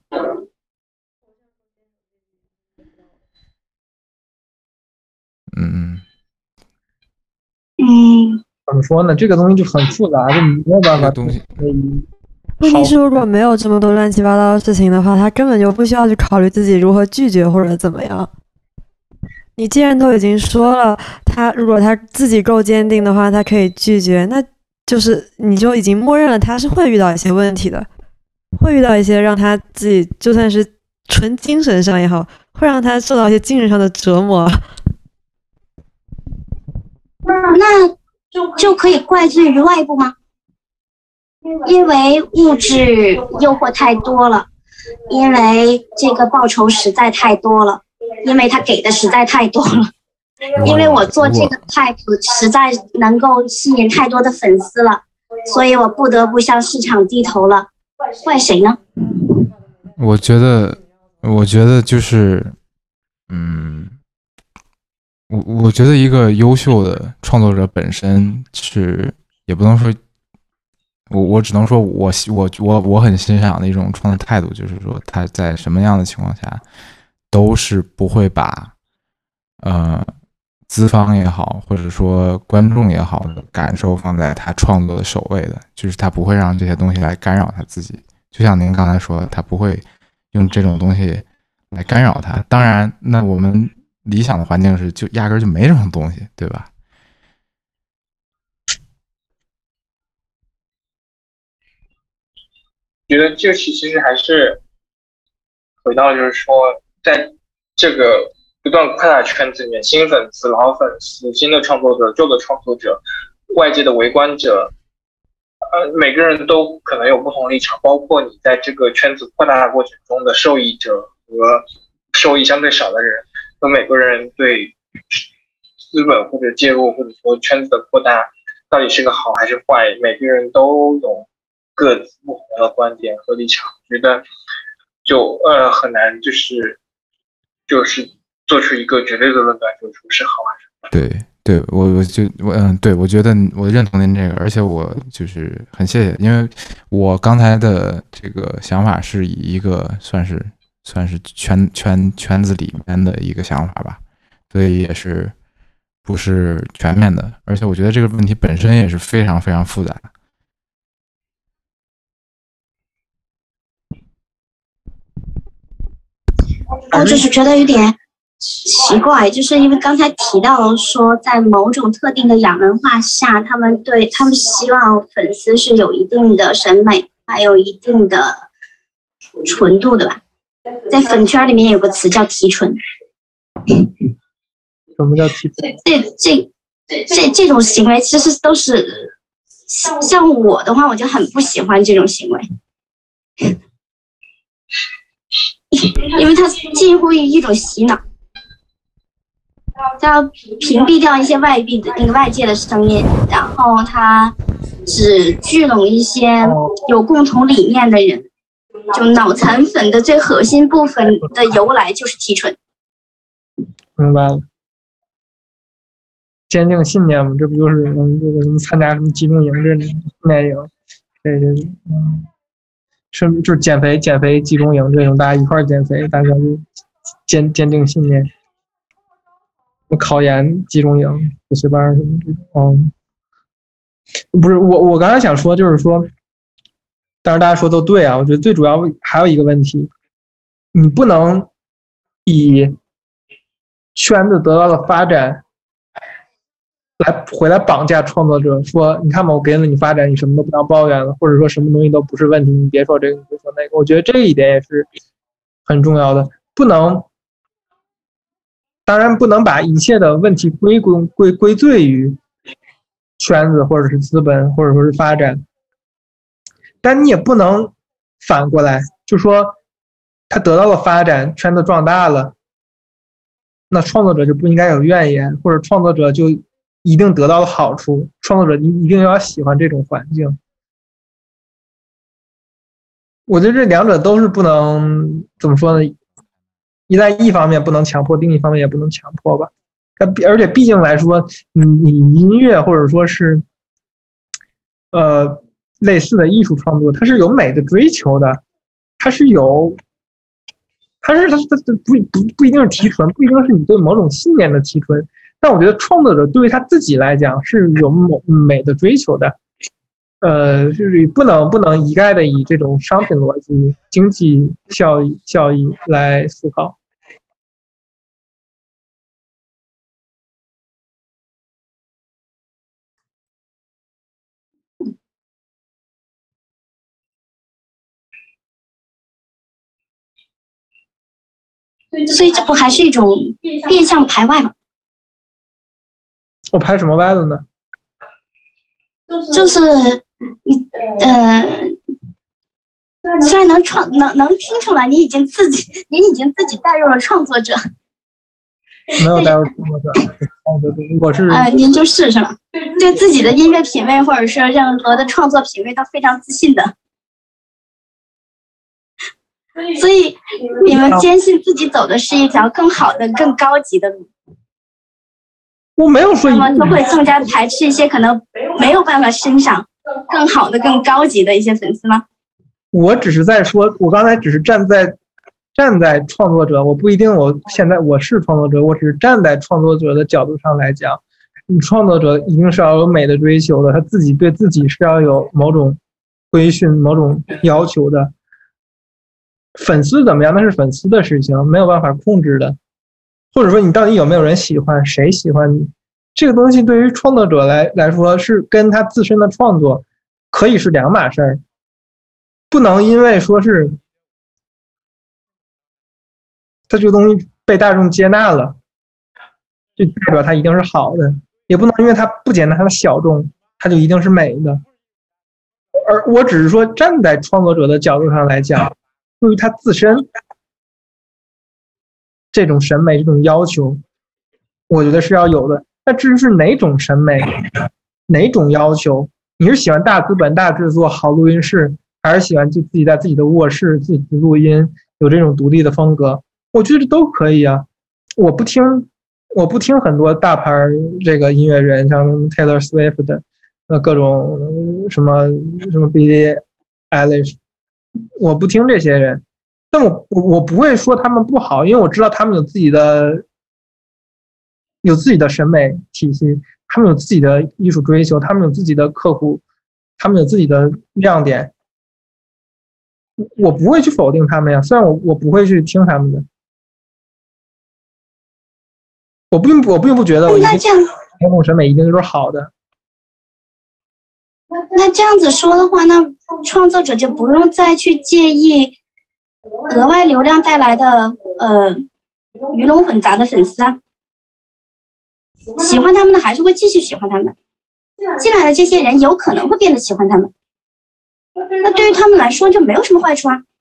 怎么说呢？这个东西就很复杂，就没有办法东西。 问题是，如果没有这么多乱七八糟的事情的话，他根本就不需要去考虑自己如何拒绝或者怎么样。你既然都已经说了，如果他自己够坚定的话，他可以拒绝，那就是你就已经默认了他是会遇到一些问题的，会遇到一些让他自己就算是纯精神上也好，会让他受到一些精神上的折磨。 那就可以怪罪于外部吗？因为物质诱惑太多了，因为这个报酬实在太多了，因为他给的实在太多了，因为我做这个 type 实在能够吸引太多的粉丝了，所以我不得不向市场低头了。怪谁呢？ 我觉得就是，我觉得一个优秀的创作者本身是，也不能说，我只能说我很欣赏的一种创作态度，就是说他在什么样的情况下都是不会把资方也好，或者说观众也好的感受放在他创作的首位的，就是他不会让这些东西来干扰他自己。就像您刚才说，他不会用这种东西来干扰他。当然，那我们理想的环境是就压根就没这种东西，对吧？ 觉得这其实还是回到就是说，在这个不断扩大圈子里面，新粉丝、老粉丝、新的创作者、旧的创作者、外界的围观者，每个人都可能有不同立场，包括你在这个圈子扩大的过程中的受益者和受益相对少的人，和每个人对资本或者介入或者说圈子的扩大到底是个好还是坏，每个人都有各自不同的观点和立场，觉得就很难就是做出一个绝对的论断，就是说是好还是坏。 对，我觉得我认同您这个，而且我就是很谢谢，因为我刚才的这个想法是以一个算是圈子里面的一个想法吧，所以也是不是全面的，而且我觉得这个问题本身也是非常非常复杂。 我只是觉得有点奇怪，就是因为刚才提到说，在某种特定的亚文化下，他们希望粉丝是有一定的审美，还有一定的纯度的吧。在粉圈里面有个词叫提纯。 什么叫提纯？ 这种行为其实都是，像我的话，我就很不喜欢这种行为。因为它近乎于一种洗脑，它要屏蔽掉一些外界的声音，然后它只聚拢一些有共同理念的人。就脑残粉的最核心部分的由来就是提纯。 明白了，坚定信念嘛，这不就是这个什么参加什么集中营这种训练营，就是减肥集中营这种，大家一块儿减肥，大家就坚定信念。考研集中营、补习班什么这种，不是我刚才想说，就是说，当然大家说都对啊，我觉得最主要还有一个问题，你不能以圈子得到了发展回来绑架创作者，说你看嘛，我给了你发展，你什么都不要抱怨了，或者说什么东西都不是问题，你别说这个，你别说那个。我觉得这一点也是很重要的，当然不能把一切的问题归罪于圈子或者是资本或者说是发展，但你也不能反过来就说他得到了发展，圈子壮大了， 那创作者就不应该有怨言，或者创作者就一定得到了好处，创作者一定要喜欢这种环境。我觉得这两者都是不能怎么说呢？在一方面不能强迫，另一方面也不能强迫吧。而且毕竟来说，你音乐或者说是类似的艺术创作，它是有美的追求的，它不一定是提纯，不一定是你对某种信念的提纯。但我觉得创作者对于他自己来讲是有美的追求的。就是不能一概的以这种商品逻辑、经济效益来思考。 所以这不还是一种变相排外吗？ 我排什么外了呢？ 就是你虽然能听出来，你已经自己带入了创作者。 没有带入创作者，我是您就是吧？对自己的音乐品味或者是任何的创作品味都非常自信的。所以你们坚信自己走的是一条更好的、更高级的路。 我没有说， 那么就会更加排斥一些可能没有办法欣赏更好的、更高级的一些粉丝吗？ 我只是在说，我刚才只是站在创作者，我不一定现在我是创作者，我只是站在创作者的角度上来讲，你创作者一定是要有美的追求的，他自己对自己是要有某种规训、某种要求的。粉丝怎么样，那是粉丝的事情，没有办法控制的。或者说你到底有没有人喜欢，谁喜欢你，这个东西对于创作者来说是跟他自身的创作可以是两码事儿，不能因为说是他这个东西被大众接纳了，就代表它一定是好的，也不能因为它不接纳它的小众，它就一定是美的。而我只是说站在创作者的角度上来讲，对于他自身这种审美、这种要求，我觉得是要有的。那至于是哪种审美、哪种要求，你是喜欢大资本、大制作、好录音室，还是喜欢就自己在自己的卧室自己录音，有这种独立的风格？我觉得都可以啊。我不听很多大牌这个音乐人，像 Taylor Swift 的各种什么 Billie Eilish， 我不听这些人。但我不会说他们不好，因为我知道他们有自己的审美体系，他们有自己的艺术追求，他们有自己的客户，他们有自己的亮点。我不会去否定他们呀，虽然我不会去听他们的，我并不觉得我那这样那种审美一定就是好的。 那这样子说的话，那创作者就不用再去介意额外流量带来的鱼龙混杂的粉丝啊，喜欢他们的还是会继续喜欢他们，进来的这些人有可能会变得喜欢他们，那对于他们来说就没有什么坏处啊。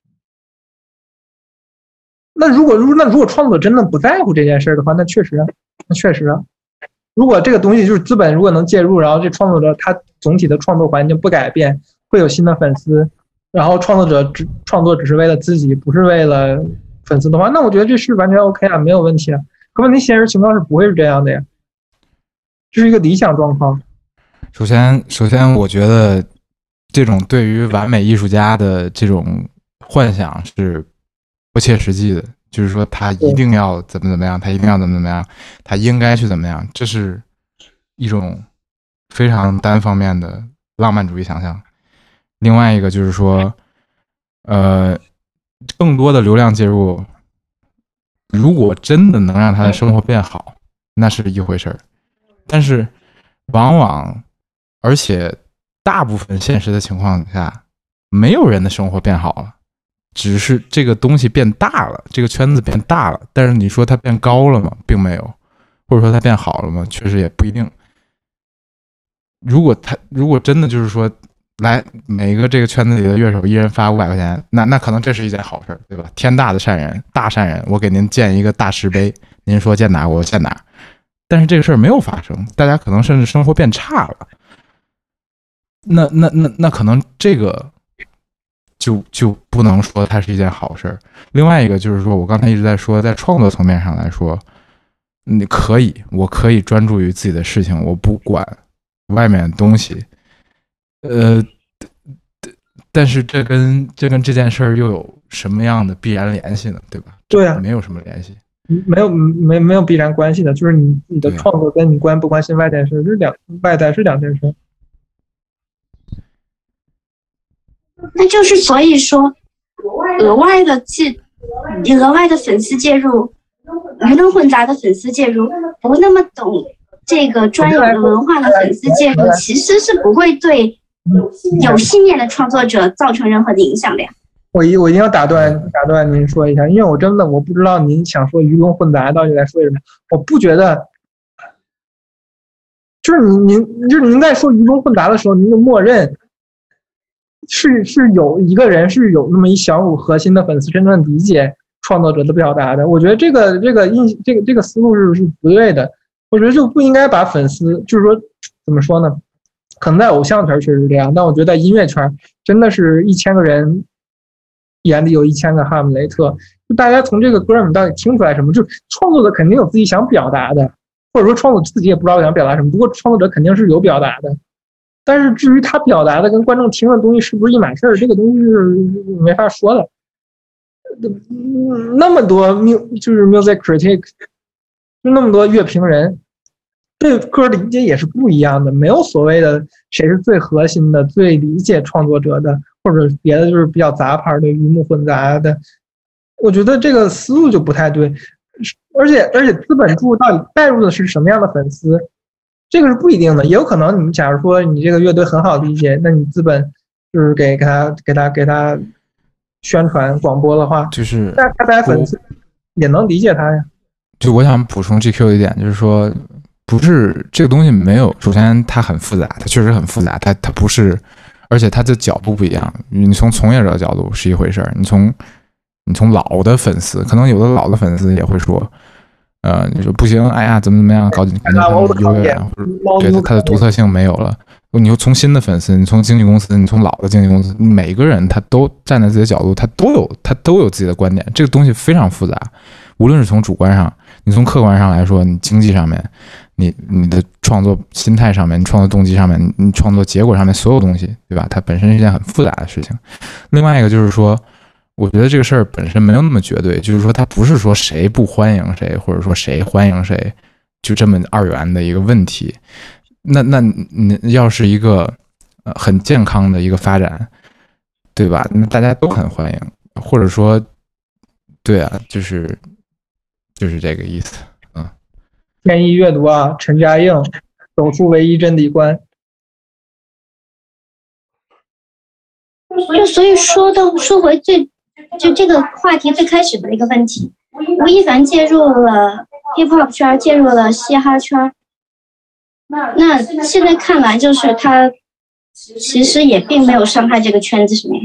那如果创作者真的不在乎这件事的话，那确实啊。如果这个东西就是资本如果能介入，然后这创作者他总体的创作环境不改变，会有新的粉丝，然后创作只是为了自己，不是为了粉丝的话，那我觉得这是完全 OK 啊，没有问题啊。可问题现实情况是不会是这样的呀，这是一个理想状况。 首先我觉得这种对于完美艺术家的这种幻想是不切实际的，就是说他一定要怎么样，他一定要怎么样，他应该去怎么样，这是一种非常单方面的浪漫主义想象。另外一个就是说更多的流量介入，如果真的能让他的生活变好，那是一回事儿，但是往往而且大部分现实的情况下，没有人的生活变好了，只是这个东西变大了，这个圈子变大了，但是你说它变高了吗？并没有。或者说它变好了吗？确实也不一定。如果真的就是说来每个这个圈子里的乐手一人发500块钱，那可能这是一件好事，对吧？天大的善人，大善人，我给您建一个大石碑， 您说见哪我见哪，但是这个事儿没有发生，大家可能甚至生活变差了。那可能这个就不能说它是一件好事儿。另外一个就是说，我刚才一直在说，在创作层面上来说，我可以专注于自己的事情，我不管外面的东西。但是这跟这件事儿又有什么样的必然联系呢？对吧？ 对啊， 没有什么联系， 没有必然关系的，就是你的创作跟你不关心外在事外在是两件事。 那就是所以说，额外的粉丝介入，鱼龙混杂的粉丝介入，不那么懂这个专有的文化的粉丝介入，其实是不会对有信念的创作者造成任何的影响的呀。 我一定要打断您说一下，因为我不知道您想说鱼龙混杂到底在说什么。我不觉得，就是您在说鱼龙混杂的时候，您就默认是有一个人是有那么一小股核心的粉丝真正理解创作者的表达的。我觉得这个思路是不对的。我觉得就不应该把粉丝，就是说怎么说呢？可能在偶像圈确实是这样，但我觉得在音乐圈真的是1000个人眼里有1000个哈姆雷特。就大家从这个歌里面到底听出来什么？就创作者肯定有自己想表达的，或者说创作者自己也不知道想表达什么。不过创作者肯定是有表达的，但是至于他表达的跟观众听的东西是不是一码事儿，这个东西是没法说的。那么多就是 music critic， 就那么多乐评人，对歌理解也是不一样的，没有所谓的谁是最核心的、最理解创作者的，或者别的就是比较杂牌的、鱼目混杂的。我觉得这个思路就不太对，而且资本注到底带入的是什么样的粉丝，这个是不一定的。也有可能你假如说你这个乐队很好理解，那你资本就是给他宣传广播的话， 就是大家粉丝也能理解他呀。 就我想补充 GQ 一点，就是说，不是这个东西没有，首先它很复杂，它确实很复杂，它不是，而且它的角度不一样。你从从业者的角度是一回事儿，你从老的粉丝，可能有的老的粉丝也会说，你说不行，哎呀，怎么样，赶紧优越，或者对它的独特性没有了。你又从新的粉丝，你从经纪公司，你从老的经纪公司，每一个人他都站在自己的角度，他都有自己的观点，这个东西非常复杂。无论是从主观上，你从客观上来说，你经济上面，你的创作心态上面，你创作动机上面，你创作结果上面，所有东西，对吧？它本身是一件很复杂的事情。另外一个就是说，我觉得这个事儿本身没有那么绝对，就是说它不是说谁不欢迎谁，或者说谁欢迎谁，就这么二元的一个问题。那你要是一个很健康的一个发展，对吧？那大家都很欢迎，或者说，对啊，就是这个意思。 建议阅读啊，陈嘉映走出唯一真谛观。 所以说回就这个话题最开始的一个问题，吴亦凡介入了 hip hop 圈，介入了嘻哈圈。那现在看来，就是他其实也并没有伤害这个圈子什么。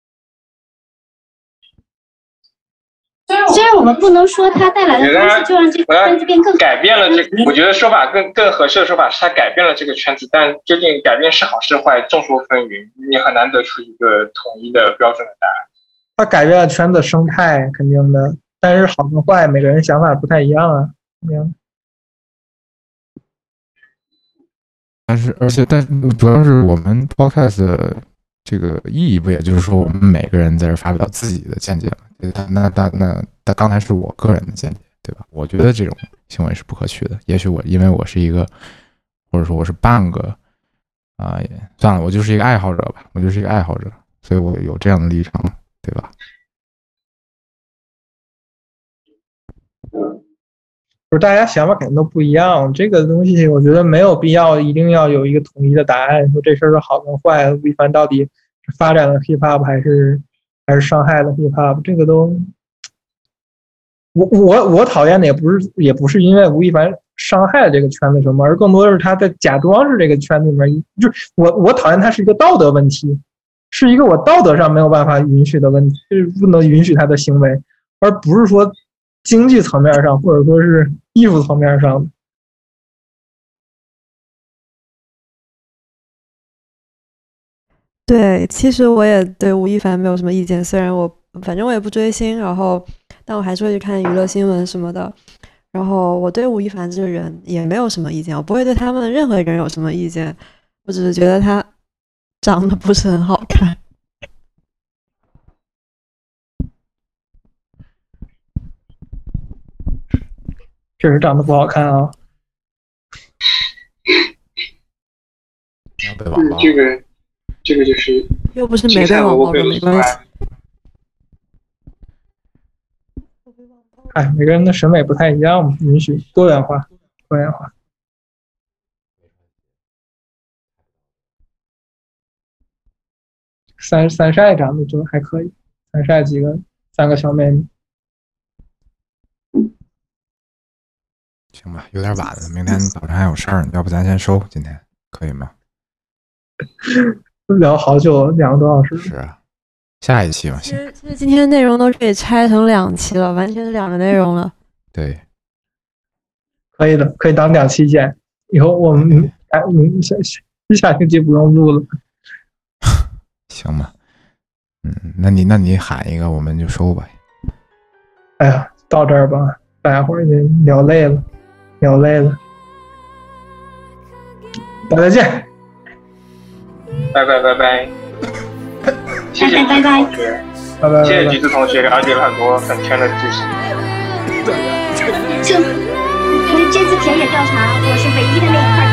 虽然我们不能说他带来的东西就让这个圈子变更改变了这个，我觉得说法更合适的说法是他改变了这个圈子，但究竟改变是好是坏，众说纷纭，你很难得出一个统一的标准的答案。 他改变了圈子生态，肯定的，但是好跟坏，每个人想法不太一样啊。 但主要是我们 podcast 的这个意义不也就是说我们每个人在这发表自己的见解吗？那刚才是我个人的见解，对吧？我觉得这种行为是不可取的。也许因为我是一个，或者说我是半个算了，我就是一个爱好者吧，所以我有这样的立场，对吧？ 就是大家想法肯定都不一样，这个东西我觉得没有必要一定要有一个统一的答案，说这事儿是好跟坏，吴亦凡到底是发展了 hip hop 还是伤害了 hip hop， 这个都我讨厌的也不是因为吴亦凡伤害了这个圈子什么，而更多的是他在假装是这个圈子里面，就是我讨厌他是一个道德问题，是一个我道德上没有办法允许的问题，就是不能允许他的行为，而不是说经济层面上，或者说是艺术层面上。 对，其实我也对吴亦凡没有什么意见，虽然反正我也不追星，然后但我还是会去看娱乐新闻什么的。然后我对吴亦凡这个人也没有什么意见，我不会对他们任何人有什么意见，我只是觉得他长得不是很好看。 确实长得不好看啊。 这个就是又不是没被网暴的，没关系。 哎，每个人的审美不太一样嘛，允许多元化，多元化。三晒长得就还可以，三晒3个小妹妹。 行吧，有点晚了，明天早上还有事儿，要不咱先收，今天可以吗？ 聊好久，2个多小时。 是啊，下一期嘛，行。 其实今天内容都可以拆成2期了，完全是2个内容了。 对， 可以的，可以当2期剪。以后我们下星期不用录了。 行吧，那你喊一个，我们就收吧。 哎呀，到这儿吧，大家伙儿已经聊累了。大家见。 拜拜。谢谢拜拜， 拜拜。 谢谢橘子同学了解了很多很圈的知识。 这次田野调查，我是唯一的那一块